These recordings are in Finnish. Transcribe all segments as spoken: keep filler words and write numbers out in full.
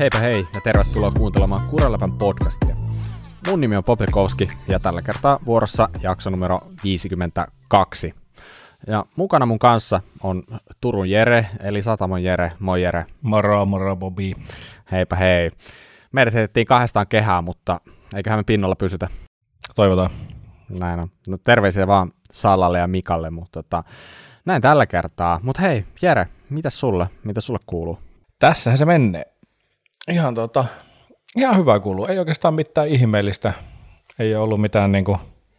Heipä hei ja tervetuloa kuuntelemaan Kuraläpän podcastia. Mun nimi on Popekowski ja tällä kertaa vuorossa jakso numero viisikymmentäkaksi. Ja mukana mun kanssa on Turun Jere, eli Satamon Jere. Moi Jere. Moro, moro Bobi. Heipä hei. Meidät heitettiin kahdestaan kehää, mutta eiköhän me pinnalla pysytä. Toivotaan. Näin on. No terveisiä vaan Sallalle ja Mikalle, mutta tota, näin tällä kertaa. Mutta hei Jere, mitäs sulle? Mitä sulle kuuluu? Tässähän se menee. Ihan, tota, ihan hyvä kuuluu. Ei oikeastaan mitään ihmeellistä. Ei ole ollut mitään niinku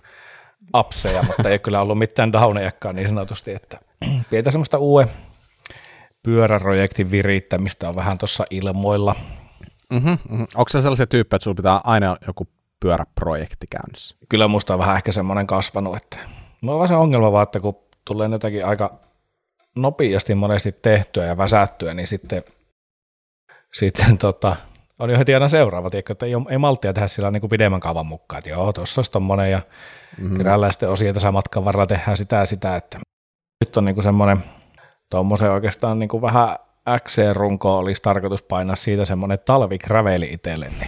apseja, mutta ei kyllä ollut mitään downejakaan niin sanotusti. Että pientä semmoista uuden pyöräprojektin virittämistä on vähän tuossa ilmoilla. Mm-hmm, mm-hmm. Onko se sellaisia tyyppejä, että sulla pitää aina joku pyöräprojekti käynnissä? Kyllä musta on vähän ehkä semmoinen kasvanut. Että mulla on vaan se ongelma vaan, että kun tulee jotakin aika nopeasti monesti tehtyä ja väsättyä, niin sitten Sitten tota, on jo heti aina seuraava, tiedätkö, että ei, ole, ei malttia tehdä sillä niin kuin pidemmän kaavan mukaan, että joo, tuossa olisi tommonen ja mm-hmm. keräillään sitten osia tässä matkan varrella, tehdään sitä ja sitä, että nyt on niin kuin semmoinen, tuommoisen oikeastaan niin kuin vähän X C-runko olisi tarkoitus painaa siitä semmoinen talvikraveli itselle, niin,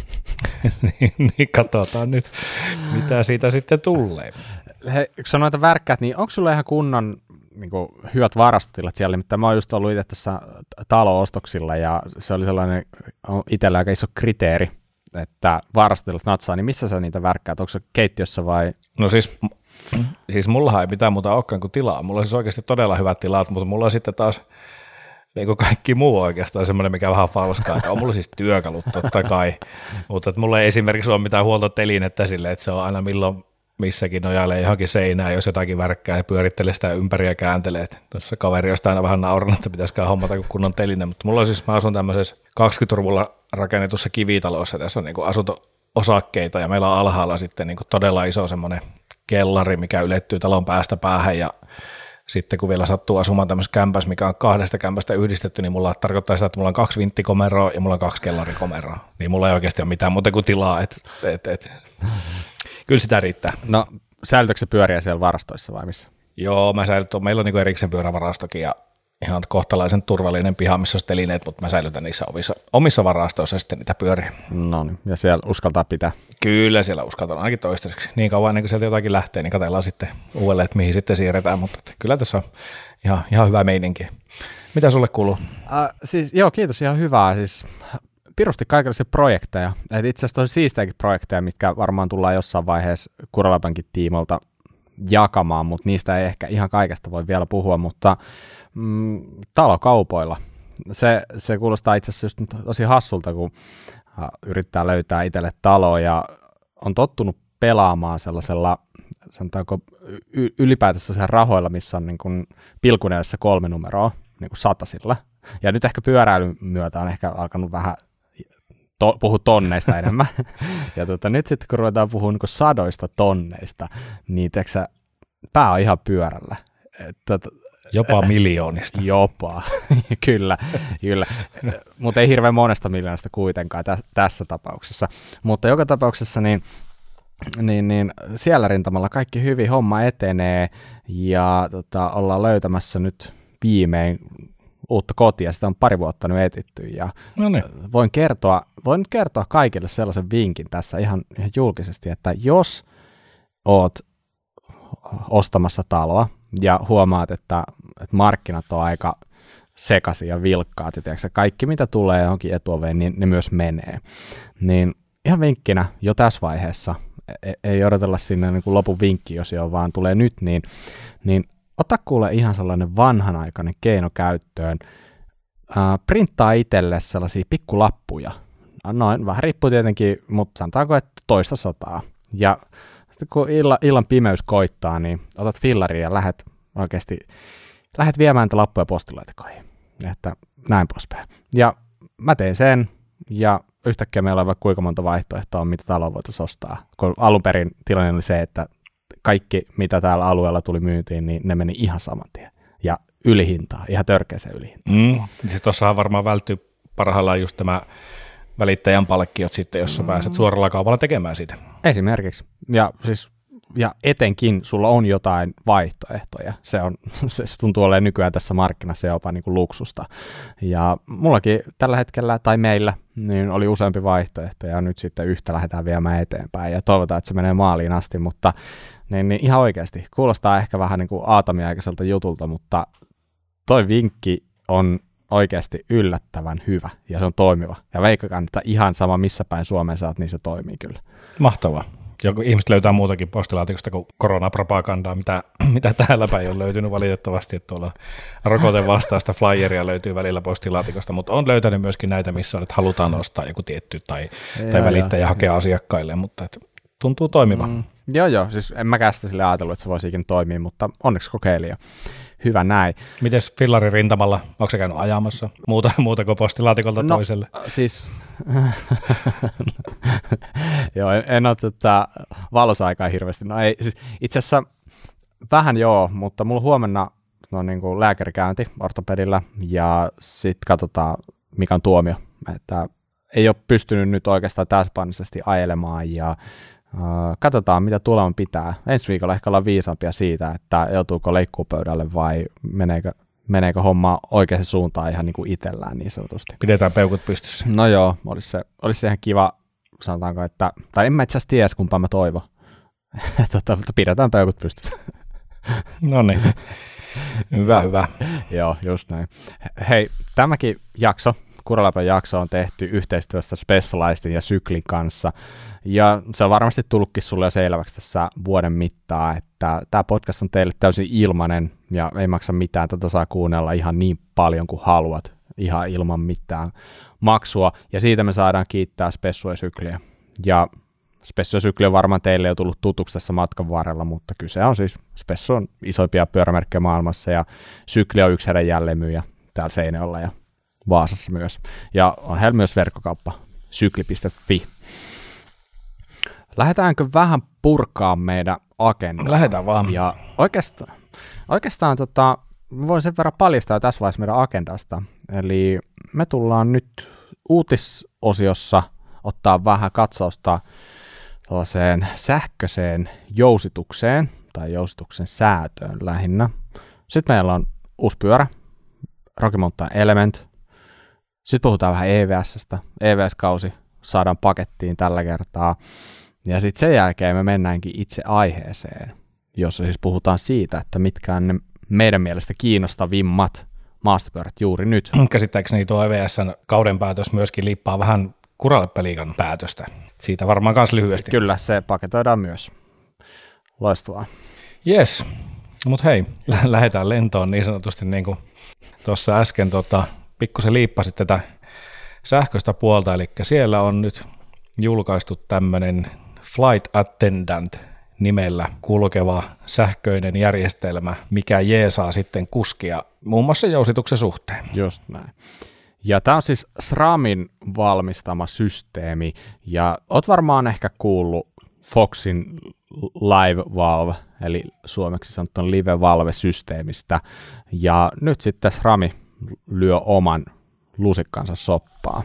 niin, niin katsotaan nyt, mitä siitä sitten tulee. Hei, kun sä noita värkkäät, niin onko sulla ihan kunnon niin kuin hyvät varastotilat siellä, mitä mä oon just ollut itse tässä talo-ostoksilla ja se oli sellainen itsellä aika iso kriteeri, että varastotilat natsaa, niin missä sä niitä värkkäät, onko se keittiössä vai? No siis, siis mullahan ei mitään muuta olekaan kuin tilaa, mulla on siis oikeasti todella hyvät tilat, mutta mulla on sitten taas niin kuin kaikki muu oikeastaan semmoinen, mikä vähän falskaa, on mulla siis työkalut totta kai, mutta että mulla ei esimerkiksi ole mitään huoltotelinettä silleen, että se on aina milloin missäkin nojailee johonkin seinään, jos jotakin värkkää ja pyörittelee sitä ympäri ja kääntelee. Tuossa kaveri on sitä aina vähän naurannut, että pitäisikään hommata kuin kunnon teline, mutta mulla on siis, mä asun tämmöisessä kaksikymmentäluvulla rakennetussa kivitalossa, tässä on niin kuin asunto-osakkeita ja meillä on alhaalla sitten niin kuin todella iso semmoinen kellari, mikä ylettyy talon päästä päähän ja sitten kun vielä sattuu asumaan tämmöisessä kämpässä, mikä on kahdesta kämpästä yhdistetty, niin mulla tarkoittaa sitä, että mulla on kaksi vinttikomeroa ja mulla on kaksi kellarikomeroa, niin mulla ei oikeasti ole mitään muuta kuin tilaa, että et, et. Kyllä sitä riittää. No, säilytätkö se pyöriä siellä varastoissa vai missä? Joo, mä säilytän. Meillä on niin erikseen pyörävarastokin ja ihan kohtalaisen turvallinen piha, missä on telineet, mutta mä säilytän niissä omissa, omissa varastoissa sitten niitä pyöriä. No niin, ja siellä uskaltaa pitää? Kyllä, siellä uskaltaa ainakin toistaiseksi. Niin kauan ennen kuin sieltä jotakin lähtee, niin katsellaan sitten uudelleen, että mihin sitten siirretään, mutta kyllä tässä on ihan, ihan hyvä meininki. Mitä sulle kuuluu? Uh, siis, joo, kiitos, ihan hyvää. Siis pirusti kaikenlaisia projekteja. Et itse asiassa tosi siistejäkin projekteja, mitkä varmaan tullaan jossain vaiheessa Kuraläpänkin tiimolta jakamaan, mutta niistä ei ehkä ihan kaikesta voi vielä puhua, mutta mm, talokaupoilla. Se, se kuulostaa itse asiassa just nyt tosi hassulta, kun uh, yrittää löytää itselle taloa ja on tottunut pelaamaan sellaisella, sanotaanko y- ylipäätänsä sen rahoilla, missä on niin kuin pilkuneessa kolme numeroa, niin kuin satasilla. Ja nyt ehkä pyöräilyn myötä on ehkä alkanut vähän to, puhua tonneista enemmän. Ja tota, nyt sitten kun ruvetaan puhumaan niin sadoista tonneista, niin teksä, pää on ihan pyörällä. Että, jopa miljoonista. Jopa, kyllä, kyllä. Mutta ei hirveän monesta miljoonasta kuitenkaan tä, tässä tapauksessa. Mutta joka tapauksessa niin, niin, niin siellä rintamalla kaikki hyvin, homma etenee ja tota, ollaan löytämässä nyt viimein uutta kotia, sitä on pari vuotta nyt etitty ja no niin. voin, kertoa, voin nyt kertoa kaikille sellaisen vinkin tässä ihan, ihan julkisesti, että jos oot ostamassa taloa ja huomaat, että, että markkinat on aika sekaisin ja vilkkaat ja tiedätkö, kaikki mitä tulee johonkin etuoveen, niin ne myös menee, niin ihan vinkkinä jo tässä vaiheessa, ei odotella sinne niin kuin lopun vinkki, jos jo vaan tulee nyt, niin, niin ota kuule ihan sellainen vanhanaikainen keino käyttöön. Äh, printtaa itselle sellaisia pikkulappuja. Noin, vähän riippuu tietenkin, mutta sanotaanko, että toista sataa. Ja sitten kun illa, illan pimeys koittaa, niin otat fillaria ja lähdet oikeasti lähdet viemään niitä lappuja postilaatikoihin. Että näin poispäin. Ja mä tein sen, ja yhtäkkiä meillä on vaikka kuinka monta vaihtoehtoa, mitä taloa voitaisiin ostaa. Kun alun perin tilanne oli se, että kaikki, mitä täällä alueella tuli myyntiin, niin ne meni ihan saman tien. Ja ylihintaa, ihan törkeäseen ylihintaan. Mm. Siis tuossahan varmaan välttyy parhaillaan just tämä välittäjän palkkiot sitten, jos sä mm. pääset suoralla kaupalla tekemään siitä. Esimerkiksi. Ja siis ja etenkin sulla on jotain vaihtoehtoja. Se, on, se tuntuu olemaan nykyään tässä markkinassa jopa niin kuin luksusta. Ja mullakin tällä hetkellä, tai meillä, niin oli useampi vaihtoehto, ja nyt sitten yhtä lähdetään viemään eteenpäin, ja toivotaan, että se menee maaliin asti, mutta niin, niin ihan oikeasti, kuulostaa ehkä vähän niin kuin aatamiaikaiselta jutulta, mutta toi vinkki on oikeasti yllättävän hyvä, ja se on toimiva. Ja veikkakaan, että ihan sama missä päin Suomeen saat, niin se toimii kyllä. Mahtavaa. Joku ihmiset löytää muutakin postilaatikosta kuin koronapropagandaa, mitä, mitä täällä päin on löytynyt valitettavasti, että tuolla rokotevastaista flyeria löytyy välillä postilaatikosta, mutta on löytänyt myöskin näitä, missä on, että halutaan ostaa joku tietty tai, tai välittäjä hakea asiakkaille, mutta että tuntuu toimivan. Mm, joo, joo, siis en mäkään sitä sille ajatellut, että se voisi ikinä toimia, mutta onneksi kokeilin. Hyvä näin. Mites fillarin rintamalla, onko se käynyt ajamassa muuta, muuta kuin postilaatikolta no, toiselle? Siis, joo, en, en ole tätä valosaikaa hirveästi. No ei, siis itse asiassa vähän joo, mutta mulla huomenna no, niin kuin lääkärikäynti ortopedillä ja sitten katsotaan, mikä on tuomio. Että ei ole pystynyt nyt oikeastaan täyspainoisesti ajelemaan ja Uh, katsotaan, mitä tuleman pitää. Ensi viikolla ehkä ollaan viisaampia siitä, että joutuuko leikkupöydälle vai meneekö, meneekö homma oikeaan suuntaan ihan niin kuin itsellään niin sanotusti. Pidetään peukut pystyssä. No joo, olisi se, olisi se ihan kiva, sanotaanko, että, tai en mä itse asiassa tiedä, kumpaan mä toivon. tota, mutta pidetään peukut pystyssä. No niin, hyvä, hyvä. Joo, just näin. Hei, tämäkin jakso, Kuraläpän jakso on tehty yhteistyössä Specializedin ja Syklin kanssa, ja se on varmasti tullutkin sulle jo selväksi tässä vuoden mittaan, että tämä podcast on teille täysin ilmainen, ja ei maksa mitään, tätä saa kuunnella ihan niin paljon kuin haluat, ihan ilman mitään maksua, ja siitä me saadaan kiittää Spessua ja Sykliä. Ja Spessu ja Sykli on varmaan teille jo tullut tutuksi tässä matkan varrella, mutta kyse on siis, Spessu on isoimpia pyörämerkkejä maailmassa, ja Sykli on yksi heidän jälleenmyyjä täällä Seinäjoella ja Vaasassa myös. Ja on heillä myös verkkokauppa sykli piste fi. Lähdetäänkö vähän purkaa meidän agendaa? Lähdetään vaan. Ja oikeastaan, oikeastaan tota, voin sen verran paljastaa tässä vaiheessa meidän agendasta. Eli me tullaan nyt uutisosiossa ottaa vähän katsausta tällaiseen sähköiseen jousitukseen tai jousituksen säätöön lähinnä. Sitten meillä on uusi pyörä, Rocky Mountain Element. Sitten puhutaan vähän E V S:stä. E V S-kausi saadaan pakettiin tällä kertaa. Ja sitten sen jälkeen me mennäänkin itse aiheeseen, jossa siis puhutaan siitä, että mitkä on ne meidän mielestä kiinnostavimmat maastopyörät juuri nyt. Käsittääkseni tuo E V S:n kauden päätös myöskin liippaa vähän Kuraläppäliigan päätöstä. Siitä varmaan myös lyhyesti. Kyllä, se paketoidaan myös. Loistavaa. Jes, mutta hei, lähdetään lentoon niin sanotusti niin kuin tuossa äsken tota, pikkusen liippasit tätä sähköistä puolta, eli siellä on nyt julkaistu tämmöinen Flight Attendant nimellä kulkeva sähköinen järjestelmä, mikä jeesaa sitten kuskia muun muassa jousituksen suhteen. Just näin. Ja tämä on siis SRAMin valmistama systeemi, ja oot varmaan ehkä kuullut Foxin Live Valve, eli suomeksi sanottuna Live Valve-systeemistä, ja nyt sitten SRAMi lyö oman lusikkansa soppaa.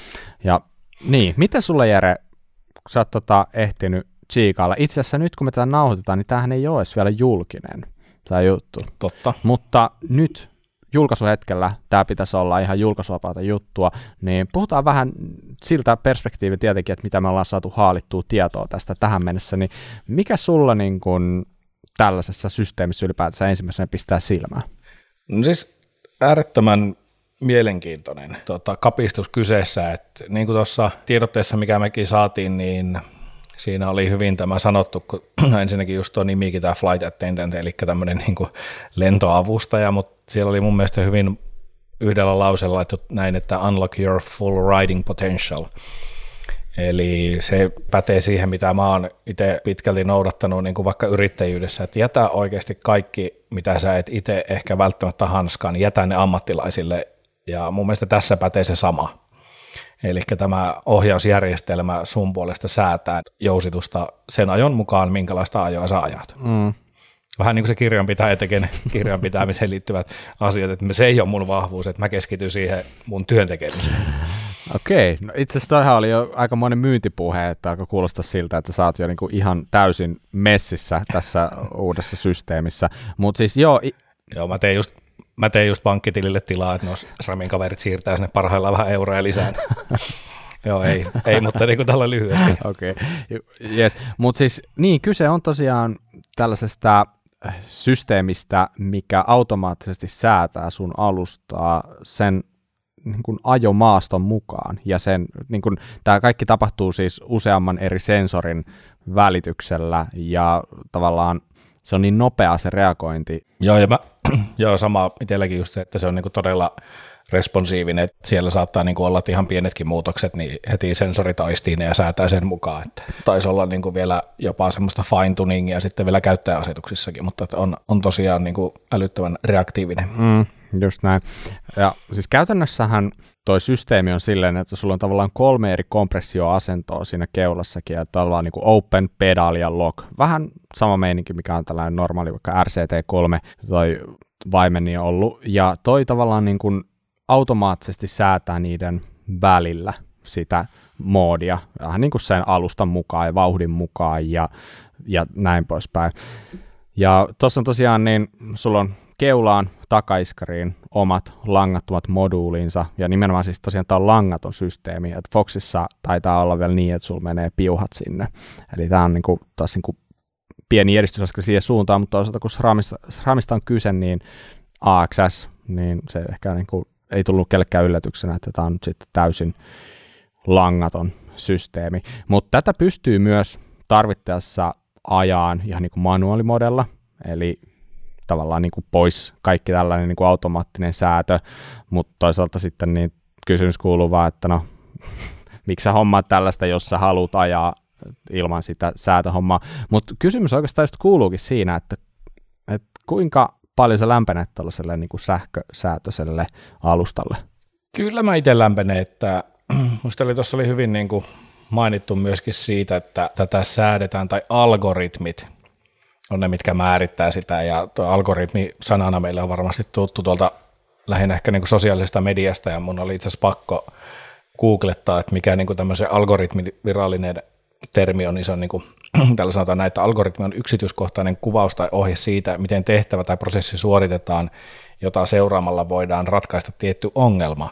Ja niin, miten sulle Jere, kun sä oot tota ehtinyt tsiikailla, itse asiassa nyt kun me tätä nauhoitetaan, niin tämähän ei ole edes vielä julkinen, tämä juttu. Totta. Mutta nyt julkaisuhetkellä tämä pitäisi olla ihan julkaisuvapaata juttua, niin puhutaan vähän siltä perspektiivin tietenkin, että mitä me ollaan saatu haalittua tietoa tästä tähän mennessä, niin mikä sulla niin kun tällaisessa systeemissä ylipäätänsä ensimmäisenä pistää silmään? No siis äärettömän mielenkiintoinen tota, kapistus kyseessä, että niin kuin tuossa tiedotteessa, mikä mekin saatiin, niin siinä oli hyvin tämä sanottu, kun ensinnäkin just tuo nimikin, tämä Flight Attendant, eli tämmöinen niin kuin lentoavustaja, mutta siellä oli mun mielestä hyvin yhdellä lauseella laittu näin, että unlock your full riding potential. Eli se pätee siihen, mitä mä oon itse pitkälti noudattanut niin kuin vaikka yrittäjyydessä, että jätä oikeasti kaikki, mitä sä et itse ehkä välttämättä hanskaan, niin jätä ne ammattilaisille, ja mun mielestä tässä pätee se sama. Eli tämä ohjausjärjestelmä sun puolesta säätää jousitusta sen ajon mukaan, minkälaista ajoa sä ajat. Mm. Vähän niin kuin se kirjanpitäjä tekee kirjanpitämiseen liittyvät asiat, että se ei ole mun vahvuus, että mä keskityn siihen mun työn tekemiseen. Okei, no itse asiassa toihan oli jo aikamoinen myyntipuhe, että alkoi kuulostaa siltä, että sä oot jo niinku ihan täysin messissä tässä uudessa systeemissä, mutta siis joo. I- joo, mä tein just, mä tein just pankkitilille tilaa, että nos Sramin kaverit siirtää sinne parhaillaan vähän euroja lisää. Joo, ei, ei mutta niin kuin tällä lyhyesti. Okei, okay. Yes. Mutta siis niin, kyse on tosiaan tällaisesta systeemistä, mikä automaattisesti säätää sun alustaa sen niin kuin ajomaaston mukaan, ja sen, niin kuin, tämä kaikki tapahtuu siis useamman eri sensorin välityksellä, ja tavallaan se on niin nopea se reagointi. Joo, ja mä, joo, sama itselläkin just se, että se on niin kuin todella responsiivinen, että siellä saattaa niin kuin olla ihan pienetkin muutokset, niin heti sensorit aistii ne ja säätää sen mukaan, että taisi olla niin kuin vielä jopa semmoista fine-tuningia sitten vielä käyttäjäasetuksissakin, mutta on, on tosiaan niin kuin älyttömän reaktiivinen. Mm, just näin. Ja siis käytännössähän toi systeemi on silleen, että sulla on tavallaan kolme eri kompressioasentoa siinä keulassakin, ja tavallaan niin kuin open, pedal ja lock. Vähän sama meininki, mikä on tällainen normaali, vaikka R C T kolme toi vaimeni on ollut, ja toi tavallaan niin kuin automaattisesti säätää niiden välillä sitä moodia, vähän niin kuin sen alustan mukaan ja vauhdin mukaan ja, ja näin poispäin. Ja tuossa on tosiaan niin, sulla on keulaan, takaiskariin omat langattomat moduulinsa, ja nimenomaan siis tosiaan tämä on langaton systeemi, että Foxissa taitaa olla vielä niin, että sulla menee piuhat sinne. Eli tämä on niin kuin, taas niin kuin pieni edistysaskel siihen suuntaan, mutta toisaalta kun SRAMista, SRAMista on kyse, niin A X S, niin se ehkä niin kuin ei tullut kellekään yllätyksenä, että tämä on nyt sitten täysin langaton systeemi. Mutta tätä pystyy myös tarvittaessa ajaan ihan niin kuin manuaalimodella, eli tavallaan niin kuin pois kaikki tällainen niin kuin automaattinen säätö, mutta toisaalta sitten niin kysymys kuuluu vaan, että no, miksi sä hommaat tällaista, jos sä haluat ajaa ilman sitä säätöhommaa. Mutta kysymys oikeastaan just kuuluukin siinä, että, että kuinka paljon sä lämpenet tällaiselle niin kuin sähkösäätöiselle alustalle? Kyllä mä itse lämpenen, että musta oli tuossa oli hyvin niin kuin mainittu myöskin siitä, että tätä säädetään, tai algoritmit on ne, mitkä määrittää sitä, ja tuo algoritmi sanana meille on varmasti tuttu tuolta lähinnä ehkä niin kuin sosiaalisesta mediasta, ja mun oli itse asiassa pakko googlettaa, että mikä niin kuin tämmöisen algoritmin virallinen termi on, niin se on niin kuin, tällä sanotaan näin, että algoritmi on yksityiskohtainen kuvaus tai ohje siitä, miten tehtävä tai prosessi suoritetaan, jota seuraamalla voidaan ratkaista tietty ongelma.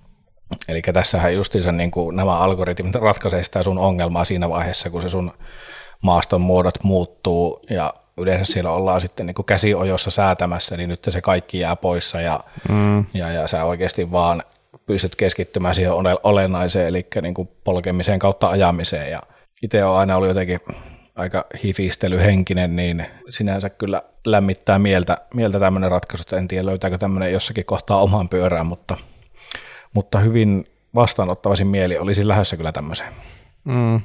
Eli tässähän justiinsa niin kuin nämä algoritmit ratkaisee sitä sun ongelmaa siinä vaiheessa, kun se sun maaston muodot muuttuu, ja yleensä siellä ollaan sitten niin kuin käsiojossa säätämässä, niin nyt se kaikki jää poissa, ja, mm. ja, ja sä oikeasti vaan pystyt keskittymään siihen olennaiseen, eli niin kuin polkemiseen kautta ajamiseen, ja itse olen aina ollut jotenkin aika hifistelyhenkinen, niin sinänsä kyllä lämmittää mieltä, mieltä tämmöinen ratkaisu, että en tiedä löytääkö tämmöinen jossakin kohtaa omaan pyörään, mutta, mutta hyvin vastaanottavaisin mieli olisin lähdössä kyllä tämmöiseen. Mm.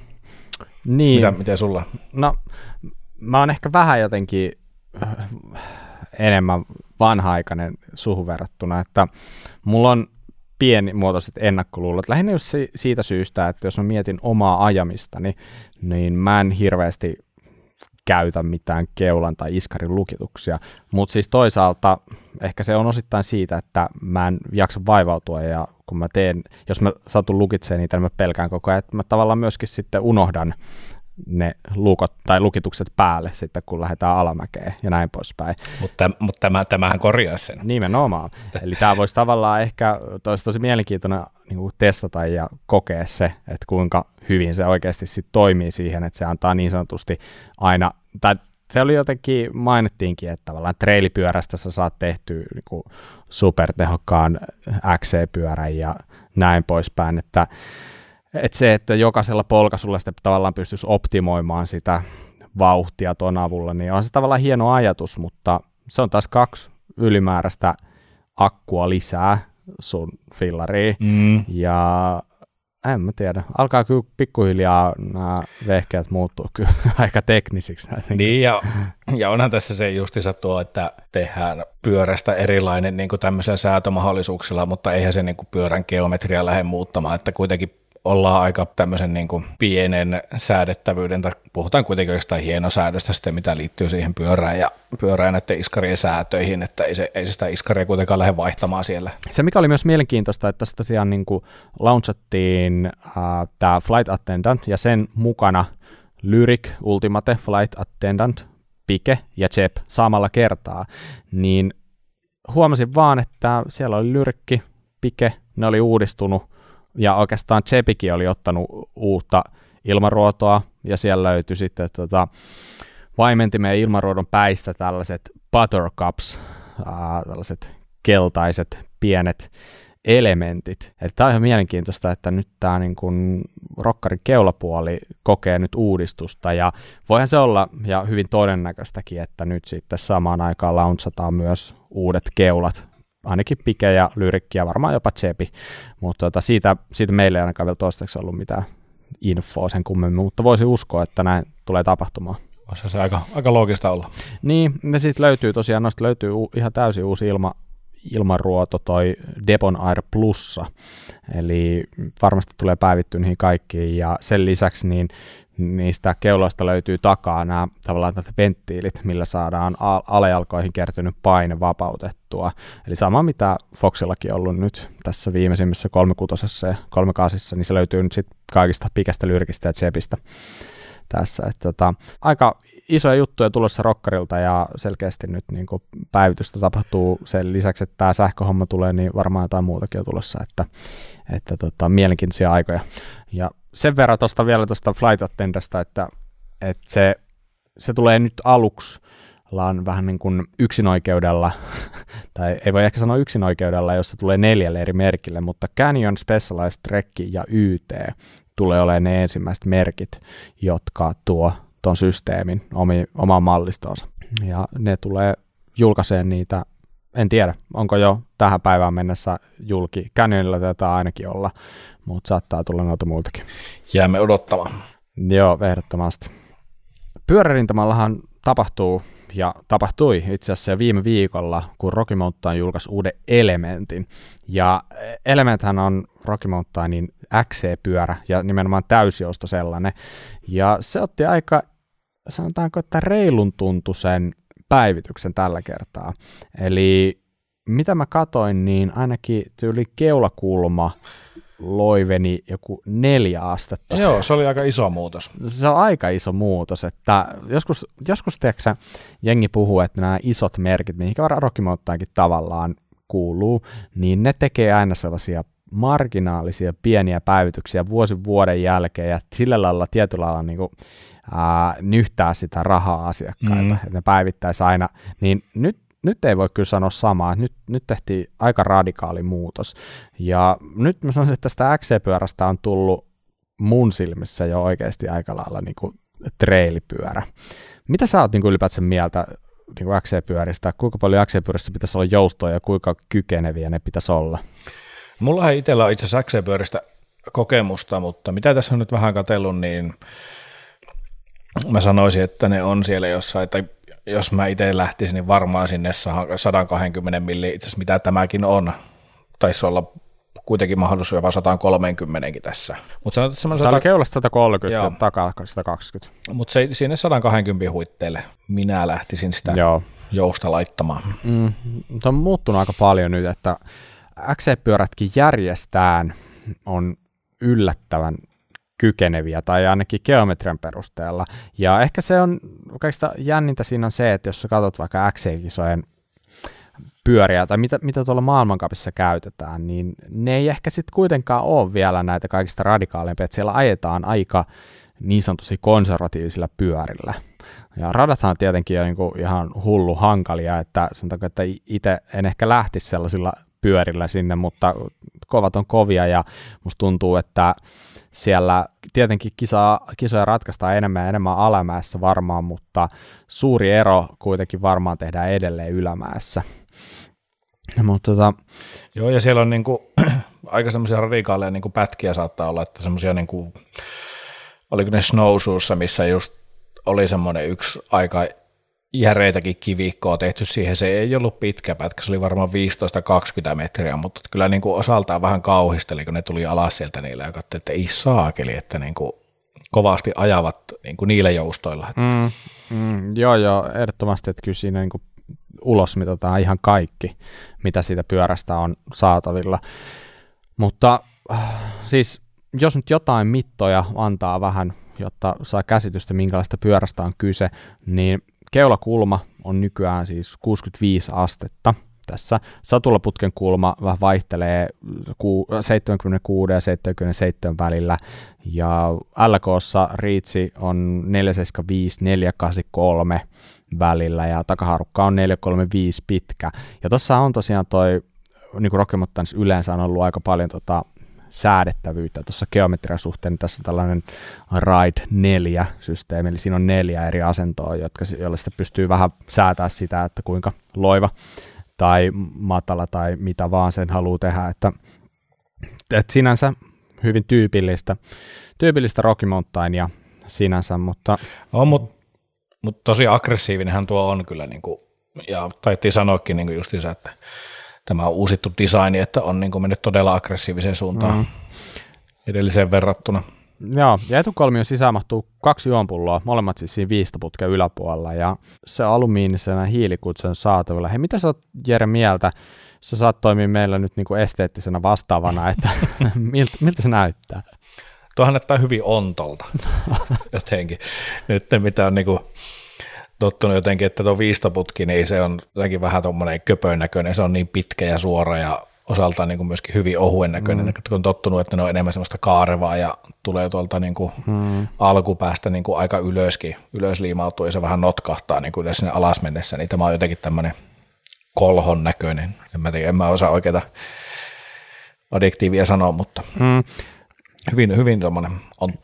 Niin. Mitä, miten sulla? No, mä oon ehkä vähän jotenkin enemmän vanha-aikainen suhun verrattuna, että mulla on pienimuotoiset ennakkoluulot, lähinnä just siitä syystä, että jos mä mietin omaa ajamistani, niin mä en hirveästi käytä mitään keulan tai iskarin lukituksia, mutta siis toisaalta ehkä se on osittain siitä, että mä en jaksa vaivautua, ja kun mä teen, jos mä satun lukitsemaan niitä, niin mä pelkään koko ajan, että mä tavallaan myöskin sitten unohdan ne lukot tai lukitukset päälle sitten, kun lähdetään alamäkeen ja näin poispäin. Mutta, mutta tämä, tämähän korjaa sen. Nimenomaan. Eli tämä voisi tavallaan ehkä, tosi, tosi mielenkiintoinen niin kuin testata ja kokea se, että kuinka hyvin se oikeasti sit toimii siihen, että se antaa niin sanotusti aina, tai se oli jotenkin, mainittiinkin, että tavallaan treilipyörästä sä saat tehtyä niin kuin supertehokkaan X C-pyörän ja näin poispäin, että Että se, että jokaisella polkaisulla sitten tavallaan pystyisi optimoimaan sitä vauhtia tuon avulla, niin on se tavallaan hieno ajatus, mutta se on taas kaksi ylimääräistä akkua lisää sun fillariin, mm. ja en mä tiedä, alkaa kyllä pikkuhiljaa nämä vehkeät muuttua kyllä aika teknisiksi. Niin, ja, ja onhan tässä se justiinsa tuo, että tehdään pyörästä erilainen niin kuin tämmöisellä säätömahdollisuuksilla, mutta eihän se niin kuin pyörän geometria lähde muuttamaan, että kuitenkin ollaan aika tämmöisen niin kuin pienen säädettävyyden, tai puhutaan kuitenkin jostain hienosäädöstä sitten, mitä liittyy siihen pyörään ja pyörään näiden iskarien säätöihin, että ei se, ei se sitä iskaria kuitenkaan lähde vaihtamaan siellä. Se, mikä oli myös mielenkiintoista, että tässä tosiaan niin kuin launchattiin äh, tämä Flight Attendant ja sen mukana Lyric Ultimate Flight Attendant, Pike ja Jeb samalla kertaa, niin huomasin vaan, että siellä oli Lyrikki, Pike, ne oli uudistunut, ja oikeastaan Jebikin oli ottanut uutta ilmaruotoa, ja siellä löytyi sitten tota, vaimentimeen ilmaruodon päistä tällaiset buttercups, äh, tällaiset keltaiset pienet elementit. Eli tämä on ihan mielenkiintoista, että nyt tämä niin kuin rokkarin keulapuoli kokee nyt uudistusta, ja voihan se olla, ja hyvin todennäköistäkin, että nyt sitten samaan aikaan launchataan myös uudet keulat, ainakin Pike ja Lyrikki ja varmaan jopa Jebi, mutta tota, siitä, siitä meillä ei ainakaan vielä toistaiseksi ollut mitään infoa sen kummemmin, mutta voisi uskoa, että näin tulee tapahtumaan. Voisi se aika, aika loogista olla. Niin, ja sitten löytyy tosiaan, noista löytyy u- ihan täysin uusi ilma, ilmaruoto, toi Debon Air Plussa, eli varmasti tulee päivittyä niihin kaikkiin, ja sen lisäksi niin niistä keuloista löytyy takaa nämä tavallaan venttiilit, millä saadaan alajalkoihin kertynyt paine vapautettua. Eli sama mitä Foxillakin on ollut nyt tässä viimeisimmässä kolmekutosessa ja kolmekasissa, niin se löytyy nyt sitten kaikista Pikestä, Lyrikistä ja Jebistä tässä. Että tota, aika isoja juttuja tulossa rokkarilta, ja selkeästi nyt niin kuin päivitystä tapahtuu sen lisäksi, että tämä sähköhomma tulee, niin varmaan jotain muutakin on tulossa, että, että tota, mielenkiintoisia aikoja. Ja sen verran tuosta vielä tuosta Flight Attendasta, että, että se, se tulee nyt aluksi vähän niin kuin yksinoikeudella, tai ei voi ehkä sanoa yksinoikeudella, jos se tulee neljälle eri merkille, mutta Canyon, Specialized, Trek ja Y T tulee olemaan ne ensimmäiset merkit, jotka tuo tuon systeemin omi, omaan mallistoonsa. Ja ne tulee julkaiseen niitä, en tiedä, onko jo tähän päivään mennessä julki. Canyonilla taitaa ainakin olla, mutta saattaa tulla noita muiltakin. Jäämme odottamaan. Joo, ehdottomasti. Pyörärintamallahan tapahtuu, ja tapahtui itse asiassa viime viikolla, kun Rocky Mountain julkaisi uuden Elementin. Ja Elementhän on Rocky Mountainin X C-pyörä, ja nimenomaan täysjousto sellainen. Ja se otti aika, sanotaanko, että reilun tuntuisen päivityksen tällä kertaa. Eli mitä mä katoin, niin ainakin tyyli keulakulma loiveni joku neljä astetta. Joo, se oli aika iso muutos. Se on aika iso muutos, että joskus, joskus tiedätkö, jengi puhuu, että nämä isot merkit, mihinkä Rocky Mountainkin tavallaan kuuluu, niin ne tekee aina sellaisia marginaalisia pieniä päivityksiä vuosi vuoden jälkeen, ja sillä lailla tietyllä lailla niin kuin, ää, nyhtää sitä rahaa asiakkailta, mm. että ne päivittäisi aina, niin nyt Nyt ei voi kyllä sanoa samaa. Nyt, nyt tehtiin aika radikaali muutos. Ja nyt mä sanoisin, että tästä X C-pyörästä on tullut mun silmissä jo oikeasti aika lailla niin kuin trailipyörä. Mitä sä oot niin kuin ylipäätään mieltä niin kuin X C-pyöristä? Kuinka paljon X C-pyörissä pitäisi olla joustoa ja kuinka kykeneviä ne pitäisi olla? Mulla ei itsellä ole itse asiassa X C-pyöristä kokemusta, mutta mitä tässä on nyt vähän katsellut, niin mä sanoisin, että ne on siellä jossain, tai jos mä itse lähtisin, niin varmaan sinne sata kaksikymmentä milliä, itse asiassa mitä tämäkin on, taisi olla kuitenkin mahdollisuus jopa sata kolmekymmentäkin tässä. Mut sanotaan, että Tämä sata... oli keulasta sata kolmekymmentä ja takaa sata kaksikymmentä. Mutta sinne sata kaksikymmentä huitteille minä lähtisin sitä Joo. jousta laittamaan. Mm, se on muuttunut aika paljon nyt, että X C-pyörätkin järjestään on yllättävän kykeneviä, tai ainakin geometrian perusteella. Ja ehkä se on, kaikista jännintä siinä on se, että jos sä katsot vaikka X C-kisojen pyöriä, tai mitä, mitä tuolla maailmankapissa käytetään, niin ne ei ehkä sitten kuitenkaan ole vielä näitä kaikista radikaalimpia, että siellä ajetaan aika niin sanotusti konservatiivisilla pyörillä. Ja radathan on tietenkin jo niinku ihan hullu hankalia, että sanotaanko, että itse en ehkä lähtisi sellaisilla pyörillä sinne, mutta kovat on kovia, ja musta tuntuu, että siellä tietenkin kisaa, kisoja ratkaistaan enemmän ja enemmän alamäessä varmaan, mutta suuri ero kuitenkin varmaan tehdään edelleen ylämäessä. Mutta tota... Joo, ja siellä on niinku, aika semmoisia radikaaleja niinku pätkiä saattaa olla, että semmoisia, niinku, oliko ne snowshoessa, missä just oli semmoinen yksi aika järeitäkin kivikkoa tehty siihen. Se ei ollut pitkä pätkä, se oli varmaan viisitoista kaksikymmentä metriä, mutta kyllä niin kuin osaltaan vähän kauhisteli, kun ne tuli alas sieltä niille ja katsoi, että ei saakeli, että niin kuin kovasti ajavat niin kuin niillä joustoilla. Mm, mm, joo, joo, ehdottomasti, että kyllä siinä niin kuin ulos mitataan ihan kaikki, mitä siitä pyörästä on saatavilla. Mutta äh, siis jos nyt jotain mittoja antaa vähän, jotta saa käsitystä, minkälaista pyörästä on kyse, niin keulakulma on nykyään siis kuusikymmentäviisi astetta. Tässä satulaputken kulma vähän vaihtelee seitsemänkymmentäkuusi ja seitsemänkymmentäseitsemän välillä, ja L K:ssa riitsi on neljäsataaseitsemänkymmentäviisi neljä kahdeksankymmentäkolme välillä, ja takaharukka on neljä kolmekymmentäviisi pitkä. Ja tuossa on tosiaan toi, niin kuin Rocky Mountains yleensä on ollut aika paljon tota säädettävyyttä tuossa geometrian suhteen, niin tässä on tällainen Ride neljä -systeemi, eli siinä on neljä eri asentoa, jotka, joilla sitä pystyy vähän säätämään sitä, että kuinka loiva tai matala tai mitä vaan sen haluaa tehdä, että, että sinänsä hyvin tyypillistä, tyypillistä Rocky Mountain sinänsä, mutta... On, mutta mut tosi aggressiivinenhän tuo on kyllä, niin kuin, ja taittiin sanoakin niin justiinsa, että tämä on uusittu designi, että on niin kuin mennyt todella aggressiiviseen suuntaan mm. edelliseen verrattuna. Joo, ja etukolmion sisään mahtuu kaksi juompulloa, molemmat siis siinä viistoputken yläpuolella, ja se alumiinisena hiilikutsun saatavilla. Hei, mitä sä oot, Jere, mieltä? Sä saat toimia meillä nyt niinku esteettisenä vastaavana, että miltä, miltä se näyttää? Tuohan näyttää hyvin ontolta jotenkin. Nyt mitä on niinku tottunut jotenkin, että tuo viistoputki, niin se on jotenkin vähän tuommoinen köpön näköinen, se on niin pitkä ja suora ja osaltaan niin kuin myöskin hyvin ohuen näköinen, mm. kun on tottunut, että ne on enemmän semmoista kaarevaa ja tulee tuolta niin kuin mm. alkupäästä niin kuin aika ylöskin, ylös liimautuu ja se vähän notkahtaa niin kuin sinne alas mennessä, niin tämä on jotenkin tämmöinen kolhon näköinen. En mä tiedä, en mä osaa oikeita adjektiivia sanoa, mutta mm. hyvin, hyvin tuommoinen ontto.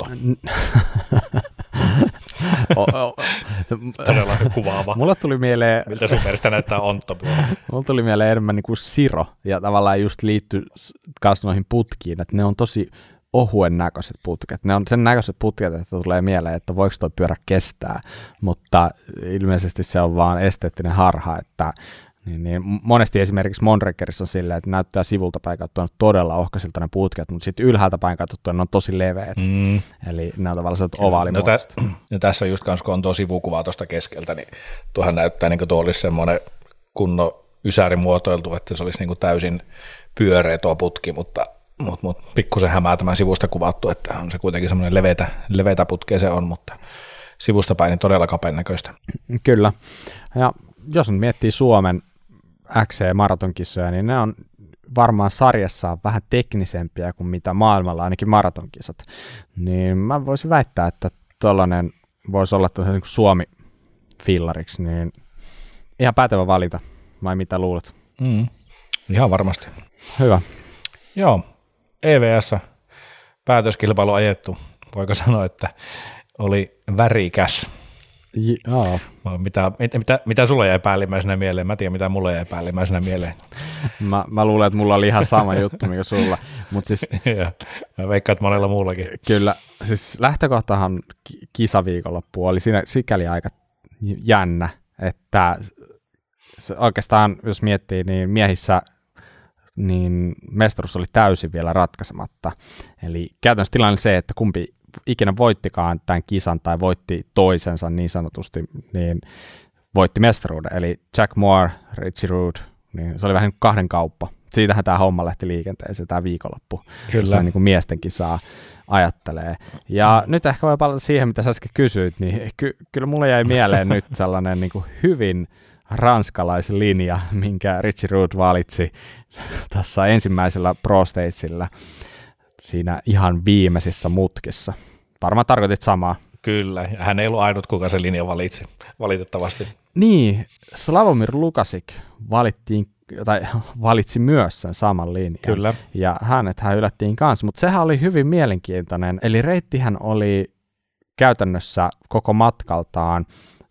Todella kuvaava. Mulla tuli mieleen... Miltä sun mielestä näyttää ontto? Mulla tuli mieleen enemmän niin kuin siro, ja tavallaan just liittyy myös noihin putkiin, että ne on tosi ohuen näköiset putket. Ne on sen näköiset putket, että tulee mieleen, että voiko toi pyörä kestää, mutta ilmeisesti se on vaan esteettinen harha, että Niin, niin monesti esimerkiksi Monrekerissa on silleen, että näyttää sivulta päin katsoen todella ohkaisilta ne putket, mutta sitten ylhäältä päin katsoen ne on tosi leveät. Mm. Eli ne on tavallaan ovaalimuotoista. No, no tässä on just kanssa, kun on tuo sivukuva tuosta keskeltä, niin tuohan näyttää niin kuin tuo olisi semmoinen kunnon ysäri muotoiltu, että se olisi niin kuin täysin pyöreä tuo putki, mutta, mutta, mutta pikkusen hämää tämän sivusta kuvattu, että on se kuitenkin semmoinen leveitä, leveitä putkea se on, mutta sivusta päin niin todella kapean näköistä. Kyllä. Ja jos nyt miettii Suomen X C-maratonkisoja, niin ne on varmaan sarjassaan vähän teknisempiä kuin mitä maailmalla ainakin maratonkisat. Niin mä voisin väittää, että tollainen voisi olla niin kuin Suomi-fillariksi, niin ihan päätävä valita, vai mitä luulet? Mm, ihan varmasti. Hyvä. Joo, E V S päätöskilpailu ajettu. Voiko sanoa, että oli värikäs? Joo. Mitä, mitä, mitä sulla jäi päällimmäisenä mieleen? Mä tiedän, mitä mulla jäi päällimmäisenä mieleen. Mä, mä luulen, että mulla oli ihan sama juttu, mikä sulla. Mut siis, mä veikkaan, että monella muullakin. Kyllä. Siis lähtökohtahan kisaviikonloppu oli siinä sikäli aika jännä, että oikeastaan, jos miettii, niin miehissä niin mestaruus oli täysin vielä ratkaisematta. Eli käytännössä tilanne oli se, että kumpi ikinä voittikaan tämän kisan tai voitti toisensa niin sanotusti, niin voitti mestaruuden. Eli Jack Moore, Richie Rude, niin se oli vähän niin kuin kahden kauppa. Siitähän tämä homma lähti liikenteeseen, tämä viikonloppu, jossa niin kuin miesten kisaa ajattelee. Ja mm. nyt ehkä voi palata siihen, mitä sä äsken kysyit, niin ky- kyllä mulle jäi mieleen nyt sellainen niin kuin hyvin ranskalaislinja, minkä Richie Rude valitsi tuossa ensimmäisellä Pro Stagella siinä ihan viimeisissä mutkissa. Varmaan tarkoitit samaa. Kyllä, ja hän ei ollut ainut, kuka se linja valitsi, valitettavasti. Niin, Slavomir Lukasik valittiin, tai valitsi myös sen saman linjan. Kyllä. Ja hänet hän ylättiin kanssa, mutta sehän oli hyvin mielenkiintoinen. Eli reittihän oli käytännössä koko matkaltaan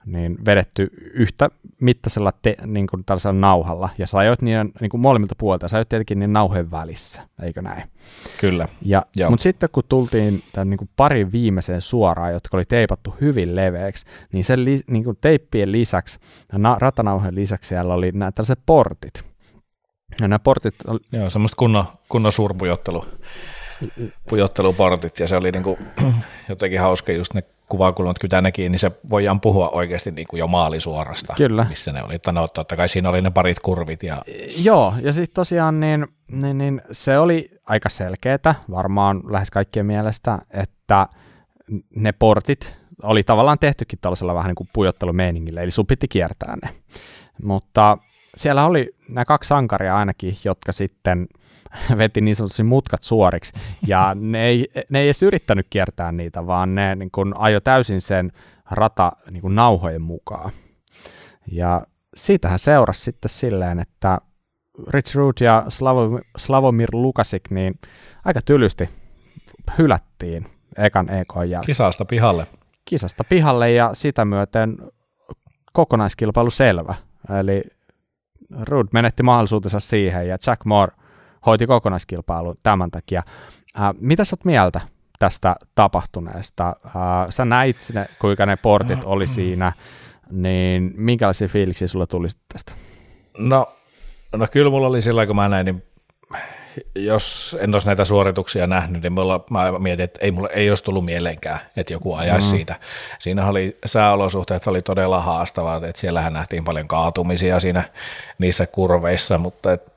niin vedetty yhtä mittaisella te, niin kuin tällaisella nauhalla, ja sä ajoit niiden niin kuin molemmilta puolta, ja sä ajoit tietenkin niin nauhojen välissä, eikö näin? Kyllä. Ja, mutta sitten kun tultiin tämän niin kuin parin viimeiseen suoraan, jotka oli teipattu hyvin leveäksi, niin sen li, niin kuin teippien lisäksi, na, ratanauhojen lisäksi siellä oli nämä tällaiset portit. Ja nämä portit... Oli... Joo, semmoista kunnon, kunnon suurpujottelu. pujotteluportit, ja se oli niinku jotenkin hauska just ne kuvakulmat, kun ne kiinni, niin se voidaan puhua oikeasti niinku jo maalisuorasta, Kyllä. missä ne oli. No, totta kai siinä oli ne parit kurvit. Ja... Joo, ja sitten tosiaan niin, niin, niin se oli aika selkeätä, varmaan lähes kaikkien mielestä, että ne portit oli tavallaan tehtykin tällaisella vähän niin kuin pujottelumeiningillä, eli sun piti kiertää ne. Mutta siellä oli nämä kaksi sankaria ainakin, jotka sitten veti niin sanotusti mutkat suoriksi, ja ne ei, ne ei edes yrittänyt kiertää niitä, vaan ne niin kuin ajoi täysin sen rata niin kuin nauhojen mukaan. Ja siitähän seurasi sitten silleen, että Rich Root ja Slavo, Slavomir Lukasik niin aika tylysti hylättiin ekan E K:n jälkeen. Kisasta pihalle. Kisasta pihalle, ja sitä myöten kokonaiskilpailu selvä. Eli Root menetti mahdollisuutensa siihen, ja Jack Moore hoiti kokonaiskilpailun tämän takia. Äh, mitä sä oot mieltä tästä tapahtuneesta? Äh, sä näit ne, kuinka ne portit oli siinä, niin minkälaisia fiiliksiä sulle tuli tästä? No, no kyllä mulla oli sillä, kun mä näin, niin jos en olisi näitä suorituksia nähnyt, niin mulla, mä mietin, että ei mulle ei olisi tullut mieleenkään, että joku ajaisi mm. siitä. Siinä oli, sääolosuhteet oli todella haastavat, että siellähän nähtiin paljon kaatumisia siinä niissä kurveissa, mutta et,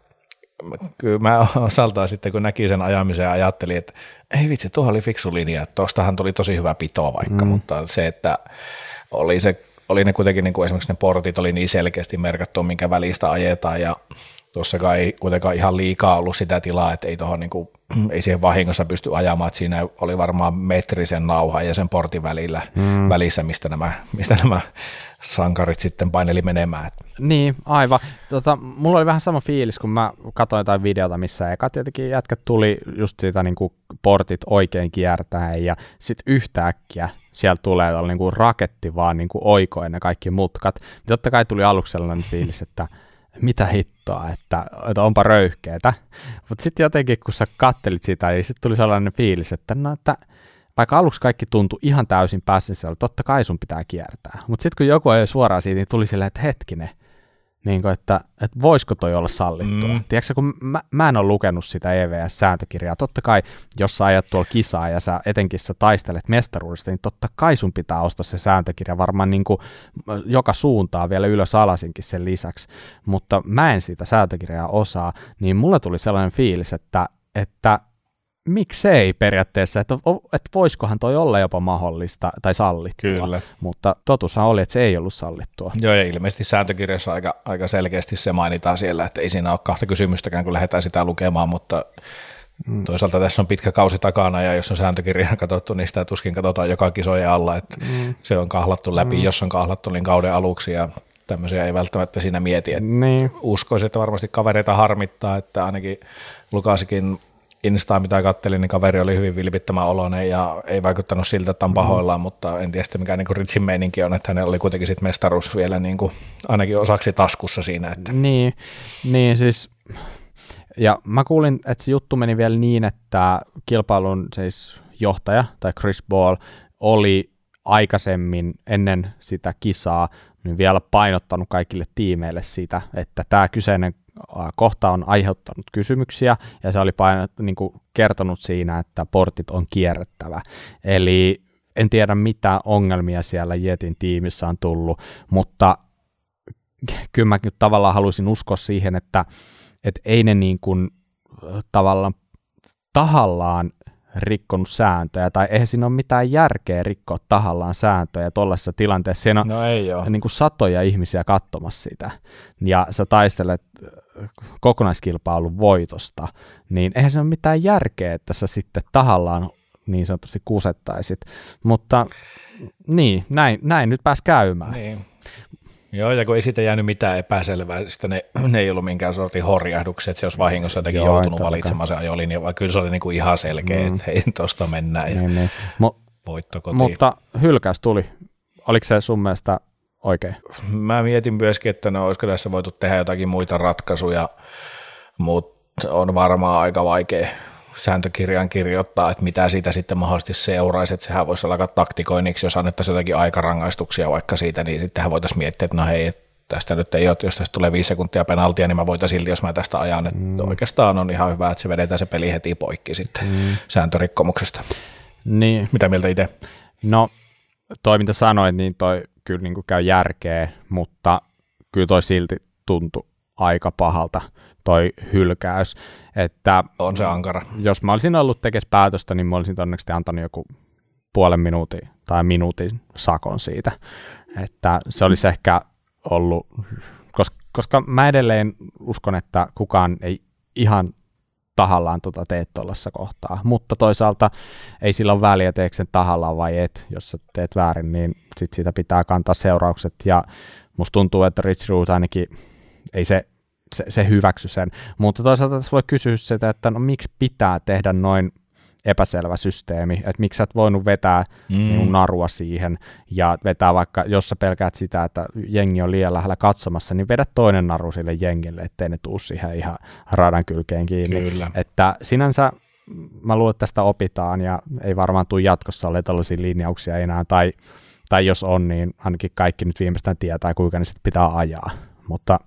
kyllä mä osaltaan sitten, kun näki sen ajamisen ja ajattelin, että ei vitsi, tuohon oli fiksu linja, että tuostahan tuli tosi hyvä pito vaikka, mm. mutta se, että oli, se, oli ne kuitenkin, niin kuin esimerkiksi ne portit oli niin selkeästi merkattu, minkä välistä ajetaan, ja tuossa ei kuitenkaan ihan liikaa ollut sitä tilaa, että ei, tohon, niin kuin, ei siihen vahingossa pysty ajamaan, että siinä oli varmaan metrisen nauhan ja sen portin välillä, mm. välissä, mistä nämä, mistä nämä sankarit sitten paineli menemään. Niin, aivan. Tota, mulla oli vähän sama fiilis, kun mä katsoin jotain videota, missä eka tietenkin jätkät tuli just siitä niin kuin portit oikein kiertäen, ja sitten yhtäkkiä sieltä tulee niin kuin raketti vaan niin kuin oikoen ne kaikki mutkat. Totta kai tuli aluksi sellainen fiilis, että mitä hittoa, että, että onpa röyhkeetä. Mutta sitten jotenkin, kun sä kattelit sitä, niin sitten tuli sellainen fiilis, että, no, että vaikka aluksi kaikki tuntui ihan täysin päässä, totta kai sun pitää kiertää. Mutta sitten kun joku ei suoraan siitä, niin tuli silleen, että hetkinen, niin kuin, että, että voisiko toi olla sallittua. Mm. Tiedätkö, kun mä, mä en ole lukenut sitä E V S-sääntökirjaa, totta kai, jos sä ajat tuolla kisaa ja sä etenkin sä taistelet mestaruudesta, niin totta kai sun pitää ostaa se sääntökirja varmaan niin kuin joka suuntaan vielä ylös alasinkin sen lisäksi, mutta mä en sitä sääntökirjaa osaa, niin mulle tuli sellainen fiilis, että, että miksei periaatteessa, että, että voisikohan toi olla jopa mahdollista tai sallittua, Kyllä. Mutta totuushan oli, että se ei ollut sallittua. Joo, ja ilmeisesti sääntökirjassa aika, aika selkeästi se mainitaan siellä, että ei siinä ole kahta kysymystäkään, kun lähdetään sitä lukemaan, mutta mm. toisaalta tässä on pitkä kausi takana, ja jos on sääntökirjaa katsottu, niin sitä tuskin katsotaan joka kisojen alla, että mm. se on kahlattu läpi, mm. jos on kahlattu, niin kauden aluksi, ja tämmöisiä ei välttämättä siinä mieti, että niin. Uskoisin, että varmasti kavereita harmittaa, että ainakin Lukasikin Instaa, mitä kattelin, niin kaveri oli hyvin vilpittömän oloinen ja ei vaikuttanut siltä, että on pahoillaan, mm. mutta en tiedä sitten, mikä niin Ritsin meininki on, että hänellä oli kuitenkin sit mestaruus vielä niin kuin ainakin osaksi taskussa siinä. Että. Niin, niin siis, ja mä kuulin, että se juttu meni vielä niin, että kilpailun siis johtaja tai Chris Ball oli aikaisemmin ennen sitä kisaa niin vielä painottanut kaikille tiimeille sitä, että tämä kyseinen kohta on aiheuttanut kysymyksiä, ja se oli painot, niin kuin kertonut siinä, että portit on kierrettävä. Eli en tiedä, mitä ongelmia siellä Jetin tiimissä on tullut, mutta kyllä mä tavallaan haluaisin uskoa siihen, että, että ei ne niin kuin tavallaan tahallaan rikkonut sääntöjä, tai eihän siinä ole mitään järkeä rikkoa tahallaan sääntöjä tuollaisessa tilanteessa. Siinä on no ei niin kuin satoja ihmisiä katsomassa sitä, ja sä taistelet kokonaiskilpailun voitosta, niin eihän se ole mitään järkeä, että sä sitten tahallaan niin sanotusti kusettaisit. Mutta niin, näin, näin nyt pääsi käymään. Niin. Joo, ja kun ei siitä jäänyt mitään epäselvää, sitten ne, ne ei ollut minkään sortin horjahduksia, että se olisi vahingossa jotenkin Joo, joutunut valitsemaan se ajolinja, vaan kyllä se oli niin kuin ihan selkeä, mm. että hei, tuosta mennään ja niin, niin. Mo- voitto kotiin. Mutta hylkäys tuli. Oliko se sun mielestä oikein? Mä mietin myöskin, että no olisiko tässä voitu tehdä jotakin muita ratkaisuja, mutta on varmaan aika vaikea sääntökirjaan kirjoittaa, että mitä siitä sitten mahdollisesti seuraisi, että sehän voisi olla taktikoinniksi, jos annettaisiin jotakin aikarangaistuksia vaikka siitä, niin sittenhän voitaisiin miettiä, että no hei, tästä nyt ei ole, jos tästä tulee viisi sekuntia penaltia, niin mä voitan silti, jos mä tästä ajan, että mm. oikeastaan on ihan hyvä, että se vedetään se peli heti poikki sitten mm. sääntörikkomuksesta. Niin. Mitä mieltä itse? No, toi mitä sanoit, niin toi kyllä niin kuin käy järkeä, mutta kyllä toi silti tuntui aika pahalta toi hylkäys. Että on se ankara. Jos mä olisin ollut tekes päätöstä, niin mä olisin todennäköisesti antanut joku puolen minuutin tai minuutin sakon siitä. Että se olisi ehkä ollut, koska, koska mä edelleen uskon, että kukaan ei ihan tahallaan tota tee tuollaisessa kohtaa, mutta toisaalta ei sillä ole väliä, teekö sen tahallaan vai et, jos sä teet väärin, niin sit siitä pitää kantaa seuraukset, ja musta tuntuu, että Rich Root ainakin ei se, se, se hyväksy sen, mutta toisaalta tässä voi kysyä sitä, että no miksi pitää tehdä noin epäselvä systeemi, että miksi sä et voinut vetää mm. niin narua siihen ja vetää vaikka, jos sä pelkäät sitä, että jengi on liian lähellä katsomassa, niin vedä toinen naru sille jengille, ettei ne tuu siihen ihan radan kylkeen kiinni. Kyllä. Että sinänsä mä luulen, että tästä opitaan ja ei varmaan tule jatkossa ole tällaisia linjauksia enää, tai, tai jos on, niin ainakin kaikki nyt viimeistään tietää, kuinka ne sitten pitää ajaa. Mutta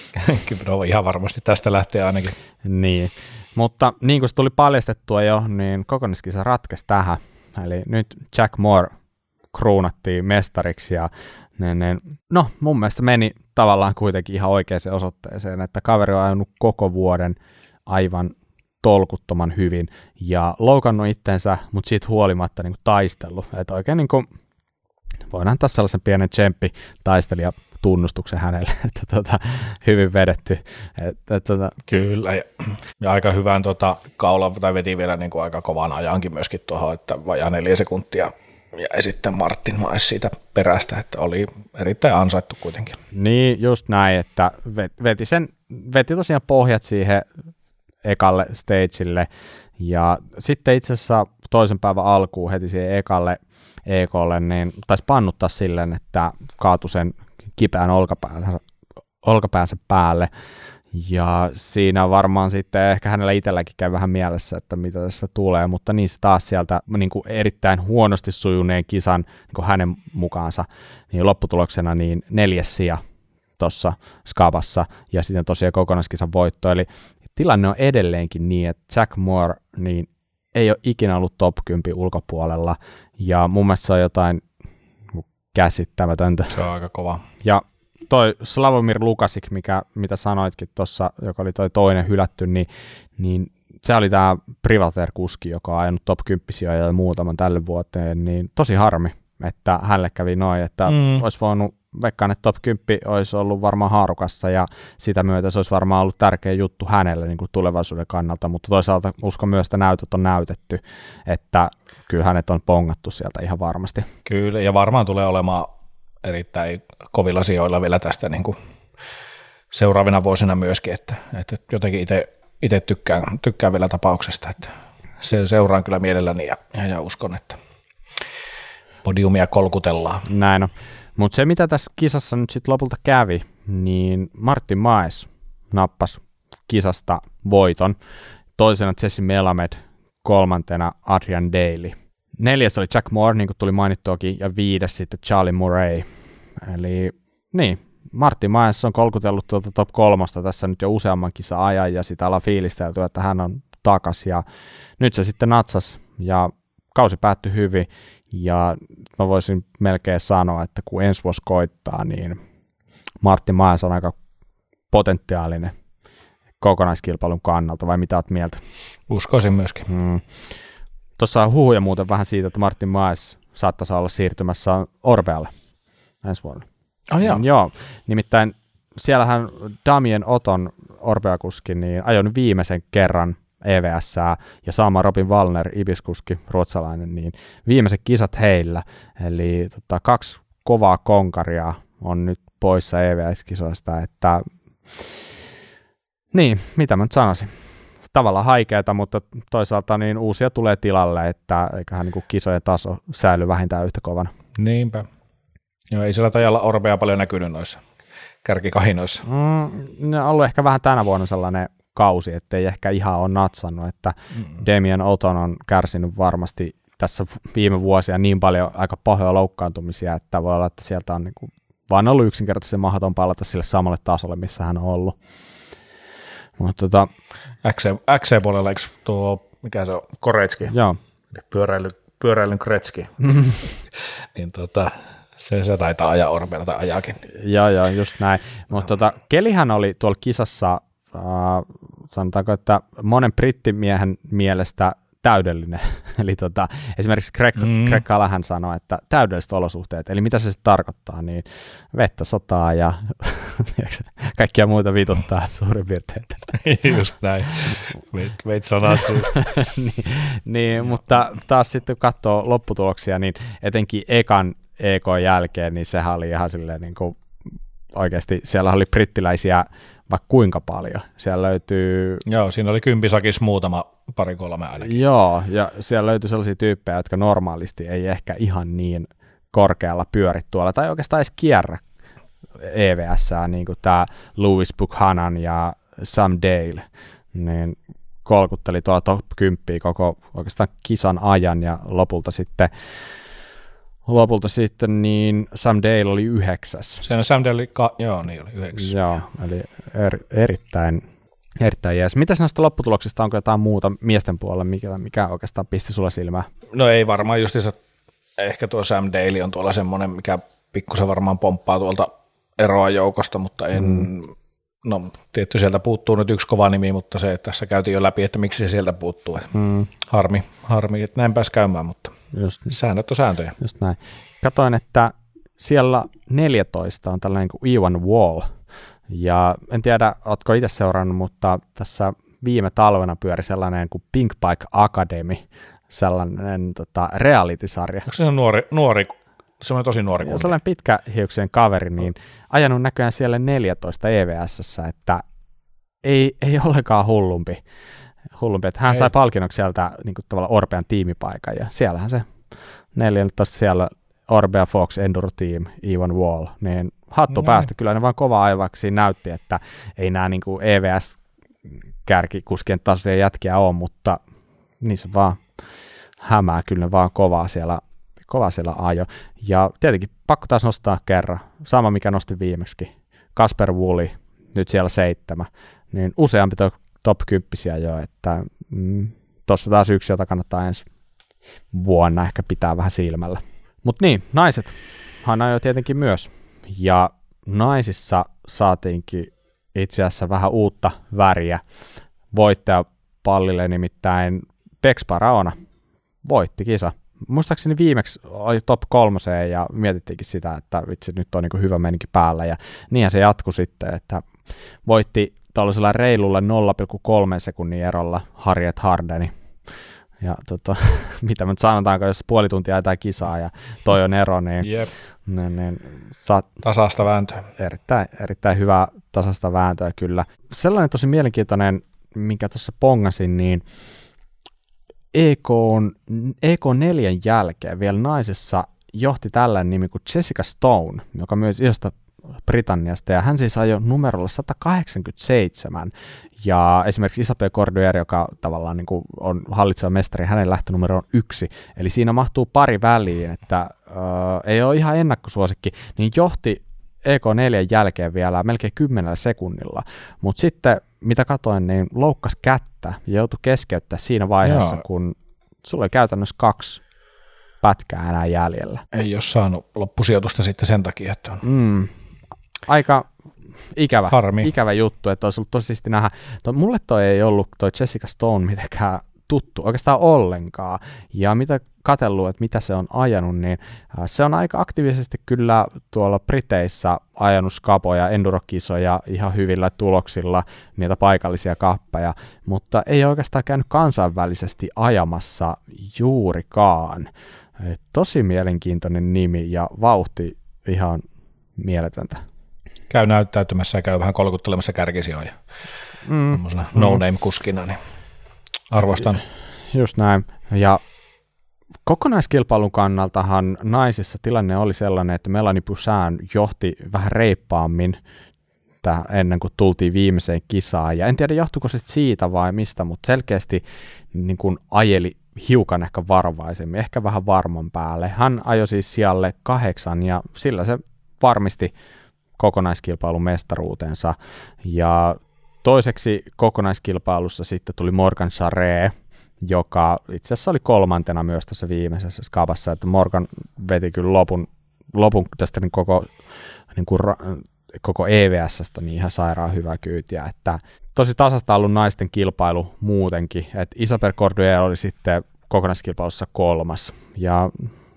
kyllä ihan varmasti tästä lähtee ainakin. Niin, mutta niin kuin se tuli paljastettua jo, niin kokonaiskisa ratkesi tähän. Eli nyt Jack Moore kruunattiin mestariksi ja ne, ne, no mun mielestä meni tavallaan kuitenkin ihan oikeaan osoitteeseen, että kaveri on ajanut koko vuoden aivan tolkuttoman hyvin ja loukannut itsensä, mutta siitä huolimatta niin kuin taistellut. Että oikein niin kuin voin antaa sellaisen pienen tsemppi taistelija tunnustuksen hänelle, että tota, hyvin vedetty. Et, et, tota. Kyllä, ja, ja aika hyvän tota, kaulan, tai veti vielä niin kuin aika kovan ajankin myöskin tuohon, että vajaa neljä sekuntia ja sitten Martin Maes siitä perästä, että oli erittäin ansaittu kuitenkin. Niin, just näin, että veti, sen, veti tosiaan pohjat siihen ekalle stageille, ja sitten itse asiassa toisen päivän alkuun heti siihen ekalle E K:lle, niin taisi pannuttaa silleen, että kaatui sen kipeän olkapäänsä, olkapäänsä päälle, ja siinä varmaan sitten ehkä hänellä itselläkin käy vähän mielessä, että mitä tässä tulee, mutta niin se taas sieltä niin kuin erittäin huonosti sujuneen kisan niin kuin hänen mukaansa, niin lopputuloksena niin neljäs sija tuossa Skabassa, ja sitten tosiaan kokonaiskisan voitto, eli tilanne on edelleenkin niin, että Jack Moore niin ei ole ikinä ollut top kymmenen ulkopuolella, ja mun mielestä se on jotain käsittämätöntä. Se on aika kova. Ja toi Slavomir Lukasik, mikä, mitä sanoitkin tuossa, joka oli toi toinen hylätty, niin, niin se oli tämä Privateer-kuski, joka on ajanut top kymmenen ja muutaman tälle vuoteen, niin tosi harmi, että hänelle kävi noin, että mm. olisi voinut, veikkaan, että top kymmenen olisi ollut varmaan haarukassa, ja sitä myötä se olisi varmaan ollut tärkeä juttu hänelle niin kuin tulevaisuuden kannalta, mutta toisaalta uskon myös, että näytöt on näytetty, että kyllä hänet on pongattu sieltä ihan varmasti. Kyllä, ja varmaan tulee olemaan erittäin kovilla sijoilla vielä tästä niin kuin seuraavina vuosina myöskin, että, että jotenkin itse tykkään, tykkään vielä tapauksesta, että se seuraan kyllä mielelläni ja, ja, ja uskon, että podiumia kolkutellaan. Näin on. Mutta se, mitä tässä kisassa nyt sitten lopulta kävi, niin Martin Maes nappasi kisasta voiton, toisena Jesse Melamed, kolmantena Adrian Daly. Neljäs oli Jack Moore, niin kuin tuli mainittuakin, ja viides sitten Charlie Murray. Eli niin, Martin Maes on kolkutellut tuolta top kolmosta tässä nyt jo useamman kisan ajan, ja sitä ollaan fiilistelty, että hän on takas, ja nyt se sitten natsas, ja kausi päättyi hyvin, ja mä voisin melkein sanoa, että kun ensi vuosi koittaa, niin Martin Maes on aika potentiaalinen kokonaiskilpailun kannalta, vai mitä oot mieltä? Uskoisin myöskin. Hmm. Tuossa on huhuja muuten vähän siitä, että Martin Maes saattaisi olla siirtymässä Orbealle ensi vuonna. Oh, joo. Joo, nimittäin siellähän Damien Oton Orbea-kuski niin ajoi viimeisen kerran E V S:ää, ja sama Robin Wallner, Ibis-kuski, ruotsalainen, niin viimeiset kisat heillä, eli tota, kaksi kovaa konkaria on nyt poissa E V S-kisoista, että niin, mitä mä nyt sanoisin, tavallaan haikeeta, mutta toisaalta niin uusia tulee tilalle, että eiköhän niin kuin kisojen taso säily vähintään yhtä kovana. Niinpä. Joo, ei sillä tajalla Orbea paljon näkynyt noissa kärkikahinoissa. Mm, ne on ollut ehkä vähän tänä vuonna sellainen kausi, ettei ehkä ihan ole natsannut, että mm. Damien Oton on kärsinyt varmasti tässä viime vuosia niin paljon aika pahoja loukkaantumisia, että voi olla, että sieltä on niin kuin vaan ollut yksinkertaisesti mahdoton palata sille samalle tasolle, missä hän on ollut. Mutta tota, X C-puolella, eikö tuo, mikä se on, Koretski? Joo. Pyöräily, pyöräilyn Kretski. niin tota, se, se taitaa ajaa Orbeella tai ajaakin. Joo, joo, just näin. Mutta tota, Kelihän oli tuolla kisassa, äh, sanotaanko, että monen brittimiehen mielestä täydellinen. Eli tota, esimerkiksi Greg, mm. Greg Callahan sanoi, että täydelliset olosuhteet. Eli mitä se sitten tarkoittaa, niin vettä sataa ja kaikkia muuta vituttaa suurin piirtein. Just näin. Veit, veit sanat suusta. niin, niin mutta taas sitten kun katsoo lopputuloksia, niin etenkin ekan E K jälkeen, niin sehän oli ihan silleen niin kuin oikeasti, siellä oli brittiläisiä vaikka kuinka paljon. Siellä löytyy... Joo, siinä oli kympisakissa muutama, pari kolme ainakin. Joo, ja siellä löytyy sellaisia tyyppejä, jotka normaalisti ei ehkä ihan niin korkealla pyöri tuolla, tai oikeastaan edes kierrä E V S:ää, niin kuin tämä Lewis Buchanan ja Sam Dale, niin kolkutteli tuolla top kymmenen koko oikeastaan kisan ajan, ja lopulta sitten Lopulta sitten niin Sam Dale oli yhdeksäs. Sen Sam Dale oli, ka- joo, niin oli yhdeksäs. Joo, eli er, erittäin, erittäin jees. Mitäs näistä lopputuloksista, onko jotain muuta miesten puolella, mikä, mikä oikeastaan pisti sulla silmään? No ei varmaan justiinsa, ehkä tuo Sam Dale on tuolla semmoinen, mikä pikkusen varmaan pomppaa tuolta eroa joukosta, mutta en, mm. no tietty sieltä puuttuu nyt yksi kova nimi, mutta se, että tässä käytiin jo läpi, että miksi se sieltä puuttuu. Mm. Harmi, harmi, että näin pääsi käymään, mutta just, säännöt on sääntöjä. Just näin. Katoin, että siellä neljätoista on tällainen kuin Ewan Wall, ja en tiedä, ootko itse seurannut, mutta tässä viime talvena pyöri sellainen kuin Pink Bike Academy, sellainen tota, reality-sarja. Onko se nuori, nuori semmoinen tosi nuori kunnia? Sellainen pitkähiuksien kaveri, niin ajanut näköjään siellä neljätoista E V S:ssä, että ei, ei ollenkaan hullumpi. hullumpi. Että hän ei. sai palkinnoksi sieltä niin kuin tavallaan Orbean tiimipaikan, ja siellähän se neljätoista siellä Orbea Fox Enduro Team, Ewan Wall, niin hattu no. päästä. Kyllä ne vaan kova aivaksi näytti, että ei nämä niin kuin E V S-kärkikuskien tasoisia jätkiä ole, mutta niissä vaan hämää, kyllä ne vaan kovaa siellä, kovaa siellä ajo. Ja tietenkin pakko taas nostaa kerran, sama mikä nosti viimeksi, Casper Woolley, nyt siellä seitsemän, niin useampi to, top kymppisiä jo, että mm, tuossa taas yksi, jota kannattaa ensi vuonna ehkä pitää vähän silmällä. Mutta niin, naiset hän ajoi tietenkin myös, ja naisissa saatiinkin itse asiassa vähän uutta väriä voittajapallille, nimittäin Bex Barahona voitti kisa. Muistaakseni viimeksi oli top kolmoseen ja mietittiinkin sitä, että vitsi, nyt on niin hyvä meininki päällä, ja niinhän se jatkui sitten, että voitti tällaisella reilulla nolla pilkku kolme sekunnin erolla Harriet Hardeni. Ja tota, mitä me nyt sanotaanko, jos puoli tuntia ajetaan kisaa ja toi on ero, niin, yep. niin, niin saat tasasta vääntöä. Erittäin, erittäin hyvää tasasta vääntöä kyllä. Sellainen tosi mielenkiintoinen, minkä tuossa pongasin, niin E K neljä jälkeen vielä naisessa johti tällainen nimi kuin Jessica Stone, joka myös isosta Britanniasta, ja hän siis ajoi numerolla sata kahdeksankymmentäseitsemän, ja esimerkiksi Isabelle Cordier, joka tavallaan niin kuin on hallitseva mestari, hänen lähtönumero on yksi, eli siinä mahtuu pari väliin, että äh, ei ole ihan ennakkosuosikki, niin johti E K neljä jälkeen vielä melkein kymmenellä sekunnilla, mutta sitten mitä katoin, niin loukkas kättä ja joutui keskeyttää siinä vaiheessa, Joo. kun sulla oli käytännössä kaksi pätkää enää jäljellä. Ei ole saanut loppusijoitusta sitten sen takia, että on... Mm. Aika ikävä, Harmi. ikävä juttu, että olisi ollut tosiasti nähdä. To, mulle toi ei ollut toi Jessica Stone mitenkään tuttu, oikeastaan ollenkaan. Ja mitä katsellut, että mitä se on ajanut, niin se on aika aktiivisesti kyllä tuolla Briteissä ajanut skapoja, endurokisoja ihan hyvillä tuloksilla, niitä paikallisia kappeja, mutta ei oikeastaan käynyt kansainvälisesti ajamassa juurikaan. Et tosi mielenkiintoinen nimi ja vauhti ihan mieletöntä. Käy näyttäytymässä ja käy vähän kolkuttelemassa kärkisijoja. Mm. No-name-kuskina, niin arvostan. Just näin. Ja kokonaiskilpailun kannaltahan naisissa tilanne oli sellainen, että Melanie Poussin johti vähän reippaammin ennen kuin tultiin viimeiseen kisaan. Ja en tiedä, johtuiko se siitä vai mistä, mutta selkeästi niin kuin ajeli hiukan ehkä varovaisemmin, ehkä vähän varman päälle. Hän ajoi siis sijalle kahdeksan ja sillä se varmisti kokonaiskilpailun mestaruutensa. Ja toiseksi kokonaiskilpailussa sitten tuli Morgan Charret, joka itse asiassa oli kolmantena myös tässä viimeisessä skavassa, että Morgan veti kyllä lopun, lopun tästä niin koko, niin kuin, koko E V S:stä niin ihan sairaan hyvä kyytiä, että tosi tasasta ollut naisten kilpailu muutenkin, että Isabelle Corduer oli sitten kokonaiskilpailussa kolmas, ja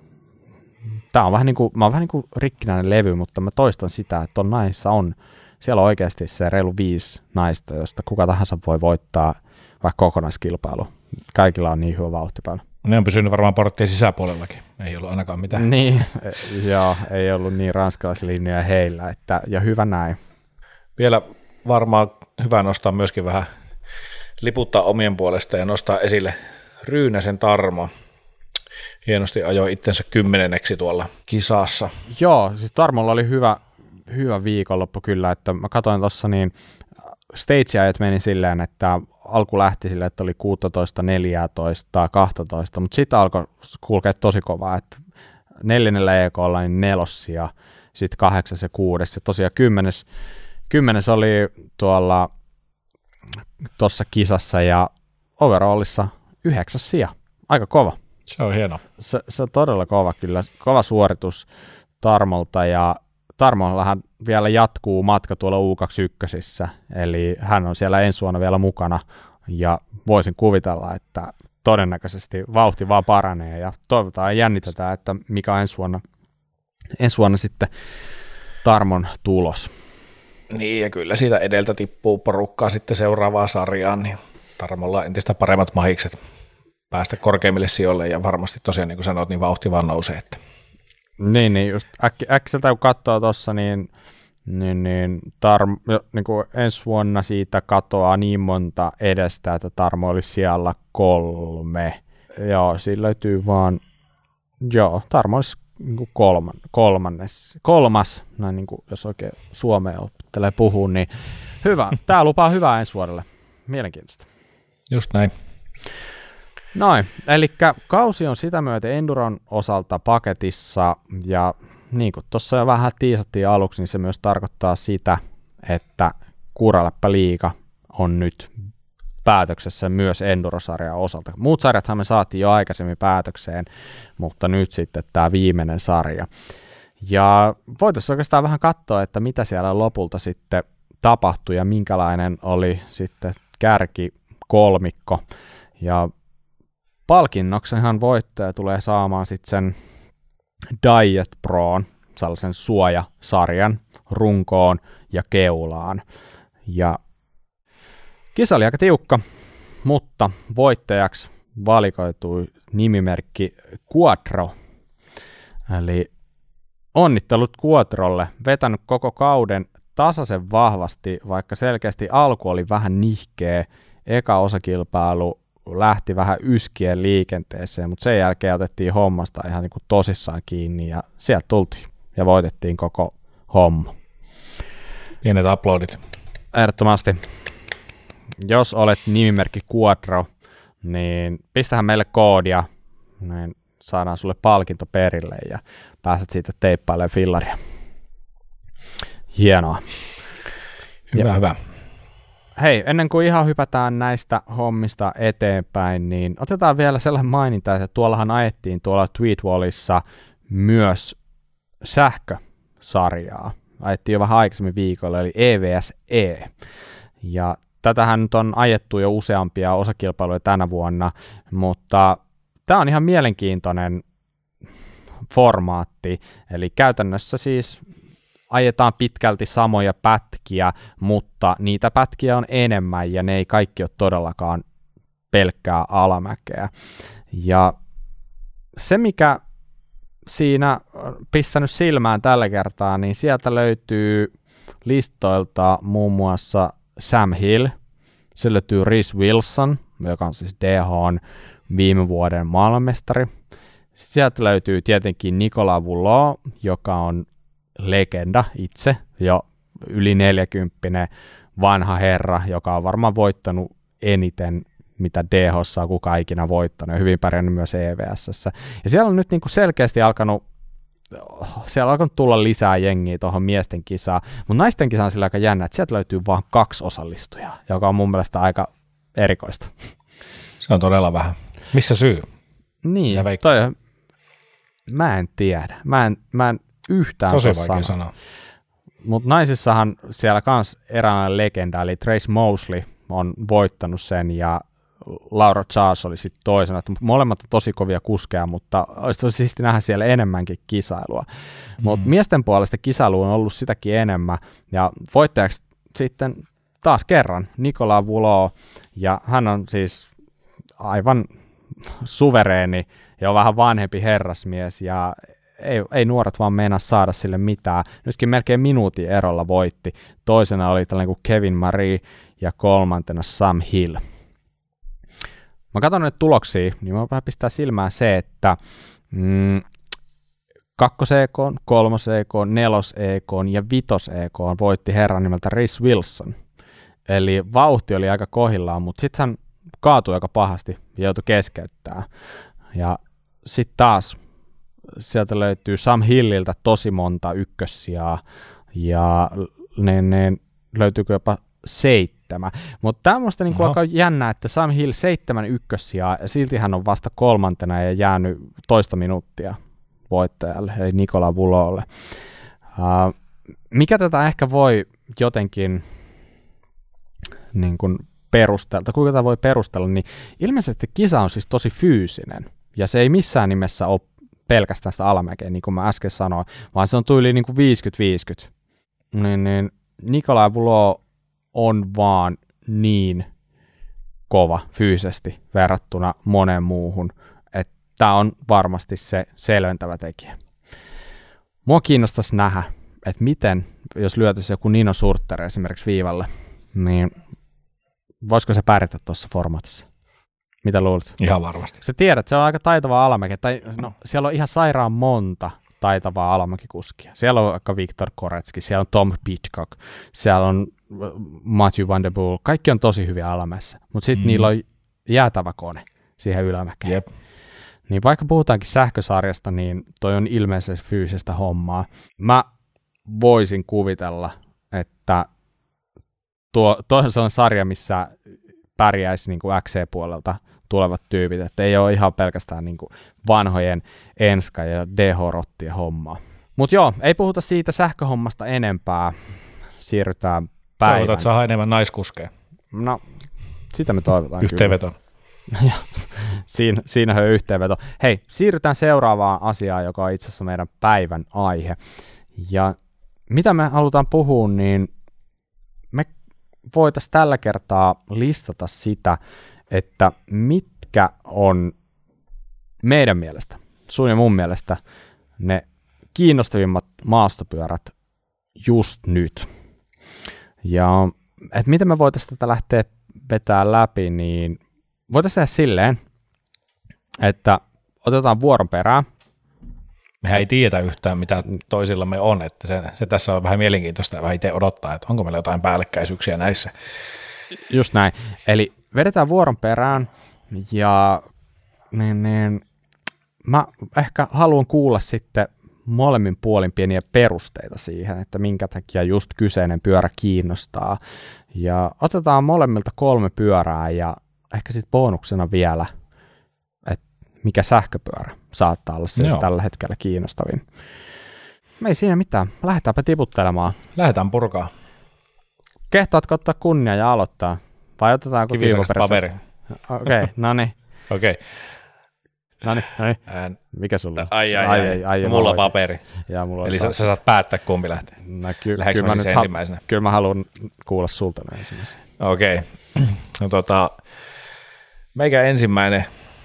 tämä on vähän niin kuin, mä oon vähän niin kuin rikkinäinen levy, mutta mä toistan sitä, että on naisissa on, siellä on oikeasti se reilu viisi naista, josta kuka tahansa voi voittaa vaikka kokonaiskilpailu. Kaikilla on niin hyvä vauhti päällä. Ne on pysynyt varmaan porttien sisäpuolellakin, ei ollut ainakaan mitään. Niin, joo, ei ollut niin ranskalaislinjoja heillä, että, ja hyvä näin. Vielä varmaan hyvä nostaa myöskin vähän, liputtaa omien puolesta ja nostaa esille Ryynäsen Tarmo. Hienosti ajoi itsensä kymmenenneksi tuolla kisassa. Joo, siis Tarmolla oli hyvä, hyvä viikonloppu kyllä, että mä katsoin tuossa niin stage-ajat meni silleen, että alku lähti silleen, että oli kuusitoista, neljätoista, kaksitoista, mutta sitten alkoi kulkea tosi kovaa, että neljännellä E K:lla niin nelos ja sitten kahdeksas ja kuudes ja tosiaan kymmenes, kymmenes oli tuolla tuossa kisassa ja overallissa yhdeksäs sija, aika kova. Se on hieno. Se, se on todella kova kyllä, kova suoritus Tarmolta ja Tarmollahan vielä jatkuu matka tuolla U kaksikymmentäyksi, eli hän on siellä ensi vuonna vielä mukana, ja voisin kuvitella, että todennäköisesti vauhti vaan paranee, ja toivotaan ja jännitetään, että mikä on ensi vuonna, ensi vuonna sitten Tarmon tulos. Niin, ja kyllä siitä edeltä tippuu porukkaa sitten seuraavaan sarjaan, niin Tarmolla on entistä paremmat mahikset päästä korkeimmille sijoille, ja varmasti tosiaan, niin kuin sanoit, niin vauhti vaan nousee, että Niin, niin just äkki, äkkiseltä kun katsoo tuossa, niin, niin, niin, Tarmo, niin kuin ensi vuonna siitä katoaa niin monta edestä, että Tarmo oli siellä kolme. Joo, siinä löytyy vaan, joo, Tarmo olisi niin kuin kolman, kolmannes, kolmas, näin niin kuin, jos oikein suomea opettelee puhua, niin hyvä. Tämä lupaa hyvää ensi vuodelle. Mielenkiintoista. Just näin. Noin, eli kausi on sitä myöten Enduron osalta paketissa, ja niin kuin tuossa jo vähän tiisattiin aluksi, niin se myös tarkoittaa sitä, että Kuuraläppä-liiga on nyt päätöksessä myös Endurosarjan osalta. Muut sarjathan me saatiin jo aikaisemmin päätökseen, mutta nyt sitten tämä viimeinen sarja. Ja voitaisiin oikeastaan vähän katsoa, että mitä siellä lopulta sitten tapahtui ja minkälainen oli sitten kärki kolmikko. Ja palkinnoksenhan voittaja tulee saamaan sitten sen Diet Proon, sellaisen suojasarjan runkoon ja keulaan. Ja kisa oli aika tiukka, mutta voittajaksi valikoitui nimimerkki Quattro. Eli onnittelut Quattrolle, vetänyt koko kauden tasaisen vahvasti, vaikka selkeästi alku oli vähän nihkeä. Eka osakilpailu lähti vähän yskien liikenteeseen, mutta sen jälkeen otettiin hommasta ihan niin kuin tosissaan kiinni ja sieltä tultiin ja voitettiin koko homma. Pienet aplodit. Ehdottomasti. Jos olet nimimerkki Quattro, niin pistähän meille koodia, niin saadaan sulle palkinto perille ja pääset siitä teippailemaan fillaria. Hienoa. Hyvä, ja, hyvä. Hei, ennen kuin ihan hypätään näistä hommista eteenpäin, niin otetaan vielä sellainen maininta, että tuollahan ajettiin tuolla Tweetwallissa myös sähkösarjaa. Ajettiin jo vähän aikaisemmin viikolla, eli E V S E. Ja tätähän nyt on ajettu jo useampia osakilpailuja tänä vuonna, mutta tämä on ihan mielenkiintoinen formaatti, eli käytännössä siis ajetaan pitkälti samoja pätkiä, mutta niitä pätkiä on enemmän ja ne ei kaikki ole todellakaan pelkkää alamäkeä. Ja se, mikä siinä on pistänyt silmään tällä kertaa, niin sieltä löytyy listoilta muun muassa Sam Hill, se löytyy Reece Wilson, joka on siis D H:n viime vuoden maailmanmestari, Sieltä löytyy tietenkin Nicolas Voulot, joka on legenda itse, jo yli neljäkymppinen vanha herra, joka on varmaan voittanut eniten, mitä D H:ssa on kukaan ikinä voittanut, ja hyvin pärjännyt myös E V S:ssä. Ja siellä on nyt niin kuin selkeästi alkanut, siellä on alkanut tulla lisää jengiä tuohon miesten kisaan, mutta naisten kisaan on sillä aika jännä, että sieltä löytyy vain kaksi osallistujaa, joka on mun mielestä aika erikoista. Se on todella vähän. Missä syy? Niin, toi, mä en tiedä. Mä en, mä en yhtään tosi vaikea sanoa. sanoa. Mutta naisissahan siellä kans eräänlainen legenda, eli Trace Mosley on voittanut sen, ja Laura Charles oli sitten toisena. Että molemmat on tosi kovia kuskeja, mutta olisi tosi siisti nähdä siellä enemmänkin kisailua. Mm. Mutta miesten puolesta kisailu on ollut sitäkin enemmän, ja voittajaksi sitten taas kerran Nicolas Voulot, ja hän on siis aivan suvereeni ja vähän vanhempi herrasmies, ja ei, ei nuoret vaan meinaa saada sille mitään. Nytkin melkein minuutin erolla voitti. Toisena oli tällainen kuin Kevin Marie ja kolmantena Sam Hill. Mä katson nyt tuloksia, niin mä vähän pistää silmään se, että mm, kakkos-E K, kolmos-E K, nelos-E K ja vitos-E K voitti herran nimeltä Rhys Wilson. Eli vauhti oli aika kohillaan, mutta sitten hän kaatui aika pahasti ja joutui keskeyttämään. Ja sitten taas sieltä löytyy Sam Hilliltä tosi monta ykkössijaa, ja ne, ne löytyykö jopa seitsemän. Mutta tämä on musta niinku aika jännä, että Sam Hill seitsemän ykkössijaa, ja silti hän on vasta kolmantena ja jäänyt toista minuuttia voittajalle, eli Nicolas Voulolle. Uh, mikä tätä ehkä voi jotenkin niin kuin perustella, kuinka tätä voi perustella, niin ilmeisesti kisa on siis tosi fyysinen, ja se ei missään nimessä ole pelkästään sitä alamäkeä, niin kuin mä äsken sanoin, vaan se on tyyli niin kuin viisikymmentä viisikymmentä. Niin, niin Nicolas Voulot on vaan niin kova fyysisesti verrattuna moneen muuhun, että tämä on varmasti se selventävä tekijä. Mua kiinnostaisi nähdä, että miten, jos lyötäisiin joku Nino Surter esimerkiksi viivalle, niin voisiko se pärjätä tuossa formaatissa? Mitä luulet? Ihan varmasti. Sä tiedät, se on aika taitava alamäki, tai no, siellä on ihan sairaan monta taitavaa alamäkikuskia. Siellä on vaikka Viktor Koretski, siellä on Tom Pitcock, siellä on Matthew Van Der Poel, kaikki on tosi hyviä alamäessä, mutta sitten mm. niillä on jäätävä kone siihen ylämäkeen. Jep. Niin vaikka puhutaankin sähkösarjasta, niin toi on ilmeisesti fyysistä hommaa. Mä voisin kuvitella, että tuo, tuo on sarja, missä pärjäisi niin kuin X C-puolelta tulevat tyypit, että ei ole ihan pelkästään niin kuin vanhojen Enska ja D H-rottien hommaa. Mutta joo, ei puhuta siitä sähköhommasta enempää, siirrytään päivän. Toivotaan, että saa enemmän naiskuskeja. No, sitä me toivotaan. Yhteenveto. Kyllä. Siinä, siinähän on yhteenveto. Hei, siirrytään seuraavaan asiaan, joka on itse asiassa meidän päivän aihe. Ja mitä me halutaan puhua, niin me voitaisiin tällä kertaa listata sitä, että mitkä on meidän mielestä, sun ja mun mielestä, ne kiinnostavimmat maastopyörät just nyt. Ja että miten me voitaisiin tätä lähteä vetää läpi, niin voitaisiin tehdä silleen, että otetaan vuoron perään. Mehän ei tiedä yhtään, mitä toisillamme on, että se, se tässä on vähän mielenkiintoista ja vähän itse odottaa, että onko meillä jotain päällekkäisyyksiä näissä. Just näin. Eli vedetään vuoron perään, ja niin, niin, mä ehkä haluan kuulla sitten molemmin puolin pieniä perusteita siihen, että minkä takia just kyseinen pyörä kiinnostaa. Ja otetaan molemmilta kolme pyörää, ja ehkä sitten bonuksena vielä, että mikä sähköpyörä saattaa olla siis tällä hetkellä kiinnostavin. Me ei siinä mitään. Lähdetäänpä tiputtelemaan. Lähdetään purkaa. Kehtaatko ottaa kunnia ja aloittaa? Vai otetaanko kivisaksista paperi? Okei, okay, no niin. Okei. Okay. No niin, no niin. Mikä sulla on? Ai, ai, ai. ai, ai mulla on paperi. Ja mulla Eli sä, sä saat päättää, kumpi lähtee. No, ky- Lähdekö mä siis ha- ensimmäisenä? Kyllä mä haluan kuulla sulta ensimmäisenä. Okei. Okay. No, tota, meikä ensimmäinen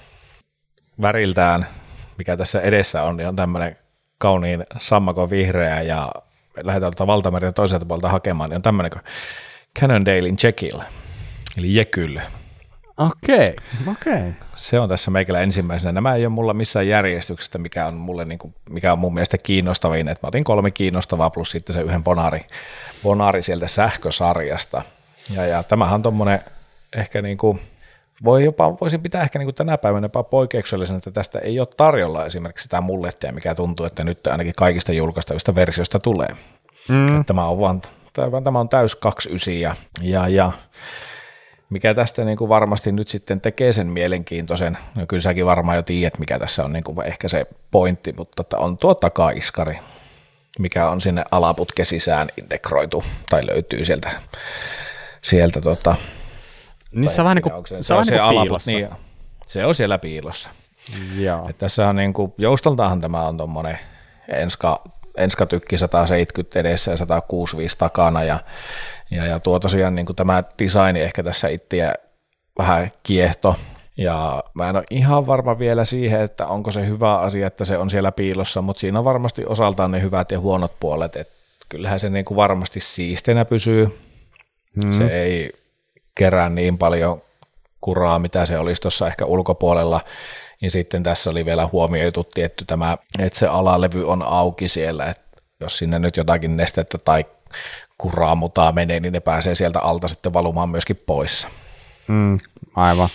väriltään, mikä tässä edessä on, niin on tämmöinen kauniin sammakon vihreä, ja lähdetään tuota valtamerta toiselta puolta hakemaan, niin on tämmöinen kuin Cannondalein Jekyll, eli Jekyll. Okei, okei. Se on tässä meikällä ensimmäisenä. Nämä ei ole mulla missään järjestyksestä, mikä on, mulle niin kuin, mikä on mun mielestä kiinnostavin. Et mä otin kolme kiinnostavaa plus sitten se yhden bonari, bonari sieltä sähkösarjasta. Ja, ja tämähän on tommonen ehkä niin kuin, voi jopa, voisin pitää ehkä niin kuin tänä päivänä jopa poikkeuksellisena, että tästä ei ole tarjolla esimerkiksi sitä mullettia, mikä tuntuu, että nyt ainakin kaikista julkaistavista versioista tulee. Mm. Tämä on vaan, tämä on täys kaksikymmentäyhdeksän ja, ja, ja mikä tästä niin kuin varmasti nyt sitten tekee sen mielenkiintoisen, no kyllä säkin varmaan jo tiedät, mikä tässä on niin kuin ehkä se pointti, mutta on tuo takaiskari, mikä on sinne alaputke sisään integroitu tai löytyy sieltä, sieltä tota, niin se on vähän niin kuin, se, se, on se, alaput, piilossa. Niin, se on siellä piilossa. Joo. Tässä on niin kuin, joustoltahan tämä on tuommoinen enska, enskatykki sata seitsemänkymmentä edessä ja sata kuusikymmentäviisi takana ja, ja, ja tuo tosiaan niin kuin tämä designi ehkä tässä itseä vähän kiehto ja mä en ole ihan varma vielä siihen, että onko se hyvä asia, että se on siellä piilossa, mutta siinä on varmasti osaltaan ne hyvät ja huonot puolet, että kyllähän se niin kuin varmasti siistinä pysyy, hmm. se ei kerää niin paljon kuraa, mitä se olisi tuossa ehkä ulkopuolella. Ja sitten tässä oli vielä huomioitu tietty tämä, että se alalevy on auki siellä, että jos sinne nyt jotakin nestettä tai kuraa mutaa menee, niin ne pääsee sieltä alta sitten valumaan myöskin pois. Mm, aivan.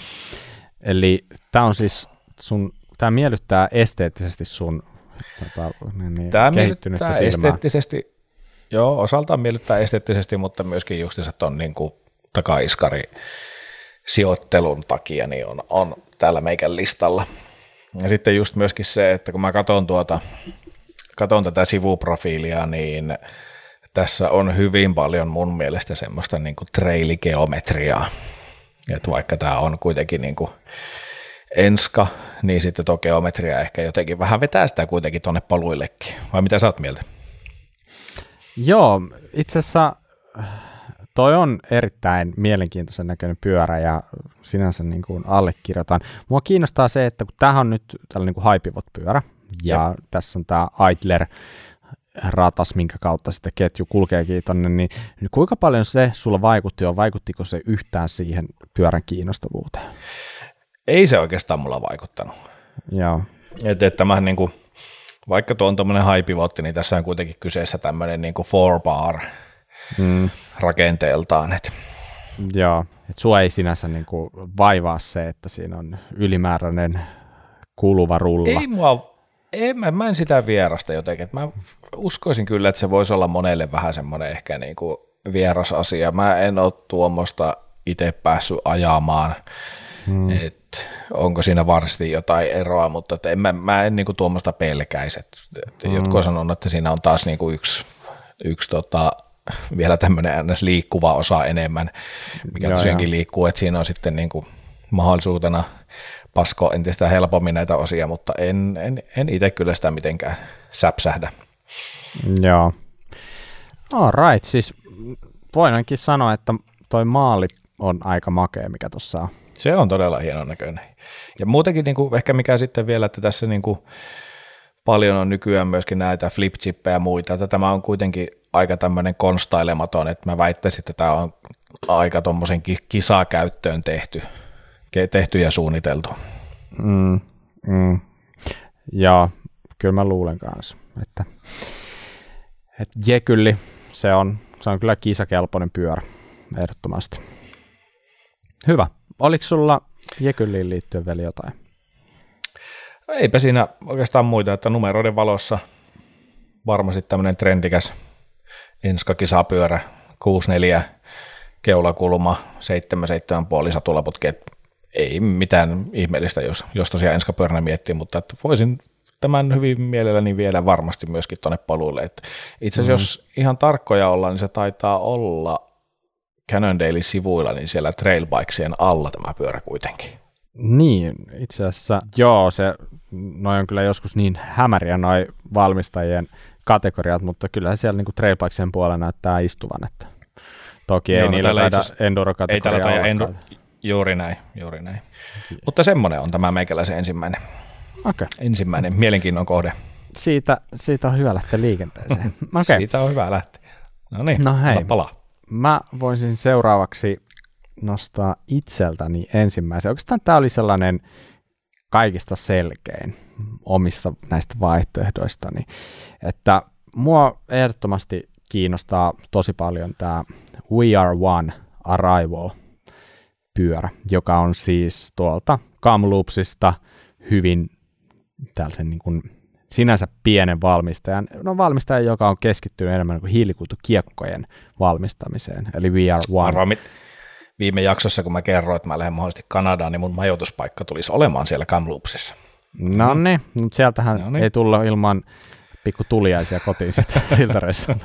Eli tämä on siis sun, tämä miellyttää esteettisesti sun tota, niin, tämä miellyttää esteettisesti, joo, osaltaan miellyttää esteettisesti, mutta myöskin justiinsa tuon niin kuin takaiskari sijoittelun takia niin on, on täällä meikän listalla. Ja sitten just myöskin se, että kun mä katson, tuota, katson tätä sivuprofiilia, niin tässä on hyvin paljon mun mielestä semmoista niin kuin trailikeometriaa. Että vaikka tämä on kuitenkin niin kuin enska, niin sitten tuo geometria ehkä jotenkin vähän vetää sitä kuitenkin tuonne poluillekin. Vai mitä sä oot mieltä? Joo, itse asiassa toi on erittäin mielenkiintoisen näköinen pyörä ja sinänsä niin kuin allekirjoitan. Mua kiinnostaa se, että kun tämähän on nyt tällainen niin kuin Hypivot-pyörä ja Jep. tässä on tämä Idler-ratas, minkä kautta sitten ketju kulkeekin tonne, niin, niin kuinka paljon se sulla vaikutti ja vaikuttiko se yhtään siihen pyörän kiinnostavuuteen? Ei se oikeastaan mulla vaikuttanut. Joo. Että et tämä niin kuin, vaikka tuo on tuommoinen Hypivotti, niin tässä on kuitenkin kyseessä tämmöinen niin kuin four bar mm. rakenteeltaan. Et. Joo, että sua ei sinänsä niin kuin vaivaa se, että siinä on ylimääräinen kuluva rulla. Ei mua, en, mä, mä en sitä vierasta jotenkin. Et mä uskoisin kyllä, että se voisi olla monelle vähän semmoinen ehkä niin kuin vieras asia. Mä en ole tuommoista itse päässyt ajamaan, hmm. että onko siinä varsinaisesti jotain eroa, mutta että en, mä, mä en niin kuin tuommoista pelkäisi. Hmm. Jotkut on sanonut, että siinä on taas niin kuin yksi, yksi tota, vielä tämmöinen ns. Liikkuva osa enemmän, mikä joo, tosiaankin joo. liikkuu, että siinä on sitten niin kuin mahdollisuutena pasko entistä helpommin näitä osia, mutta en, en, en itse kyllä sitä mitenkään säpsähdä. Joo. All right, siis voinankin sanoa, että toi maali on aika makea, mikä tuossa on. Se on todella hienon näköinen. Ja muutenkin niin kuin, ehkä mikä sitten vielä, että tässä niin kuin paljon on nykyään myöskin näitä flip-chippejä ja muita, että tämä on kuitenkin aika tämmöinen konstailematon, että mä väittäisin, että tämä on aika tuommoisen kisakäyttöön tehty, tehty ja suunniteltu. Mm, mm. Ja kyllä mä luulen kanssa, että, että Jekylli, se on, se on kyllä kisakelpoinen pyörä, ehdottomasti. Hyvä. Oliko sulla Jekylliin liittyen vielä jotain? Eipä siinä oikeastaan muita, että numeroiden valossa varmasti tämmöinen trendikäs enska-kisapyörä, kuusi neljä keulakulma, seitsemän seitsemän pilkku viisi satulaputki, ei mitään ihmeellistä, jos, jos tosiaan enskapyöränä miettii, mutta että voisin tämän hyvin mielelläni vielä varmasti myöskin tuonne poluille. Että itse asiassa mm. jos ihan tarkkoja ollaan, niin se taitaa olla Cannondalein sivuilla, niin siellä trailbikesien alla tämä pyörä kuitenkin. Niin, itse asiassa joo, se, noi on kyllä joskus niin hämäriä noi valmistajien kategoriat, mutta kyllä se siellä niinku trailbikesien puolella näyttää istuvan, että toki joo, ei no niillä taida enduro-kategoriaa ei endo, juuri näin, juuri näin. Mutta semmoinen on tämä meikäläisen ensimmäinen, okay. ensimmäinen mielenkiinnon kohde. Siitä, siitä on hyvä lähteä liikenteeseen. Okay. Siitä on hyvä lähteä. No niin, no hei, palaa. Mä voisin seuraavaksi nostaa itseltäni ensimmäisen. Oikeastaan tämä oli sellainen kaikista selkein omissa näistä vaihtoehdoistani, että mua ehdottomasti kiinnostaa tosi paljon tämä We Are One Arrival-pyörä, joka on siis tuolta Kamloopsista hyvin tällaisen niin kuin sinänsä pienen valmistajan, no valmistaja, joka on keskittynyt enemmän kuin hiilikuitukiekkojen valmistamiseen, eli We Are One. Arvaa, viime jaksossa, kun mä kerroin, että mä lähden mahdollisesti Kanadaan, niin mun majoituspaikka tulisi olemaan siellä Kamloopsissa. No niin, mutta sieltähän Noniin. ei tulla ilman pikku tuliaisia kotiin sitten siltä reissulta.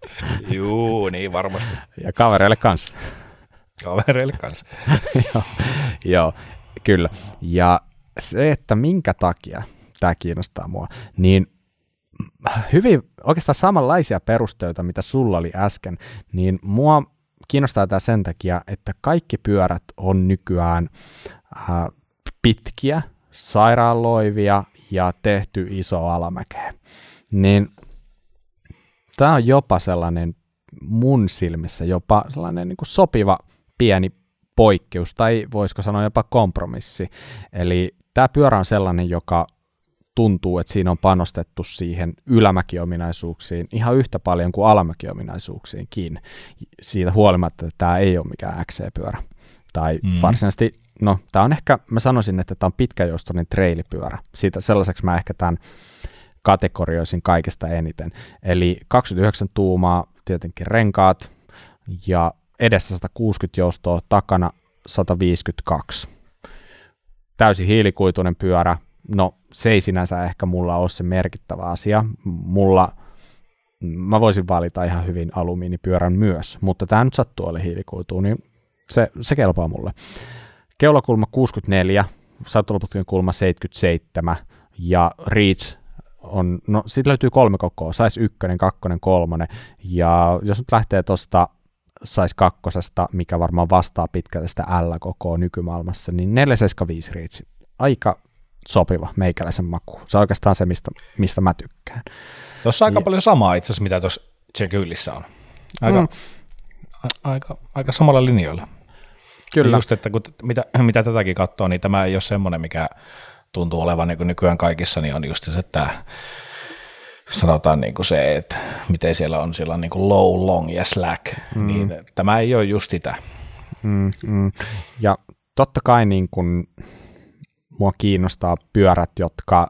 Juu, niin varmasti. Ja kavereille kanssa. Kavereille kanssa. joo, joo, kyllä. Ja se, että minkä takia tämä kiinnostaa mua, niin hyvin oikeastaan samanlaisia perusteita, mitä sulla oli äsken, niin mua kiinnostaa tämä sen takia, että kaikki pyörät on nykyään äh, pitkiä, sairaaloivia ja tehty iso alamäkeä. Niin tämä on jopa sellainen mun silmissä jopa sellainen niin kuin sopiva pieni poikkeus, tai voisiko sanoa jopa kompromissi. Eli tämä pyörä on sellainen, joka tuntuu, että siinä on panostettu siihen ylämäkiominaisuuksiin ihan yhtä paljon kuin alamäkiominaisuuksiinkin. Siitä huolimatta, että tämä ei ole mikään X C-pyörä. Tai mm. varsinaisesti, no tämä on ehkä, mä sanoisin, että tämä on pitkäjoustoinen trailipyörä. Siitä sellaiseksi mä ehkä tämän kategorioisin kaikesta eniten. Eli kaksikymmentäyhdeksän tuumaa, tietenkin renkaat, ja edessä sata kuusikymmentä joustoa, takana sata viisikymmentäkaksi. Täysin hiilikuituinen pyörä. No se ei sinänsä ehkä mulla ole se merkittävä asia. Mulla, mä voisin valita ihan hyvin alumiinipyörän myös, mutta tämä nyt sattuu ole hiilikuitua, niin se, se kelpaa mulle. Keulakulma kuusikymmentäneljä, satuloputkin kulma seitsemänkymmentäseitsemän ja reach on, no siitä löytyy kolme kokoa, sais ykkönen, kakkonen, kolmonen, ja jos nyt lähtee tuosta sais kakkosesta, mikä varmaan vastaa pitkältä sitä L-kokoa nykymaailmassa, niin neljä seitsemänkymmentäviisi reach, aika sopiva meikäläisen maku. Se on oikeastaan se, mistä, mistä mä tykkään. Tuossa on aika ja, paljon samaa itse asiassa, mitä tuossa Jekyllissä on. Aika, mm. a, aika, aika samalla linjoilla. Kyllä. Just, että kun, mitä, mitä tätäkin katsoo, niin tämä ei ole semmoinen, mikä tuntuu olevan niin kuin nykyään kaikissa, niin on just se, että sanotaan niin kuin se, että miten siellä on, siellä on niin kuin low, long ja slack, mm. niin tämä ei ole just sitä. Mm, mm. Ja totta kai niin kuin mua kiinnostaa pyörät, jotka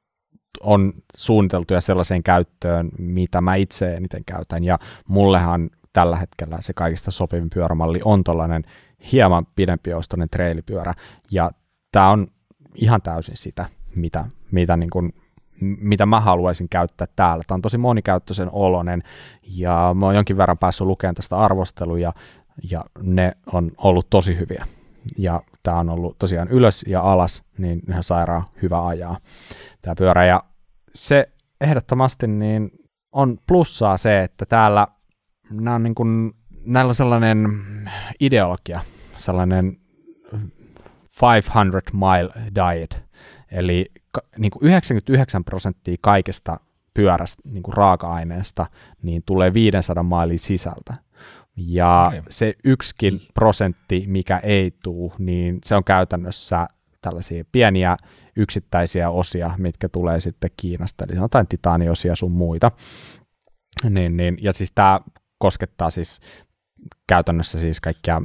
on suunniteltuja sellaiseen käyttöön, mitä mä itse eniten käytän, ja mullehan tällä hetkellä se kaikista sopivin pyörämalli on tollainen hieman pidempijoustoinen trailipyörä, ja tää on ihan täysin sitä, mitä, mitä, niin kuin, mitä mä haluaisin käyttää täällä. Tämä on tosi monikäyttöisen oloinen, ja mä oon jonkin verran päässyt lukemaan tästä arvosteluja, ja ne on ollut tosi hyviä. Ja tämä on ollut tosiaan ylös ja alas, niin ihan sairaan hyvä ajaa tämä pyörä. Ja se ehdottomasti niin on plussaa se, että täällä nämä on niin kuin, näillä on sellainen ideologia, sellainen viisisataa mile diet, eli niin kuin yhdeksänkymmentäyhdeksän prosenttia kaikesta pyörästä, niin kuin raaka-aineesta, niin tulee viisisataa mailin sisältä. Ja okay. se yksikin prosentti, mikä ei tule, niin se on käytännössä tällaisia pieniä yksittäisiä osia, mitkä tulee sitten Kiinasta, eli sanotaan titaaniosia sun muita. Niin, niin, ja siis tämä koskettaa siis käytännössä siis kaikkia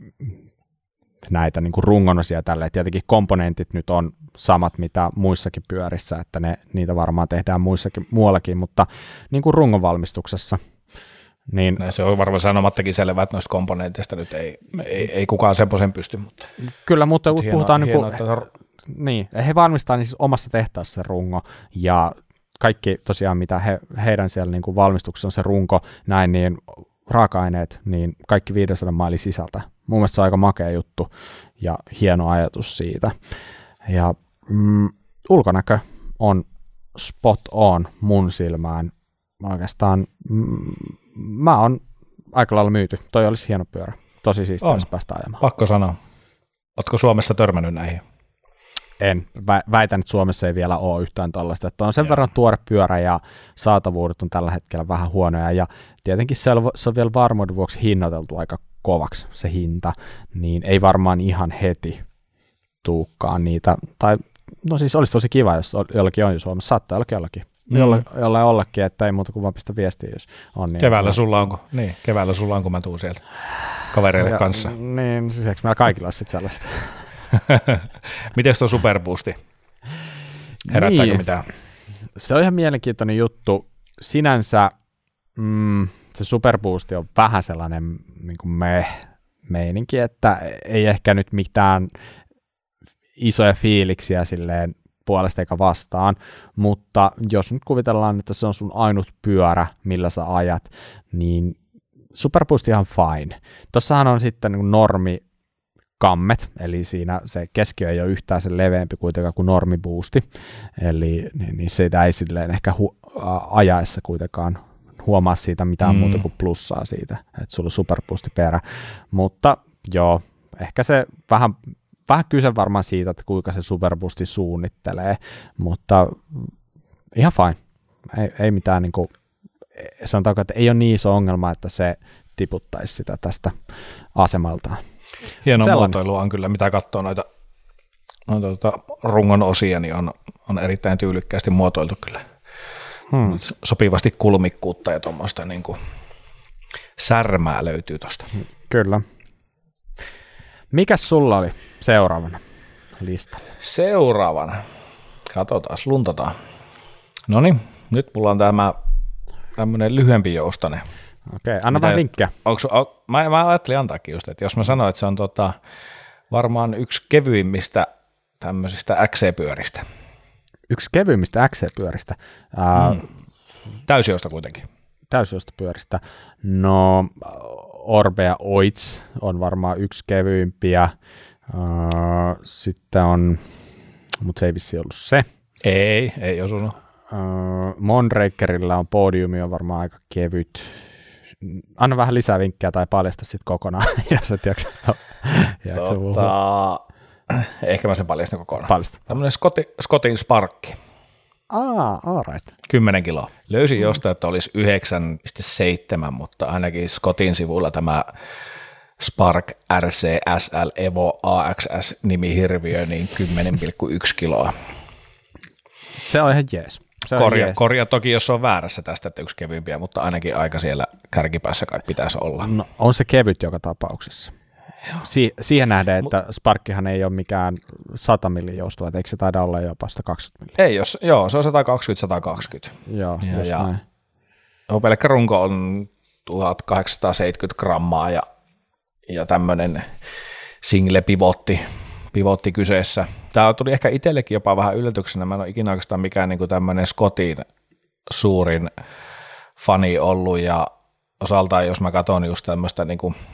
näitä niin kuin rungonosia tälle. Tietenkin komponentit nyt on samat, mitä muissakin pyörissä, että ne, niitä varmaan tehdään muissakin, muuallakin, mutta niin kuin rungonvalmistuksessa. Niin, se on varmaan sanomattakin selvää, että noista komponenteista nyt ei, ei, ei kukaan semmoisen pysty. Mutta kyllä, mutta kun puhutaan, hieno, niin, kuin, niin, he valmistaa niin siis omassa tehtaassa se rungo, ja kaikki tosiaan, mitä he, heidän siellä niin kuin valmistuksessa on se runko, näin, niin raaka-aineet, niin kaikki viisisataa mailin sisältä. Mun mielestä se on aika makea juttu, ja hieno ajatus siitä. Ja mm, ulkonäkö on spot on mun silmään. Oikeastaan mm, mä oon aika lailla myyty. Toi olisi hieno pyörä. Tosi siistiä, jos päästä ajamaan. Pakko sanoa. Ootko Suomessa törmännyt näihin? En. Väitän, että Suomessa ei vielä ole yhtään tällaista. Että on sen Joo. verran tuore pyörä ja saatavuudet on tällä hetkellä vähän huonoja. Ja tietenkin se on, se on vielä varmuuden vuoksi hinnoiteltu aika kovaksi se hinta, niin ei varmaan ihan heti tuukkaan niitä, tai no siis olisi tosi kiva, jos jollakin on jo Suomessa, saattaa jollakin jollakin, mm. jolla, jollain ollakin, että ei muuta kuin vaan pistä viestiä, jos on. Niin keväällä sulla onko, niin, keväällä sulla on, kun mä tuun sieltä kavereille ja, kanssa. Niin, siis eikö meillä kaikilla ole sitten sellaista. Miten tuo Superboosti? Herättääkö niin. mitään? Se on ihan mielenkiintoinen juttu. Sinänsä mm, se Superboost on vähän sellainen niin kuin me meininki, että ei ehkä nyt mitään isoja fiiliksiä silleen puolesta eikä vastaan, mutta jos nyt kuvitellaan, että se on sun ainut pyörä, millä sä ajat, niin Superboost ihan fine. Tossahan on sitten niin kuin normi kammet, eli siinä se keskiö ei ole yhtään sen leveämpi kuitenkaan kuin normiboosti, eli niin, niin sitä ei silleen ehkä hu- ajaessa kuitenkaan huomaa siitä mitään mm. muuta kuin plussaa siitä, että sulla on Superboosti perä, mutta joo, ehkä se vähän, vähän kyse varmaan siitä, että kuinka se Superboosti suunnittelee, mutta ihan fine, ei, ei mitään niin kuin, sanotaanko, että ei ole niin iso ongelma, että se tiputtaisi sitä tästä asemaltaan. Hienoa muotoilua on kyllä, mitä katsoo noita, noita, noita rungon osia, niin on, on erittäin tyylikkäästi muotoiltu kyllä. Hmm. Sopivasti kulmikkuutta ja tuommoista niin kuin särmää löytyy tuosta. Kyllä. Mikäs sulla oli seuraavana listalla? Seuraavana. Katsotaan, luntataan. No niin, nyt mulla on tämä tämmöinen lyhyempi joustane. Okei, anna vähän vinkkejä. Mä, mä ajattelin antaakin just, että jos mä sanoin, että se on tota, varmaan yksi kevyimmistä tämmöisistä X C-pyöristä. Yksi kevyimmistä X C-pyöristä? Ää, mm. Täysjousta kuitenkin. Täysjoustopyöristä. No, Orbea Oits on varmaan yksi kevyimpiä. Ää, sitten on, mutta se ei vissi ollut se. Ei, ei osunut. Ää, Monrakerilla on Podiumi, on varmaan aika kevyt. Anna vähän lisää vinkkejä tai paljasta sitten kokonaan, jos et jaksa. Tota, ehkä mä sen paljastan kokonaan. Paljasta. Tämmöinen Scoti, Scotin Sparkki. Ah, all right. kymmenen kiloa. Löysin mm. jostain, että olisi yhdeksän pilkku seitsemän, mutta ainakin Scotin sivuilla tämä Spark R C S L Evo A X S nimihirviö, niin kymmenen pilkku yksi kiloa. Se on ihan jees. Korja, korja toki, jos on väärässä tästä, että yksi kevyimpiä, mutta ainakin aika siellä kärkipäässä kai pitäisi olla. No, on se kevyt joka tapauksessa. Si- siihen nähden, että Mut, Sparkkihan ei ole mikään sata millin joustuva, eikö se taida olla jopa sata kaksikymmentä milliä? Ei, jos, joo, se on sata kaksikymmentä sata kaksikymmentä. Joo, ja, just ja näin. Pelkkä runko on tuhatkahdeksansataaseitsemänkymmentä grammaa ja, ja tämmöinen single pivotti, pivotti kyseessä. Tämä tuli ehkä itsellekin jopa vähän yllätyksenä. Mä en ole ikinä oikeastaan mikään niin kuin tämmöinen Scotin suurin fani ollut, ja osaltaan jos mä katson just tämmöistä niin kuin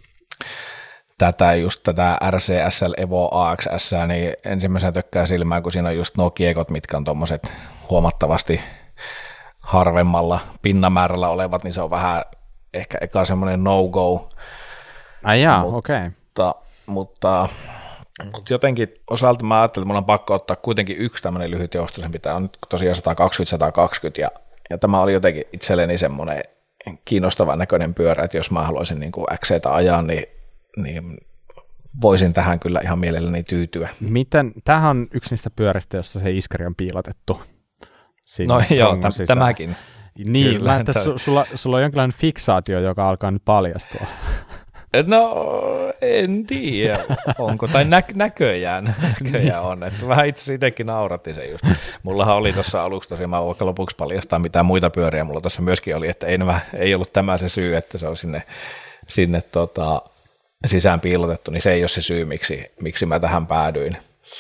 tätä just tätä R C S L Evo A X S, niin ensimmäisenä tökkää silmään, kun siinä on just nuo kiekot, mitkä on tommoset huomattavasti harvemmalla pinnamäärällä olevat, niin se on vähän ehkä eka semmoinen no-go. Ai jaa, okei. Okay. Mutta, mutta, mutta jotenkin osalta mä ajattelin, että mulla on pakko ottaa kuitenkin yksi tämmöinen lyhyt joustoisen, mitä on nyt tosiaan sata kaksikymmentä sata kaksikymmentä, ja, ja tämä oli jotenkin itselleni semmoinen kiinnostavan näköinen pyörä, että jos mä haluaisin niin kuin X C:tä ajaa, niin niin voisin tähän kyllä ihan mielelläni tyytyä. Miten, tämähän on yksi niistä pyöristä, jossa se iskari on piilotettu. No joo, t- tämäkin. Niin, kyllä, mä, että su, sulla, sulla on jonkinlainen fiksaatio, joka alkaa nyt paljastua. No, en tiedä, onko, tai nä- näköjään, näköjään on, että vähän itse asiassa itsekin nauratti se just. Mullahan oli tuossa aluksi tosiaan, mä vaikka lopuksi paljastaa mitään muita pyöriä, mulla tuossa myöskin oli, että ei, nämä, ei ollut tämä se syy, että se on sinne, sinne tota, sisään piilotettu, niin se ei ole se syy, miksi, miksi mä tähän päädyin.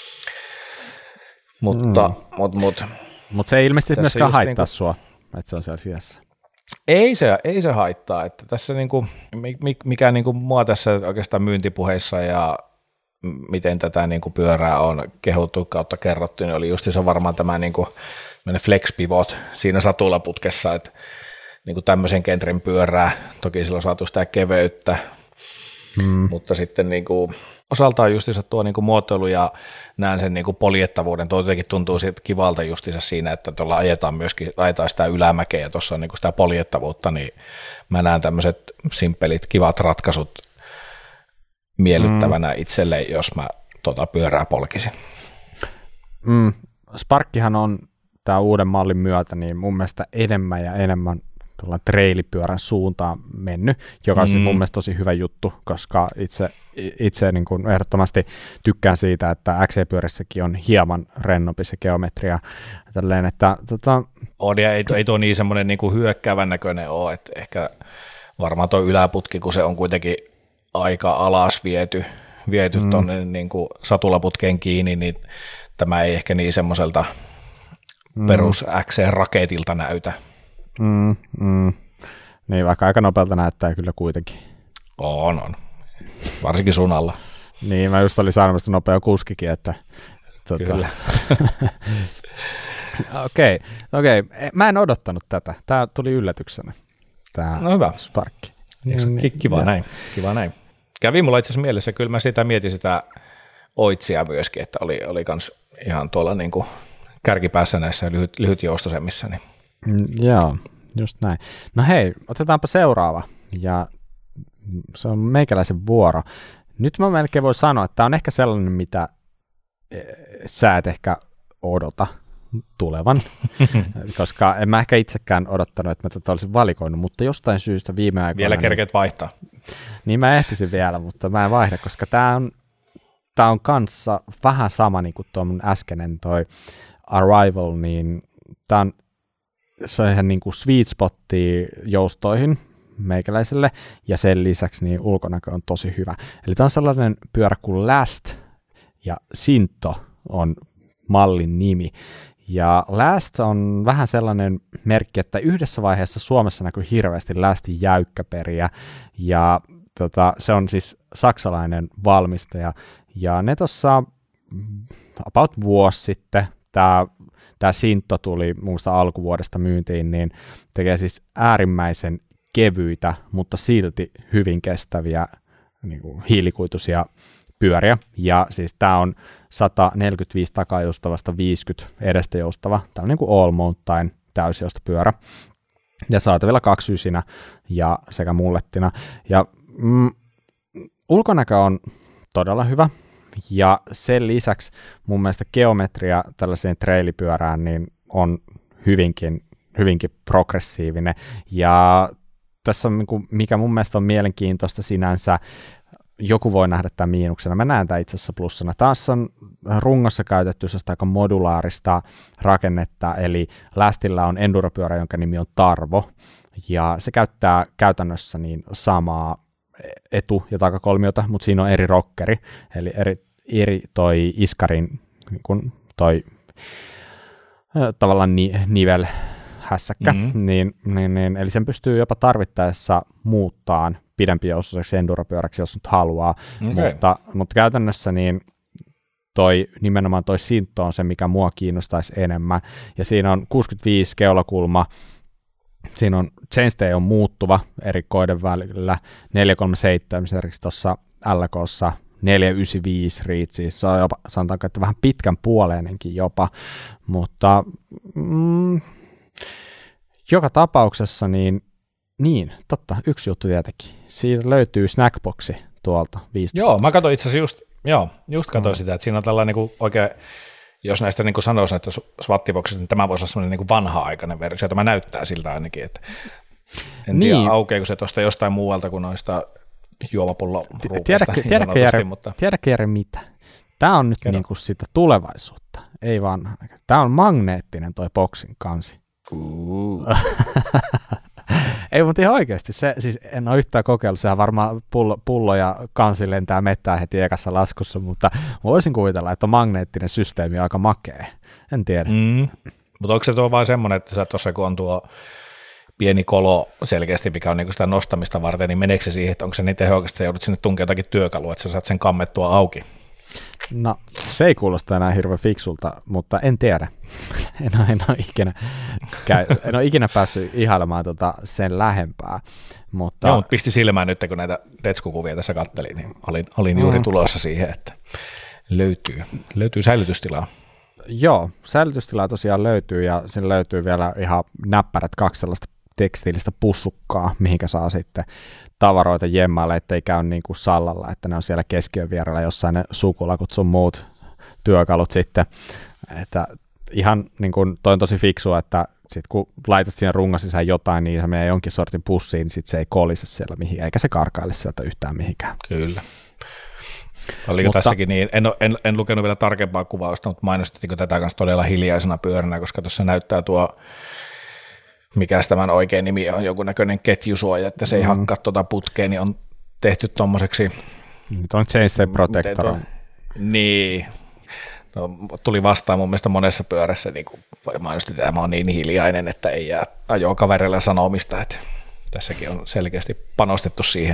Mutta mm. mut, mut, mut se ei ilmeisesti myöskään haittaa niinku, sua, että se on siellä sijassa. Ei se, ei se haittaa, että tässä niinku, mikä niinku mua tässä oikeastaan myyntipuheissa ja miten tätä niinku pyörää on kehuttu kautta kerrottu, niin oli just se varmaan tämä niinku, flex pivot siinä satulaputkessa, että niinku tämmöisen kentrin pyörää, toki sillä on saatu sitä keveyttä, Mm. mutta sitten niinku, osaltaan justiinsa tuo niinku muotoilu ja näen sen niinku poljettavuuden, tuo jotenkin tuntuu siitä kivalta justiinsa siinä, että tuolla ajetaan myöskin, ajetaan sitä ylämäkeä ja tuossa on niinku sitä poljettavuutta, niin mä näen tämmöiset simppelit, kivat ratkaisut miellyttävänä mm. itselle, jos mä tota pyörää polkisin. Mm. Sparkkihan on tämä uuden mallin myötä niin mun mielestä enemmän ja enemmän tuolla treilipyörän suuntaan mennyt, joka on mm. mun mielestä tosi hyvä juttu, koska itse, itse niin kuin ehdottomasti tykkään siitä, että X C-pyörissäkin on hieman rennompi se geometria. Tälleen, että, tota... On, ja ei, ei tuo niin semmoinen niin kuin hyökkäävän näköinen ole, että ehkä varmaan tuo yläputki, kun se on kuitenkin aika alas viety, viety mm. tuonne niin kuin satulaputkeen kiinni, niin tämä ei ehkä niin semmoiselta mm. perus X C-raketilta näytä. Mm, mm. Niin, vaikka aika nopealta näyttää kyllä kuitenkin. On, on. Varsinkin sun alla. Niin, mä just olin sanomassa nopea kuskikin, että... Tuota... Kyllä. Okei, okei. Okay. Mä en odottanut tätä. Tää tuli yllätyksenä. Tää no hyvä. Sparkki. Niin, kiva näin. Kiva näin. Kävi mulla itse asiassa mielessä, kyllä mä sitä mietin sitä oitsia myöskin, että oli, oli kans ihan tuolla niin kuin kärkipäässä näissä lyhyt, lyhytjoustosemmissa. Niin. Mm, joo, just näin. No hei, otetaanpa seuraava, ja se on meikäläisen vuoro. Nyt mä melkein voi sanoa, että tämä on ehkä sellainen, mitä sä et ehkä odota tulevan, koska en mä ehkä itsekään odottanut, että mä tätä olisin valikoinut, mutta jostain syystä viime aikoina... Vielä kerkeet niin, vaihtaa. Niin mä ehtisin vielä, mutta mä en vaihda, koska tämä on, tää on kanssa vähän sama niin kuin tuo mun äskeinen toi Arrival, niin tämä on se on ihan niin kuin sweet spotti joustoihin meikäläiselle, ja sen lisäksi niin ulkonäkö on tosi hyvä. Eli tämä on sellainen pyörä kuin Last, ja Sinto on mallin nimi. Ja Last on vähän sellainen merkki, että yhdessä vaiheessa Suomessa näkyy hirveästi Lastin jäykkäperiä, ja tota, se on siis saksalainen valmistaja, ja ne tuossa about vuosi sitten, tämä Tämä Sinto tuli muusta alkuvuodesta myyntiin, niin tekee siis äärimmäisen kevyitä, mutta silti hyvin kestäviä niin kuin hiilikuituisia pyöriä. Ja siis tämä on sata neljäkymmentäviisi takajoustavasta viisikymmentä edestä joustava, tämä on niin kuin all mountain täysjoustopyörä. Ja saatavilla kaksiysinä ja sekä mullettina. Ja mm, ulkonäkö on todella hyvä. Ja sen lisäksi mun mielestä geometria tällaiseen treilipyörään niin on hyvinkin, hyvinkin progressiivinen. Ja tässä on, mikä mun mielestä on mielenkiintoista sinänsä, joku voi nähdä tämän miinuksena. Mä näen tämän itse asiassa plussana. Taas on rungossa käytetty sellaista aika modulaarista rakennetta, eli Lastilla on enduropyörä, jonka nimi on Tarvo, ja se käyttää käytännössä niin samaa etu- ja takakolmiota, mutta siinä on eri rockeri, eli eri, eri toi iskarin niin kun toi tavallaan ni, nivel hässäkkä, mm-hmm. niin, niin, niin, eli sen pystyy jopa tarvittaessa muuttaan pidempijoustoiseksi enduropyöräksi, jos nyt haluaa, okay. mutta, mutta käytännössä niin toi, nimenomaan toi Sinto on se, mikä mua kiinnostaisi enemmän, ja siinä on kuusikymmentäviisi keulakulma. Siinä on chainstay on muuttuva eri koiden välillä, neljä kolme seitsemän esimerkiksi tuossa L K:ssa neljä yhdeksänkymmentäviisi Reachissä, se on jopa, sanotaanko, että vähän pitkän puoleinenkin jopa, mutta mm, joka tapauksessa niin, niin, totta, yksi juttu tietenkin, siitä löytyy snackboxi tuolta viisitoista. Joo, mä katsoin itse asiassa just, joo, just katsoin mm. sitä, että siinä on tällainen niin oikein, jos näistä niin sanoisin, että swattiboksista, niin tämä voisi olla sellainen niin vanha-aikainen versio, tämä näyttää siltä ainakin, että en niin. tiedä aukeako se tuosta jostain muualta kuin noista juomapulloruupeista niin sanotusti, Jere, mutta... Tiedätkö Jere mitä? Tämä on nyt niin kuin sitä tulevaisuutta, ei vanha. Tämä on magneettinen toi boksin kansi. Uh. Ei, mutta ihan oikeasti, se, siis en ole yhtään kokeillut, sehän varmaan pullo, pullo ja kansi lentää mettää heti ekassa laskussa, mutta voisin kuvitella, että magneettinen systeemi on aika makea, en tiedä. Mm. Mutta onko se tuo vaan semmoinen, että sä tuossa kun on tuo pieni kolo selkeästi, mikä on niinku sitä nostamista varten, niin meneekö se siihen, että onko se niin tehokasta, että joudut sinne tunkea jotakin työkalua, että sä saat sen kammettua auki? No, se ei kuulosta enää hirveän fiksulta, mutta en tiedä. En ole, en ole, ikinä, käy, en ole ikinä päässyt ihailemaan tota sen lähempää. Mutta... Joo, mutta pisti silmään nyt, kun näitä detskukuvia tässä kattelin, niin olin, olin mm. juuri tulossa siihen, että löytyy, löytyy säilytystilaa. Joo, säilytystilaa tosiaan löytyy, ja siinä löytyy vielä ihan näppärät kaksi sellaista tekstiilistä pussukkaa, mihinkä saa sitten tavaroita jemmaille, ettei käy niin kuin Sallalla, että ne on siellä keskiön vierellä jossain ne sukulakut sun muut työkalut sitten, että ihan niin kuin, toi on tosi fiksua, että sit kun laitat siinä rungon sisään jotain, niin se menee jonkin sortin pussiin, niin sit se ei kolise siellä mihin, eikä se karkaile sieltä yhtään mihinkään. Kyllä. Oliko mutta, tässäkin niin, en, en, en lukenut vielä tarkempaa kuvausta, mutta mainostettiinko tätä kanssa todella hiljaisena pyöränä, koska tuossa näyttää tuo, mikä tämän oikein nimi on, jonkunnäköinen ketjusuoja, että se ei mm. hakkaa tuota putkea, niin on tehty tommoseksi. Nyt on chainsafe protector. Niin. No, tuli vastaan mun mielestä monessa pyörässä, niin kuin mainostin, että tämä on niin hiljainen, että ei jää ajoa kaverille sanomista, että tässäkin on selkeästi panostettu siihen.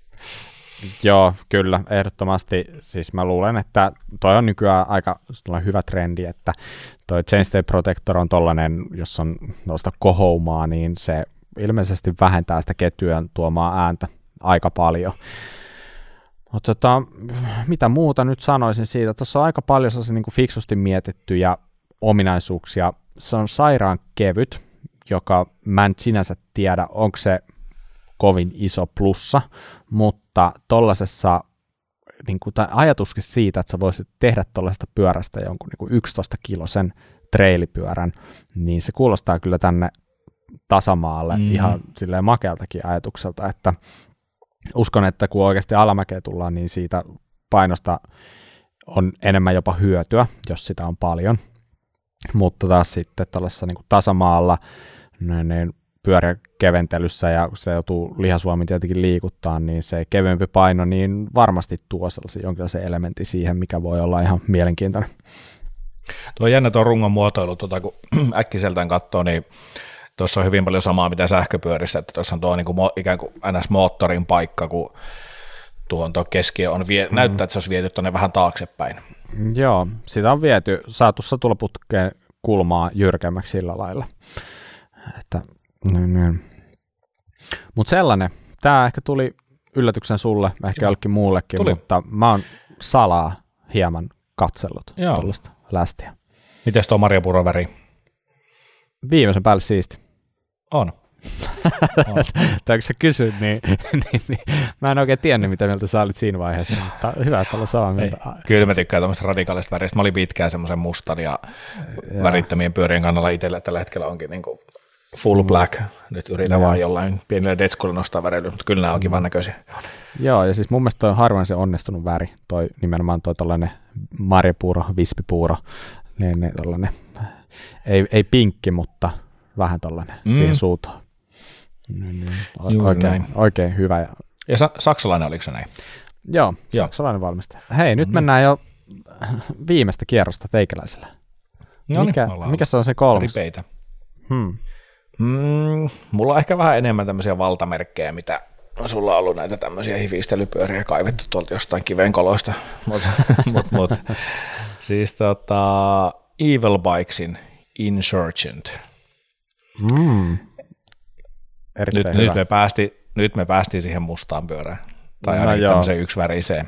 Joo, kyllä, ehdottomasti. Siis mä luulen, että toi on nykyään aika hyvä trendi, että toi chainstay protector on tollainen, jos on noista kohoumaa, niin se ilmeisesti vähentää sitä ketjujen tuomaa ääntä aika paljon. Mutta tota, mitä muuta nyt sanoisin siitä? Tuossa on aika paljon sellaisia niin kuin fiksusti mietittyjä ominaisuuksia. Se on sairaan kevyt, joka mä en sinänsä tiedä, onko se kovin iso plussa, mutta tuollaisessa niin kuin, ajatuskin siitä, että sä voisit tehdä tuollaisesta pyörästä jonkun niin kuin yksitoista kilosen treilipyörän, niin se kuulostaa kyllä tänne tasamaalle mm. ihan silleen makealtakin ajatukselta, että uskon, että kun oikeasti alamäkeä tullaan, niin siitä painosta on enemmän jopa hyötyä, jos sitä on paljon, mutta taas sitten tällaisessa niin kuin tasamaalla niin pyörän keventelyssä ja kun se joutuu lihasvoimin tietenkin liikuttaa, niin se kevyempi paino niin varmasti tuo sellaisen jonkinlaisen elementin siihen, mikä voi olla ihan mielenkiintoinen. Tuo on jännä tuo rungon muotoilu, tuota, kun äkkiseltään katsoo, niin tuossa on hyvin paljon samaa mitä sähköpyörissä, että tuossa on tuo niin kuin, ikään kuin N S-moottorin paikka, kun tuon tuo keskiö on vie, mm. näyttää, että se olisi viety tuonne vähän taaksepäin. Joo, sitä on viety, saatu satulaputkeen kulmaa jyrkemmäksi sillä lailla. Että mutta sellainen, tämä ehkä tuli yllätyksen sulle, ehkä jollekin muullekin, tuli. Mutta mä oon salaa hieman katsellut tuollaista lästiä. Mites tuo marjapuuron väri? Viimeisen päälle siisti. On. on. Tai kun sä kysyt, niin, niin, niin mä en oikein tiennyt, mitä mieltä sä olit siinä vaiheessa, mutta hyvä, että olla samaa mieltä. Kyllä mä tykkään tuommoista radikaalista väristä. Mä olin pitkään semmoisen mustan ja, ja värittömien pyörien kannalla itsellä. Tällä hetkellä onkin niin kuin full black. Nyt yritän ja. vaan jollain pienellä detskulla nostaa väreilyä, mutta kyllä nämä on kivan näköisiä. Joo, ja siis mun mielestä toi on harvoin se onnistunut väri, toi nimenomaan toi tollainen marjapuuro, vispipuuro, niin, niin tollainen, ei, ei pinkki, mutta vähän tollainen mm. siihen suuntaan. Niin, niin, oikein, oikein hyvä. Ja, ja sa- saksalainen oliko se näin? Joo, Joo. saksalainen valmistaja. Hei, nyt mm. mennään jo viimeistä kierrosta teikäläisellä. No mikä, niin, mikä se on se kolmas? Ripeitä. Hmm. Mm, mulla on ehkä vähän enemmän tämmöisiä valtamerkkejä, mitä sulla on ollut näitä tämmöisiä hifistelypyöriä kaivettu tuolta jostain kivenkoloista. mut, mut, mut. Siis tota, Evil Bikesin Insurgent. Mm. Nyt, nyt, me päästi, nyt me päästiin siihen mustaan pyörään. Tai no ainakin tämmöiseen yksiväriseen.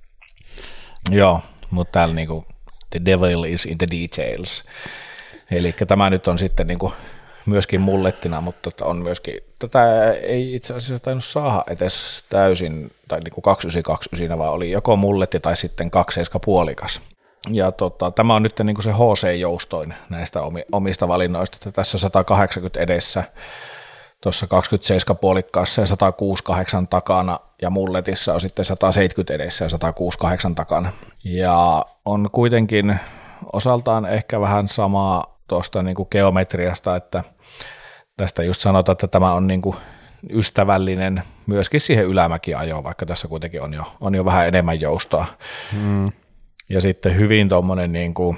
Joo, mutta täällä niinku the devil is in the details. Eli tämä nyt on sitten niinku myöskin mullettina, mutta on myöskin, tätä ei itse asiassa tainnut saada edes täysin, tai niinku kaksikymmentäyhdeksän, vaan oli joko mulletti tai sitten kaksiseiska puolikas. Ja tota, tämä on nyt niinku se H C-joustoin näistä omista valinnoista, että tässä sata kahdeksankymmentä edessä, tuossa kaksikymmentäseitsemän puolikkaassa ja sata kuusikymmentäkahdeksan takana, ja mulletissa on sitten sata seitsemänkymmentä edessä ja sata kuusikymmentäkahdeksan takana. Ja on kuitenkin osaltaan ehkä vähän samaa tuosta niinku geometriasta, että tästä just sanotaan, että tämä on niinku ystävällinen myöskin siihen ylämäkiajoon, vaikka tässä kuitenkin on jo, on jo vähän enemmän joustoa. Mm. Ja sitten hyvin tuommoinen niinku,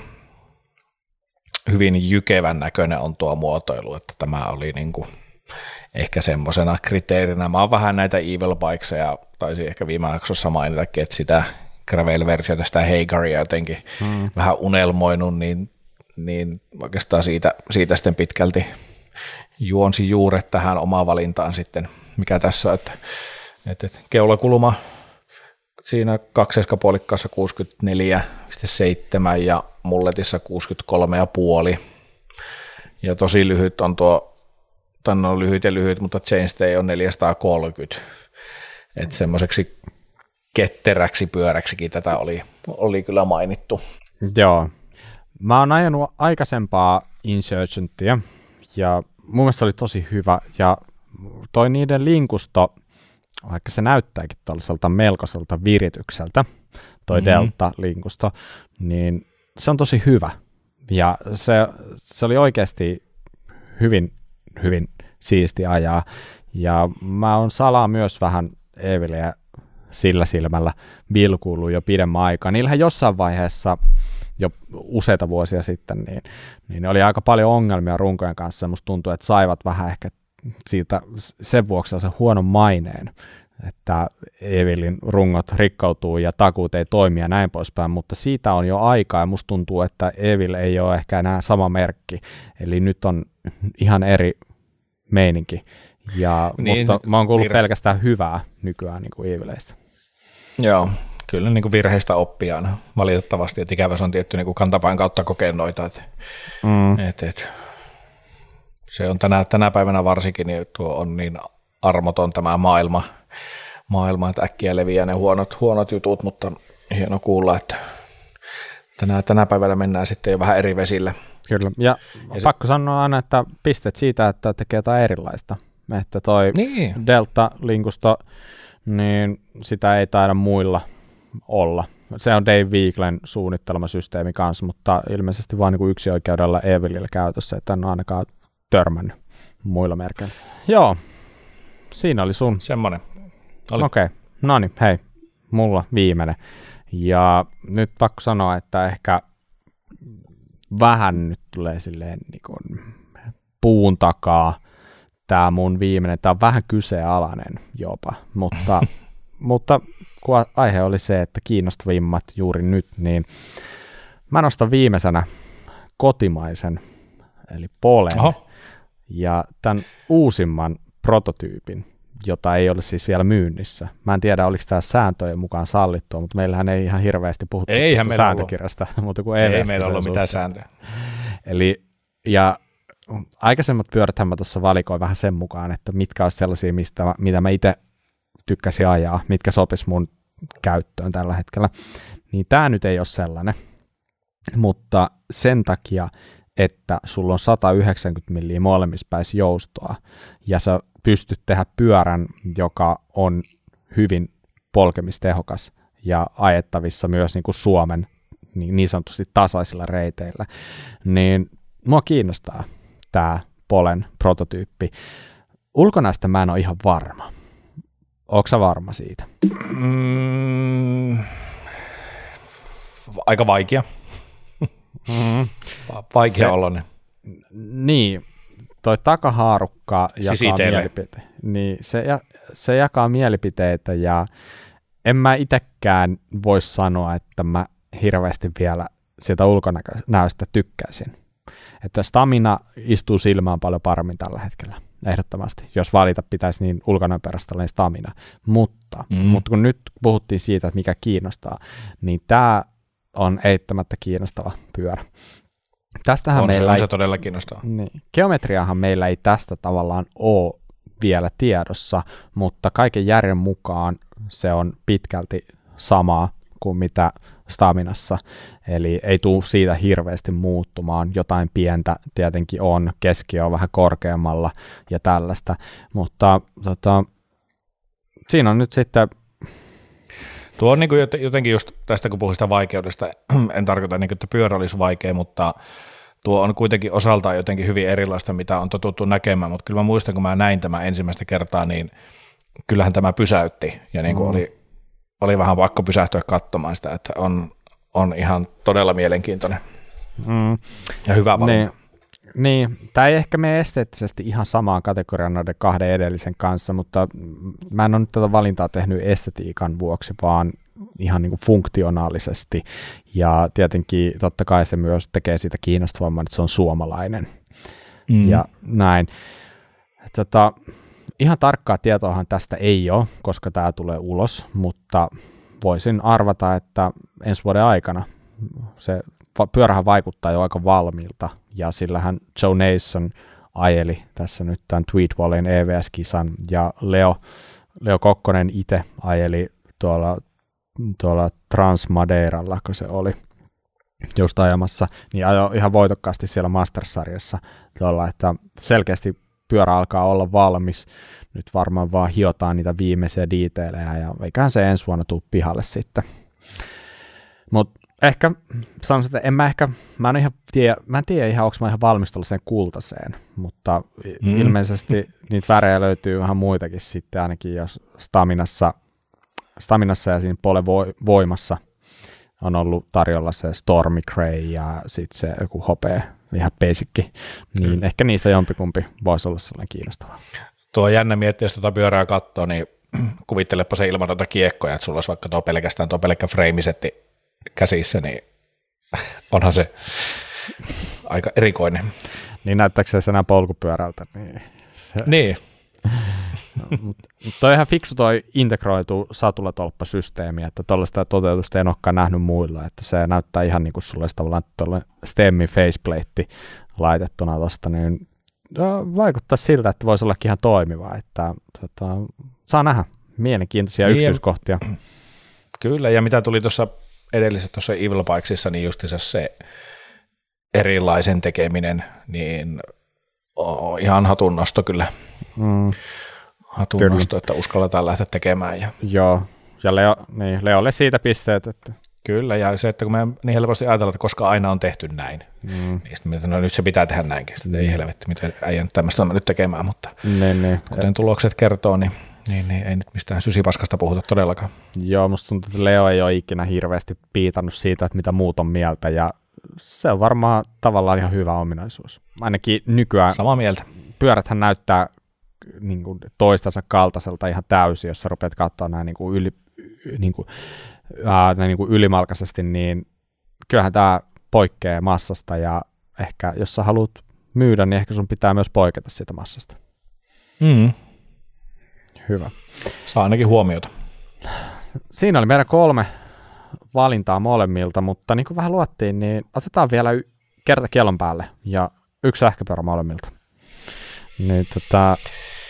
hyvin jykevän näköinen on tuo muotoilu, että tämä oli niinku ehkä semmoisena kriteerinä. Mä oon vähän näitä Evil Bikesia, taisin ehkä viime jaksossa mainitakin, että sitä gravel-versiota, sitä Hagaria jotenkin mm. vähän unelmoinut, niin, niin oikeastaan siitä, siitä sitten pitkälti juonsi juuret tähän omaan valintaan sitten, mikä tässä on, että, että keulakulma siinä kaksiseiskapuolikkaassa kuusikymmentäneljä pilkku seitsemän ja mulletissa kuusikymmentäkolme pilkku viisi. Ja tosi lyhyt on tuo mutta ne on lyhyt ja lyhyt, mutta chainstay on neljäsataakolmekymmentä. Että semmoiseksi ketteräksi pyöräksikin tätä oli, oli kyllä mainittu. Joo. Mä oon ajanut aikaisempaa Insurgentia, ja mun mielestä se oli tosi hyvä, ja toi niiden linkusto, vaikka se näyttääkin tällaiselta melkoiselta viritykseltä, toi mm-hmm. Delta-linkusto, niin se on tosi hyvä. Ja se, se oli oikeasti hyvin, hyvin siisti ajaa. Ja mä oon salaa myös vähän Evilia sillä silmällä vilkuillut jo pidemmän aikaa. Niillähän jossain vaiheessa, jo useita vuosia sitten, niin, niin oli aika paljon ongelmia runkojen kanssa. Musta tuntuu, että saivat vähän ehkä siitä sen vuoksi sen huonon maineen, että Evilin rungot rikkoutuu ja takuut ei toimi ja näin poispäin, mutta siitä on jo aikaa ja musta tuntuu, että Evil ei ole ehkä enää sama merkki, eli nyt on ihan eri meininki ja niin, musta, mä oon kuullut virhe- pelkästään hyvää nykyään niin kuin Evileistä. Joo, kyllä niin kuin virheistä oppijana valitettavasti, että ikävä se on tietty niin kuin kantapain kautta kokea noita, että mm. et, et. se on tänä, tänä päivänä varsinkin, niin tuo on niin armoton tämä maailma, maailma, että äkkiä leviää ne huonot, huonot jutut, mutta hieno kuulla, että tänä, tänä päivänä mennään sitten jo vähän eri vesillä. Kyllä, ja, ja pakko se... sanoa aina, että pisteet siitä, että tekee jotain erilaista, että toi niin. Delta-linkusto, niin sitä ei taida muilla olla. Se on Dave Weeklen suunnittelema systeemi kanssa, mutta ilmeisesti vain niin yksi oikeudella Evilillä käytössä, että en ole ainakaan törmännyt muilla merkeillä. Joo, siinä oli sun. Semmoinen. Okei, okay. No niin, hei, mulla viimeinen. Ja nyt pakko sanoa, että ehkä vähän nyt tulee silleen niin kuin puun takaa tämä mun viimeinen. Tämä on vähän kyseenalainen jopa, mutta, mutta kun aihe oli se, että kiinnostavimmat juuri nyt, niin mä nostan viimeisenä kotimaisen, eli Polen, Oho. ja tämän uusimman prototyypin, jota ei ole siis vielä myynnissä. Mä en tiedä, oliko tämä sääntöjen mukaan sallittua, mutta meillähän ei ihan hirveästi puhuttu tästä sääntökirjasta. Mutta kun ei meillä ollut mitään sääntöjä. Eli, ja aikaisemmat pyöräthän mä tuossa valikoin vähän sen mukaan, että mitkä olisi sellaisia, mistä, mitä mä itse tykkäsin ajaa, mitkä sopis mun käyttöön tällä hetkellä. Niin tämä nyt ei ole sellainen, mutta sen takia, että sulla on sata yhdeksänkymmentä milliä molemmissa päissä joustoa, ja sä pystyt tehdä pyörän, joka on hyvin polkemistehokas ja ajettavissa myös niin kuin Suomen niin, niin sanotusti tasaisilla reiteillä, niin mua kiinnostaa tämä Polen prototyyppi. Ulkonäöstä mä en ole ihan varma. Ootko sä varma siitä? Mm, aika vaikea. Mm-hmm. Vaikea oloinen. Niin, toi takahaarukka jakaa mielipiteitä. Niin, se, ja, se jakaa mielipiteitä ja en mä itsekään voi sanoa, että mä hirveästi vielä sitä ulkonäöstä tykkäisin. Että stamina istuu silmään paljon paremmin tällä hetkellä, ehdottomasti. Jos valita pitäisi niin ulkonäön perusteella niin stamina. Mutta, mm. mutta kun nyt puhuttiin siitä, että mikä kiinnostaa, niin tämä on eittämättä kiinnostava pyörä. Tästähän on, meillä se, on ei, se todella kiinnostaa. Niin, geometriahan meillä ei tästä tavallaan ole vielä tiedossa, mutta kaiken järjen mukaan se on pitkälti samaa kuin mitä staminassa, eli ei tule siitä hirveästi muuttumaan, jotain pientä tietenkin on, keski on vähän korkeammalla ja tällaista, mutta tota, siinä on nyt sitten... Tuo on niin kuin jotenkin just tästä, kun puhuin sitä vaikeudesta, en tarkoita, niin kuin, että pyörä olisi vaikea, mutta tuo on kuitenkin osaltaan jotenkin hyvin erilaista, mitä on totuttu näkemään, mutta kyllä mä muistan, kun mä näin tämän ensimmäistä kertaa, niin kyllähän tämä pysäytti, ja niin kuin mm. oli, oli vähän pakko pysähtyä katsomaan sitä, että on, on ihan todella mielenkiintoinen mm. ja hyvä valinta. Niin. Niin, tämä ei ehkä mene esteettisesti ihan samaan kategoriaan noiden kahden edellisen kanssa, mutta mä en ole nyt tätä valintaa tehnyt estetiikan vuoksi, vaan ihan niin kuin funktionaalisesti. Ja tietenkin totta kai se myös tekee siitä kiinnostavamman, että se on suomalainen. Mm. Ja näin. Tota, ihan tarkkaa tietoahan tästä ei ole, koska tämä tulee ulos, mutta voisin arvata, että ensi vuoden aikana se pyörähän vaikuttaa jo aika valmiilta, ja sillähän Joe Nason ajeli tässä nyt tämän Tweedwallin E V S-kisan, ja Leo, Leo Kokkonen itse ajeli tuolla, tuolla Transmadeiralla, kun se oli just ajamassa, niin ajoi ihan voitokkaasti siellä Masters-sarjassa tuolla, että selkeästi pyörä alkaa olla valmis, nyt varmaan vaan hiotaan niitä viimeisiä diiteilejä, ja eiköhän se ensi vuonna tuu pihalle sitten. Mutta ehkä, sanoisin, että en mä ehkä, mä en, ihan tiedä, mä en tiedä ihan, onko mä ihan valmistunut sen kultaseen, mutta mm. ilmeisesti niitä värejä löytyy vähän muitakin sitten, ainakin jos Staminassa, Staminassa ja siinä Pole Voimassa on ollut tarjolla se Stormy Grey ja sitten se joku hopea, ihan basicki, niin mm. ehkä niistä jompikumpi voisi olla sellainen kiinnostavaa. Tuo on jännä miettiä, jos tuota pyörää katsoo, niin kuvittelepa se ilman tuota kiekkoja, että sulla olisi vaikka tuo pelkästään tuo pelkkä freimisetti käsissä, niin onhan se aika erikoinen. Niin näyttääkö se enää polkupyörältä? Niin. Se... niin. No, mutta toi on ihan fiksu toi integroitu satulatolppasysteemi, että tuollaista toteutusta en olekaan nähnyt muilla, että se näyttää ihan niin kuin sulle olisi tavallaan tuolle stemmi faceplate laitettuna tuosta, niin vaikuttaa siltä, että voisi ollakin ihan toimiva, että tota, saa nähdä mielenkiintoisia niin, yksityiskohtia. Kyllä, ja mitä tuli tuossa edellisessä tuossa Evil Bikesissa, niin justiinsa se erilaisen tekeminen, niin oh, ihan hatunnosto kyllä. Mm. Hatunnosto, kyllä. Että uskalletaan lähteä tekemään. Ja... Joo, ja Leo, niin, Leolle siitä pisteet. Että... Kyllä, ja se, että kun me niin helposti ajatellaan, että koska aina on tehty näin, mm. niin sitten no nyt se pitää tehdä näinkin, sitten ei helvetti, mitä ei nyt tämmöistä nyt tekemään, mutta niin, niin. kuten tulokset kertoo, niin, niin, niin ei nyt mistään sysipaskasta puhuta todellakaan. Joo, musta tuntuu, että Leo ei ole ikinä hirveästi piitannut siitä, että mitä muut on mieltä, ja se on varmaan tavallaan ihan hyvä ominaisuus. Ainakin nykyään samaa mieltä. Pyöräthän näyttää niin kuin toistansa kaltaiselta ihan täysin, jos sä rupeat katsoa näin, niin kuin yli, niin kuin, ää, näin niin kuin ylimalkaisesti, niin kyllähän tämä poikkeaa massasta, ja ehkä jos sä haluat myydä, niin ehkä sun pitää myös poiketa siitä massasta. Mm. Hyvä. Saa ainakin huomiota. Siinä oli meidän kolme valintaa molemmilta, mutta niin kuin vähän luottiin, niin otetaan vielä y- kerta kellon päälle, ja yksi sähköpyörä molemmilta. Niin tota,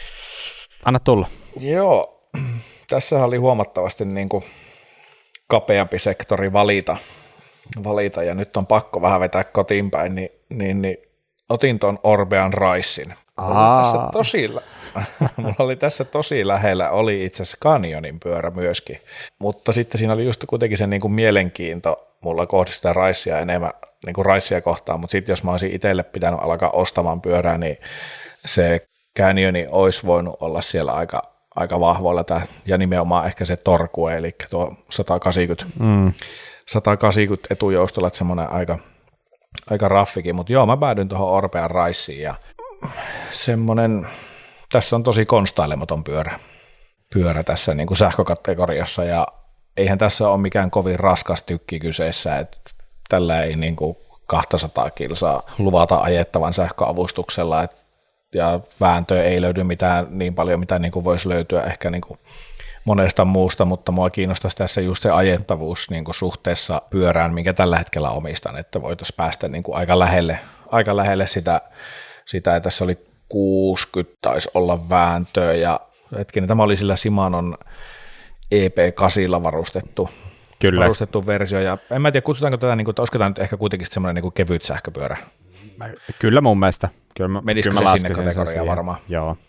anna tulla. Joo, tässä oli huomattavasti niin kuin kapeampi sektori valita, valita, ja nyt on pakko vähän vetää kotiin päin, niin, niin, niin otin tuon Orbean Ricein. Mulla oli, tässä tosi, mulla oli tässä tosi lähellä, oli itse asiassa Canyonin pyörä myöskin, mutta sitten siinä oli just kuitenkin se niin kuin mielenkiinto, mulla kohdistaa sitä Ricea enemmän niin kuin Ricea kohtaan, mutta sitten jos mä olisin itselle pitänyt alkaa ostamaan pyörää, niin se Canyoni olisi voinut olla siellä aika, aika vahvoilla, tää, ja nimenomaan ehkä se Torque, eli tuo sata kahdeksankymmentä, mm. sata kahdeksankymmentä etujoustolla, että semmoinen aika, aika raffikin, mutta joo, mä päädyin tuohon Orbean Riceen, ja semmoinen, tässä on tosi konstailematon pyörä, pyörä tässä niin kuin sähkökategoriassa, ja eihän tässä ole mikään kovin raskas tykki kyseessä, että tällä ei niin kuin kaksisataa kilsaa luvata ajettavan sähköavustuksella, et, ja vääntöä ei löydy mitään niin paljon, mitä niin kuin voisi löytyä ehkä niin kuin monesta muusta, mutta mua kiinnostaisi tässä just se ajettavuus niin kuin suhteessa pyörään, minkä tällä hetkellä omistan, että voitaisiin päästä niin kuin aika lähelle, aika lähelle sitä, sitä, että tässä oli kuusikymmentä taisi olla vääntöä, ja hetkinen, tämä oli sillä Shimanon E P kahdeksan varustettu, Kyllä. varustettu versio, ja en mä tiedä, kutsutaanko tätä, niin kuin, että olisiko tämä nyt ehkä kuitenkin semmoinen niin kuin kevyt sähköpyörä. Kyllä mun mielestä. Kyllä mä, Menisikö kyllä se sinne kategoriaan varmaan? Joo.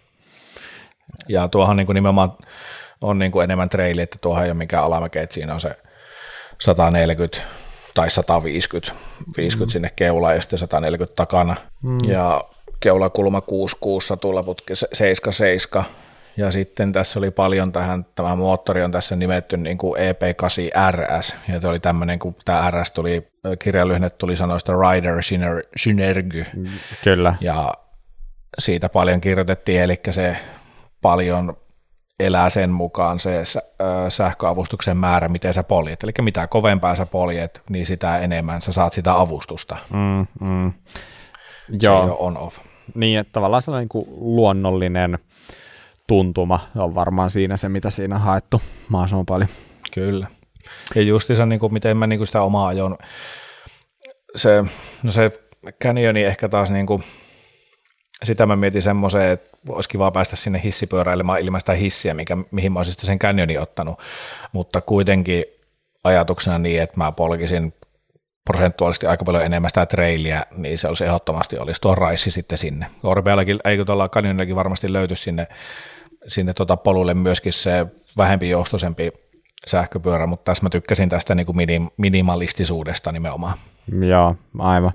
Ja tuohan niin kuin nimenomaan on niin kuin enemmän traili, että tuohan ei ole mikään alamäke, että siinä on se sata neljäkymmentä tai sata viisikymmentä, viisikymmentä mm. sinne keulaan ja sitten sata neljäkymmentä takana, mm. ja keulakulma kuusikymmentäkuusi, satulaputki seitsemänkymmentäseitsemän, ja sitten tässä oli paljon tähän, tämä moottori on tässä nimetty niin kuin E P kahdeksan R S, ja tämä oli tämmöinen, kun tämä R S tuli, kirjalyhenne tuli sanoista Rider Synergy, Kyllä. ja siitä paljon kirjoitettiin, eli se paljon elää sen mukaan se sähköavustuksen määrä, miten sä poljet, eli mitä kovempaa sä poljet, niin sitä enemmän sä saat sitä avustusta. Mm, mm. Se Joo. ei ole on-off. Niin, että tavallaan sellainen niin kuin luonnollinen tuntuma on varmaan siinä se, mitä siinä on haettu mahdollisimman paljon. Kyllä. Ja justiinsa, niin kuin, miten mä niin kuin sitä omaa ajon, se, no se Canyoni ehkä taas, niin kuin, sitä mä mietin semmoiseen, että olisi kiva päästä sinne hissipyöräilemään ilman sitä hissiä, mikä, mihin mä olisin sitten sen canyonin ottanut, mutta kuitenkin ajatuksena niin, että mä polkisin prosentuaalisesti aika paljon enemmän sitä trailia, niin se olisi ehdottomasti olisi tuo raissi sitten sinne. Orbeallakin, eikö tuolla canyonillakin varmasti löyty sinne, sinne tota polulle myöskin se vähempi joustoisempi sähköpyörä, mutta tässä mä tykkäsin tästä niin kuin minim, minimalistisuudesta nimenomaan. Joo, aivan.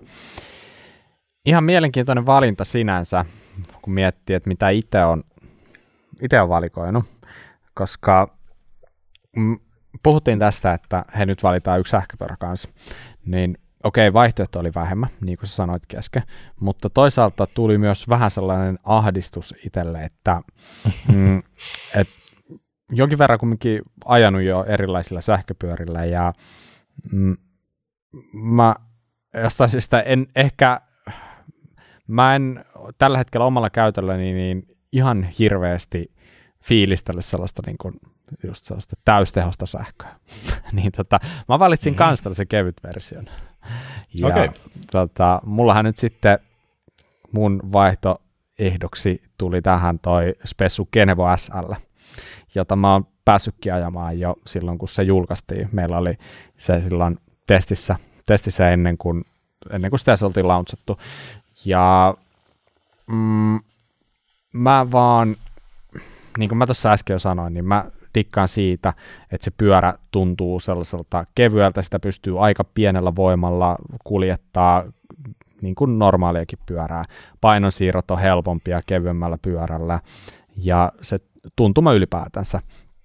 Ihan mielenkiintoinen valinta sinänsä, kun miettii, että mitä itse on, itse on valikoinut, koska mm, puhuttiin tästä, että he nyt valitaan yksi sähköpyörä kanssa, niin okei, vaihtoehto oli vähemmän, niin kuin sä sanoit kesken, mutta toisaalta tuli myös vähän sellainen ahdistus itselle, että mm, et jonkin verran kumminkin ajanut jo erilaisilla sähköpyörillä, ja mm, mä jostain syystä en ehkä, mä en tällä hetkellä omalla käytölläni niin ihan hirveästi fiilistellä sellaista niin kuin just sellaista täystehosta sähköä. niin tota, mä valitsin mm-hmm. kans tällaisen kevyt version. Ja okay. tota, mullahan nyt sitten mun vaihtoehdoksi tuli tähän toi Spessu Genevo S L, jota mä oon päässytkin ajamaan jo silloin, kun se julkaistiin. Meillä oli se silloin testissä, testissä ennen kuin, ennen kuin sitä se oltiin launchattu. Ja mm, mä vaan, niin kuin mä tuossa äsken jo sanoin, niin mä dikkaan siitä, että se pyörä tuntuu sellaiselta kevyeltä, sitä pystyy aika pienellä voimalla kuljettaa niin kuin normaaliakin pyörää. Painonsiirrot on helpompia kevyemmällä pyörällä ja se tuntuma ylipäätänsä,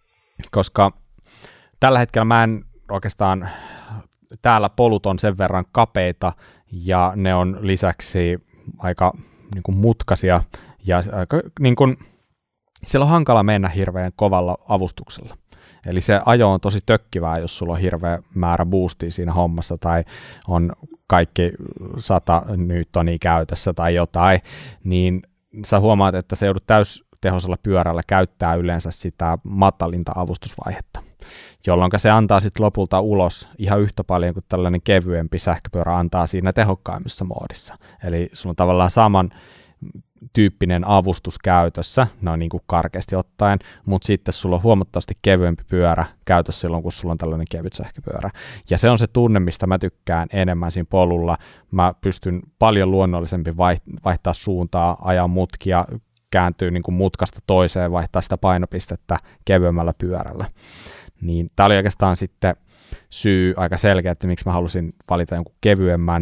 koska tällä hetkellä mä en oikeastaan, täällä polut on sen verran kapeita ja ne on lisäksi aika niin kuin mutkaisia ja aika niin kuin siellä on hankala mennä hirveän kovalla avustuksella. Eli se ajo on tosi tökkivää, jos sulla on hirveä määrä boostia siinä hommassa tai on kaikki sata newtonia käytössä tai jotain, niin sä huomaat, että se joudut täystehoisella pyörällä käyttää yleensä sitä matalinta avustusvaihetta, jolloin se antaa sitten lopulta ulos ihan yhtä paljon kuin tällainen kevyempi sähköpyörä antaa siinä tehokkaimmissa moodissa. Eli sulla on tavallaan saman tyyppinen avustus käytössä, noin niin kuin karkeasti ottaen, mutta sitten sulla on huomattavasti kevyempi pyörä käytössä silloin, kun sulla on tällainen kevyt sähköpyörä. Ja se on se tunne, mistä mä tykkään enemmän siinä polulla. Mä pystyn paljon luonnollisempi vaihtaa suuntaa, ajaa mutkia, kääntyy niin kuin mutkasta toiseen, vaihtaa sitä painopistettä kevyemmällä pyörällä. Niin tää oli oikeastaan sitten syy aika selkeä, että miksi mä halusin valita jonkun kevyemmän,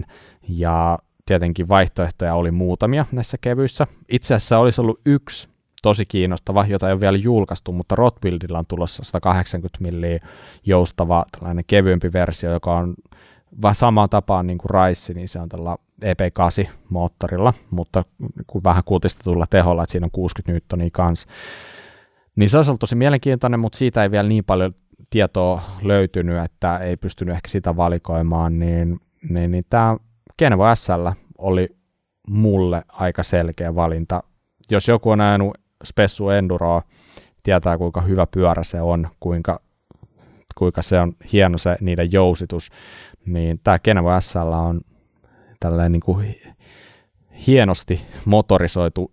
ja tietenkin vaihtoehtoja oli muutamia näissä kevyissä. Itse asiassa olisi ollut yksi tosi kiinnostava, jota ei ole vielä julkaistu, mutta Rotbuildilla on tulossa sata kahdeksankymmentä milliä joustava tällainen kevyempi versio, joka on vähän samaan tapaan niin kuin Raissi, niin se on tällä E P kahdeksan moottorilla, mutta kun vähän kutistetulla teholla, että siinä on kuusikymmentä newtonia kanssa. Niin se olisi ollut tosi mielenkiintoinen, mutta siitä ei vielä niin paljon tietoa löytynyt, että ei pystynyt ehkä sitä valikoimaan, niin, niin, niin tämä Genevo S L oli mulle aika selkeä valinta. Jos joku on ajanut Spessu Enduroa, tietää kuinka hyvä pyörä se on, kuinka, kuinka se on hieno se niiden jousitus, niin tämä Genevo S L on tällainen niin kuin hienosti motorisoitu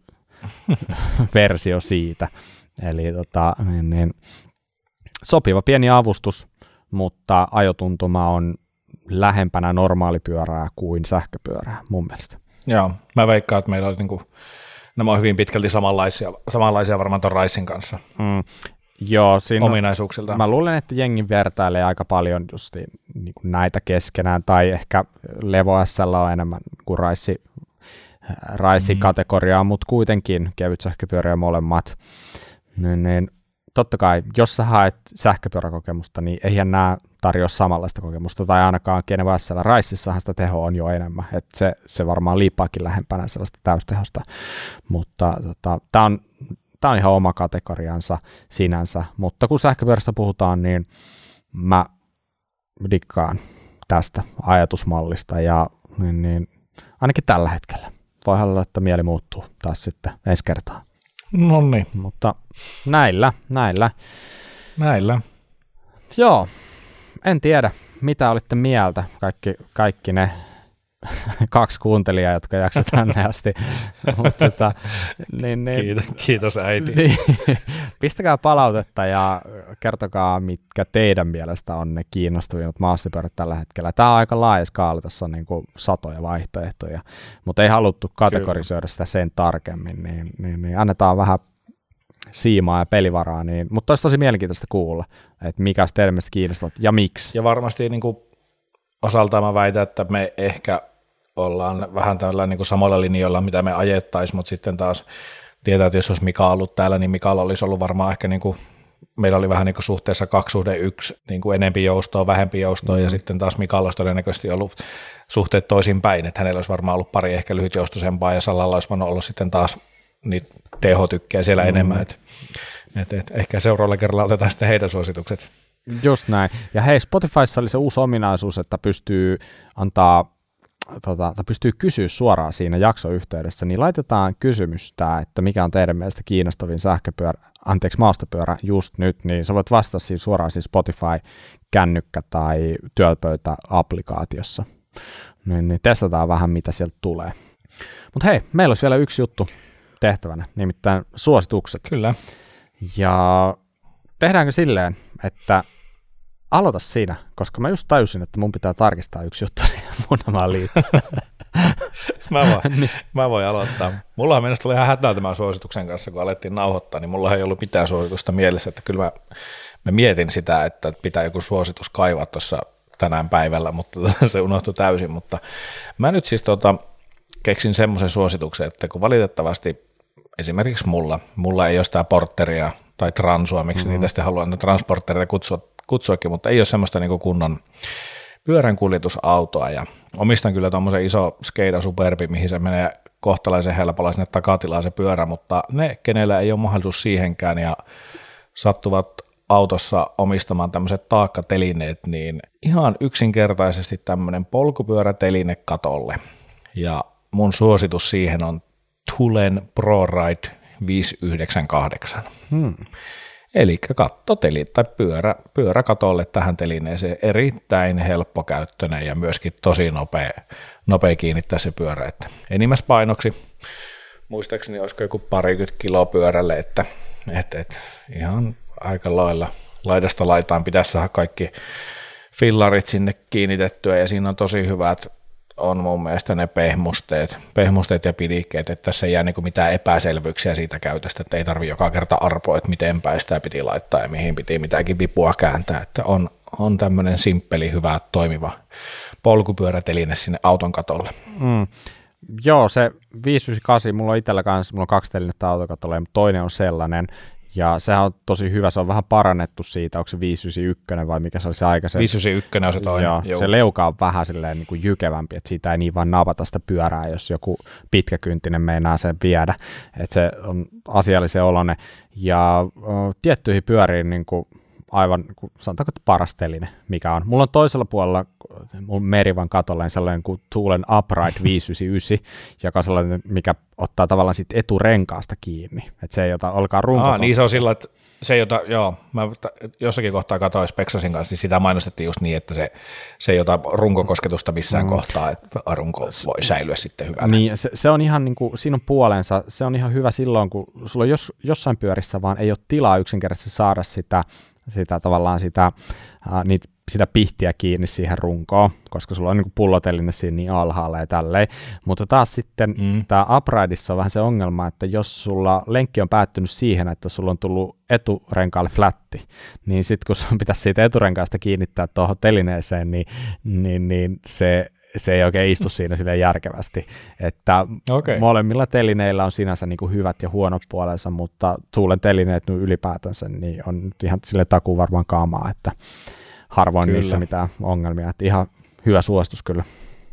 versio siitä. Eli tota, niin, niin, sopiva pieni avustus, mutta ajotuntuma on lähempänä normaalipyörää kuin sähköpyörää mun mielestä. Joo, mä veikkaan, että meillä on niin kuin, nämä on hyvin pitkälti samanlaisia, samanlaisia varmaan ton Raisin kanssa. Mm, joo, siinä ominaisuuksilta. Mä luulen, että jengi vertailee aika paljon just niin kuin näitä keskenään, tai ehkä Levo S L on enemmän kuin Raisi, Raisi-kategoriaa, mm-hmm. mutta kuitenkin kevyt sähköpyöriä molemmat. Niin, niin, totta kai, jos sä haet sähköpyöräkokemusta, niin eihän nämä tarjoa samanlaista kokemusta, tai ainakaan Genevo S L Raississahan sitä tehoa on jo enemmän, että se, se varmaan liippaakin lähempänä sellaista täystehosta, mutta tota, tämä on, tää on ihan oma kategoriansa sinänsä, mutta kun sähköpyörästä puhutaan, niin mä dikkaan tästä ajatusmallista, ja niin, niin, ainakin tällä hetkellä. Voi olla, että mieli muuttuu taas sitten ensi kertaa. No niin. Mutta näillä, näillä. Näillä. Joo, en tiedä, mitä olitte mieltä, kaikki, kaikki ne kaksi kuuntelijaa, jotka jaksavat tänne asti. Mutta, tota, niin, niin, kiitos, kiitos äiti. Niin, pistäkää palautetta ja kertokaa, mitkä teidän mielestä on ne kiinnostavimmat maastopyörät tällä hetkellä. Tämä on aika laaja skaala, tässä on niin kuin satoja vaihtoehtoja, mutta ei haluttu kategorisoida Kyllä. sitä sen tarkemmin, niin, niin, niin annetaan vähän siimaa ja pelivaraa, niin, mutta olisi tosi mielenkiintoista kuulla, että mikä olisi teidän mielestä kiinnostavat ja miksi. Ja varmasti niin kuin osaltaan mä väitän, että me ehkä ollaan vähän tällä niin kuin samalla linjoilla, mitä me ajettaisiin, mutta sitten taas tietää, että jos olisi Mika ollut täällä, niin Mikalla olisi ollut varmaan ehkä, niin kuin, meillä oli vähän niin kuin suhteessa kaksi suhde yksi, niin kuin enempi joustoa, vähempi joustoa, mm. ja sitten taas Mikalla olisi todennäköisesti ollut suhteet toisinpäin, että hänellä olisi varmaan ollut pari ehkä lyhytjoustoisempaa, ja Salalla olisi voinut olla sitten taas niitä T H-tykkejä siellä mm. enemmän, että et, et, ehkä seuraavalla kerralla otetaan sitten heidän suositukset. Just näin. Ja hei, Spotifyssa oli se uusi ominaisuus, että pystyy antaa, tota, tai pystyy kysyä suoraan siinä jaksoyhteydessä, niin laitetaan kysymystä, että mikä on teidän mielestä kiinnostavin sähköpyörä, anteeksi maastopyörä just nyt, niin sä voit vastata siinä suoraan siis Spotify, kännykkä tai työpöytä-applikaatiossa. Niin, niin testataan vähän, mitä sieltä tulee. Mutta hei, meillä olisi vielä yksi juttu tehtävänä, nimittäin suositukset. Kyllä. Ja tehdäänkö silleen, että aloita siinä, koska mä just tajusin, että mun pitää tarkistaa yksi juttu siihen munamaan liittyen. mä, voin, niin. mä voin aloittaa. Mullahan mennessä tuli ihan hätää tämän suosituksen kanssa, kun alettiin nauhoittaa, niin mulla ei ollut mitään suositusta mielessä, että kyllä mä, mä mietin sitä, että pitää joku suositus kaivaa tuossa tänään päivällä, mutta se unohtui täysin, mutta mä nyt siis tota, keksin semmoisen suosituksen, että kun valitettavasti esimerkiksi mulla, mulla ei ole sitä porteria tai transua, miksi mm-hmm. niitä sitten haluan transporteria kutsua, kutsuakin, mutta ei ole semmoista niin kuin kunnon pyöränkuljetusautoa, ja omistan kyllä tuommoisen iso Skeda Superbi, mihin se menee kohtalaisen helpolla sinne takatilaan se pyörä, mutta ne, kenellä ei ole mahdollisuus siihenkään ja sattuvat autossa omistamaan tämmöiset taakkatelineet, niin ihan yksinkertaisesti tämmöinen polkupyöräteline katolle, ja mun suositus siihen on Thulen ProRide viisi yhdeksänkymmentäkahdeksan. Hmm. Eli kattoteli tai pyörä, pyörä katolle tähän telineeseen, erittäin helppokäyttöinen ja myöskin tosi nopea, nopea kiinnittää se pyörä. Että enimmäispainoksi, muistaakseni olisiko joku parikymmentä kiloa pyörälle, että et, et, ihan aika lailla laidasta laitaan pitäisi saada kaikki fillarit sinne kiinnitettyä, ja siinä on tosi hyvät on mun mielestä ne pehmusteet, pehmusteet ja pidikkeet, että tässä ei jää niin kuin mitään epäselvyyksiä siitä käytöstä, että ei tarvitse joka kerta arpoa, että miten päin sitä piti laittaa ja mihin piti mitäkin vipua kääntää, että on, on tämmöinen simppeli, hyvä, toimiva polkupyöräteline sinne auton katolle. Mm. Joo, se viisi yhdeksänkymmentäkahdeksan, mulla on itsellä kanssa, mulla on kaksi telinettä autokatolle, mutta toinen on sellainen, ja sehän on tosi hyvä, se on vähän parannettu siitä, onko se viisi yhdeksänkymmentäyksi vai mikä se oli se aikaisemmin. viisi yhdeksänkymmentäyksi on se toinen. Joo, Joo. Se leuka on vähän silleen niin kuin jykevämpi, että siitä ei niin vaan napata sitä pyörää, jos joku pitkäkynttinen meinaa sen viedä, että se on asiallisen oloinen. Ja ö, tiettyihin pyöriin niin kuin aivan, sanotaanko, että paras teline, mikä on. Mulla on toisella puolella mun Merivan katolla sellainen kuin Thulen Upright viisi yhdeksänkymmentäyhdeksän, joka on sellainen, mikä ottaa tavallaan siitä eturenkaasta kiinni, että se ei ota olkaan runko. Ah, niin se on sillä, että se ei ota, joo, mä jossakin kohtaa katsoin Spexasin kanssa, niin sitä mainostettiin just niin, että se, se ei ota runkokosketusta missään mm. kohtaa, että runko voi säilyä sitten hyvänä. Niin, se, se on ihan niin kuin, siinä on puolensa, se on ihan hyvä silloin, kun sulla on jos, jossain pyörissä vaan ei ole tilaa yksinkertaisesti saada sitä, sitä tavallaan sitä, äh, niitä, sitä pihtiä kiinni siihen runkoon, koska sulla on niin kuin pulloteline siinä niin alhaalla ja tälleen. Mutta taas sitten mm. tämä Upridessa on vähän se ongelma, että jos sulla lenkki on päättynyt siihen, että sulla on tullut eturenkaalle flatti, niin sitten kun sun pitäisi siitä eturenkaasta kiinnittää tuohon telineeseen, niin, niin, niin se, se ei oikein istu siinä silleen järkevästi. Että okay. Molemmilla telineillä on sinänsä niin kuin hyvät ja huonot puolensa, mutta Thulen telineet ylipäätänsä niin on ihan sille takuun varmaan kaamaa, että harvoin kyllä. Niissä mitään ongelmia, että ihan hyvä suositus kyllä.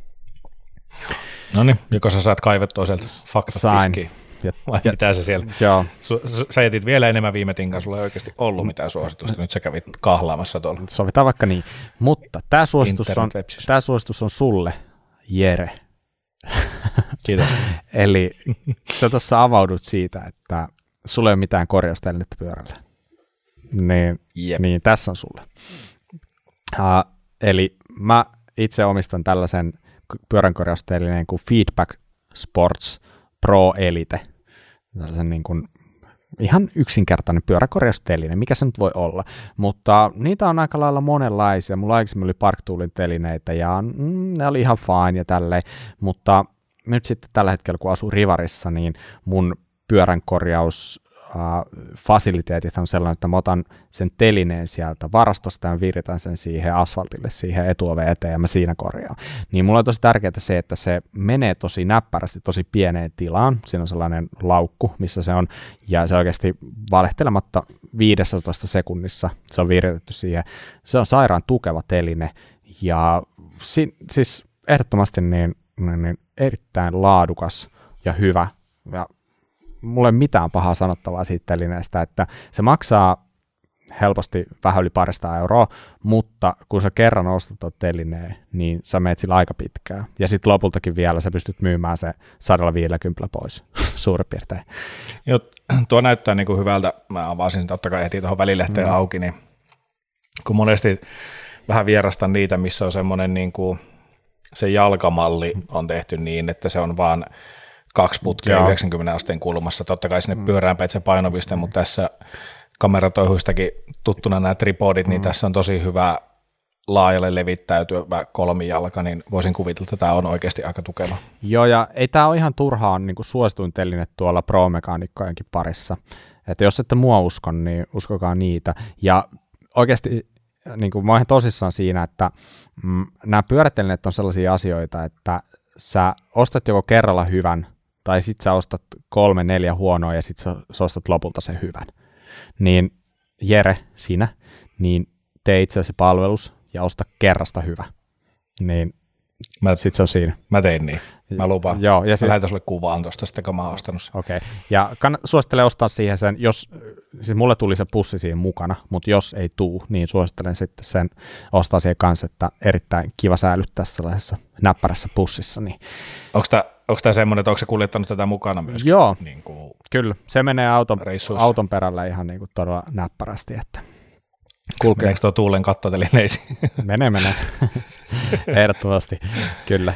No niin, joko sä saat kaivettua sieltä faktatiskiin, vai ja, mitä sä siellä? Joo. Sä jätit vielä enemmän viime tinkaan, sulla ei oikeasti ollut mitään suositusta, nyt sä kävit kahlaamassa tuolla. Sovitaan vaikka niin, mutta tämä suositus, on, tämä suositus on sulle, Jere. Kiitos. Eli sä tuossa avaudut siitä, että sulla ei ole mitään korjaustelinettä pyörällä. Niin, niin tässä on sulle. Uh, eli mä itse omistan tällaisen pyöränkorjaustelineen kuin Feedback Sports Pro Elite. Tällaisen niin kuin ihan yksinkertainen pyöräkorjausteline, mikä se nyt voi olla, mutta niitä on aika lailla monenlaisia. Mulla aikaisemmin oli Park-Toolin telineitä ja mm, ne oli ihan fine ja tälleen, mutta nyt sitten tällä hetkellä, kun asuu Rivarissa, niin mun pyöränkorjaus Uh, fasiliteetit on sellainen, että mä otan sen telineen sieltä varastosta ja viritän sen siihen asfaltille, siihen etuoveen eteen ja mä siinä korjaan. Niin mulla on tosi tärkeää se, että se menee tosi näppärästi, tosi pieneen tilaan. Siinä on sellainen laukku, missä se on, ja se oikeasti valehtelematta viidessätoista sekunnissa se on viritetty siihen. Se on sairaan tukeva teline, ja si- siis ehdottomasti niin, niin, niin erittäin laadukas ja hyvä, ja mulla ei mitään pahaa sanottavaa siitä telineestä, että se maksaa helposti vähän yli parista euroa, mutta kun sä kerran ostat tuon telineen, niin sä meet sillä aika pitkään. Ja sitten lopultakin vielä sä pystyt myymään se sata viisikymmentä pois, suurin piirtein. Joo, tuo näyttää niin kuin hyvältä. Mä avasin totta kai heti tuohon välilehteen mm. auki, niin kun monesti vähän vierastan niitä, missä on semmoinen niin kuin se jalkamalli on tehty niin, että se on vaan kaksi putkea Joo. yhdeksänkymmentä asteen kulmassa. Totta kai sinne mm. pyörään päin se painopiste, mm. mutta tässä kameratoihuistakin tuttuna nämä tripodit, mm. niin tässä on tosi hyvä laajalle levittäytyvä kolmijalka, niin voisin kuvitella, että tämä on oikeasti aika tukeva. Joo, ja ei tämä ole ihan turhaan niin kuin suosituin teline tuolla pro-mekaanikkojenkin parissa. Että jos ette mua usko, niin uskokaa niitä. Ja oikeasti niin kuin mä oon tosissaan siinä, että mm, nämä pyörätelineet on sellaisia asioita, että sä ostat joko kerralla hyvän, tai sit sä ostat kolme, neljä huonoa, ja sit sä, sä ostat lopulta sen hyvän. Niin Jere, sinä, niin tee itsellesi palvelus, ja osta kerrasta hyvä. Niin mä, sit se on siinä. Mä tein niin. Mä lupaan. Joo, ja mä sit, lähetän sulle kuvaan tuosta, sitten kun mä oon ostanut sen. Okei, okay. Ja kann, suosittelen ostaa siihen sen, jos, siis mulle tuli se pussi siihen mukana, mutta jos ei tuu, niin suosittelen sitten sen ostaa siihen kanssa, että erittäin kiva säilyttää sellaisessa näppärässä pussissa. Niin. Onko tämä Onko tämä semmoinen, että onko se kuljettanut tätä mukana myös? Joo, niin kuin kyllä. Se menee auton, auton perällä ihan niin kuin todella näppärästi. Että kulkee. Meneekö tuo Tuulen kattotelineisiin? Menee, menee. Ehdottomasti, kyllä.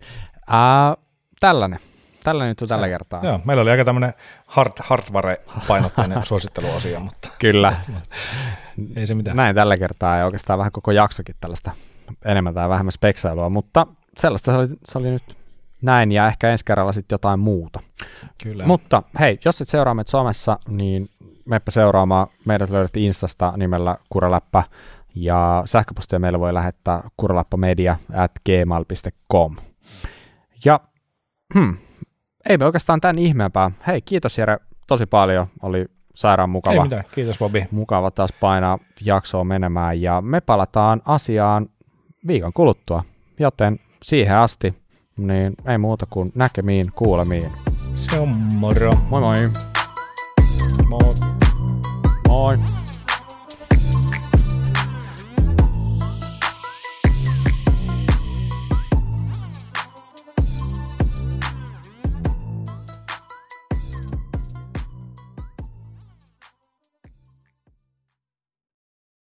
Uh, tällainen. Tällainen nyt on tällä kertaa. Joo, meillä oli aika tämmöinen hard, hardware-painotteinen suositteluosio, mutta kyllä. Ei se mitään. Näin tällä kertaa ja oikeastaan vähän koko jaksokin tällaista enemmän tai vähemmän speksailua, mutta sellaista se oli, se oli nyt näin ja ehkä ensi kerralla sitten jotain muuta. Kyllä. Mutta hei, jos et seuraa meitä somessa, niin meppä seuraamaan. Meidät löydät Instasta nimellä Kuraläppä ja sähköpostia meille voi lähettää kuraläppämedia at gmail dot com. Ja hmm, ei me oikeastaan tämän ihmeempää. Hei, kiitos Jere tosi paljon. Oli sairaan mukava. Ei mitään, kiitos Bobi. Mukava taas painaa jaksoa menemään ja me palataan asiaan viikon kuluttua. Joten siihen asti, niin ei muuta kuin näkemiin, kuulemiin. Se on moro. Moi moi. Moi. Moi.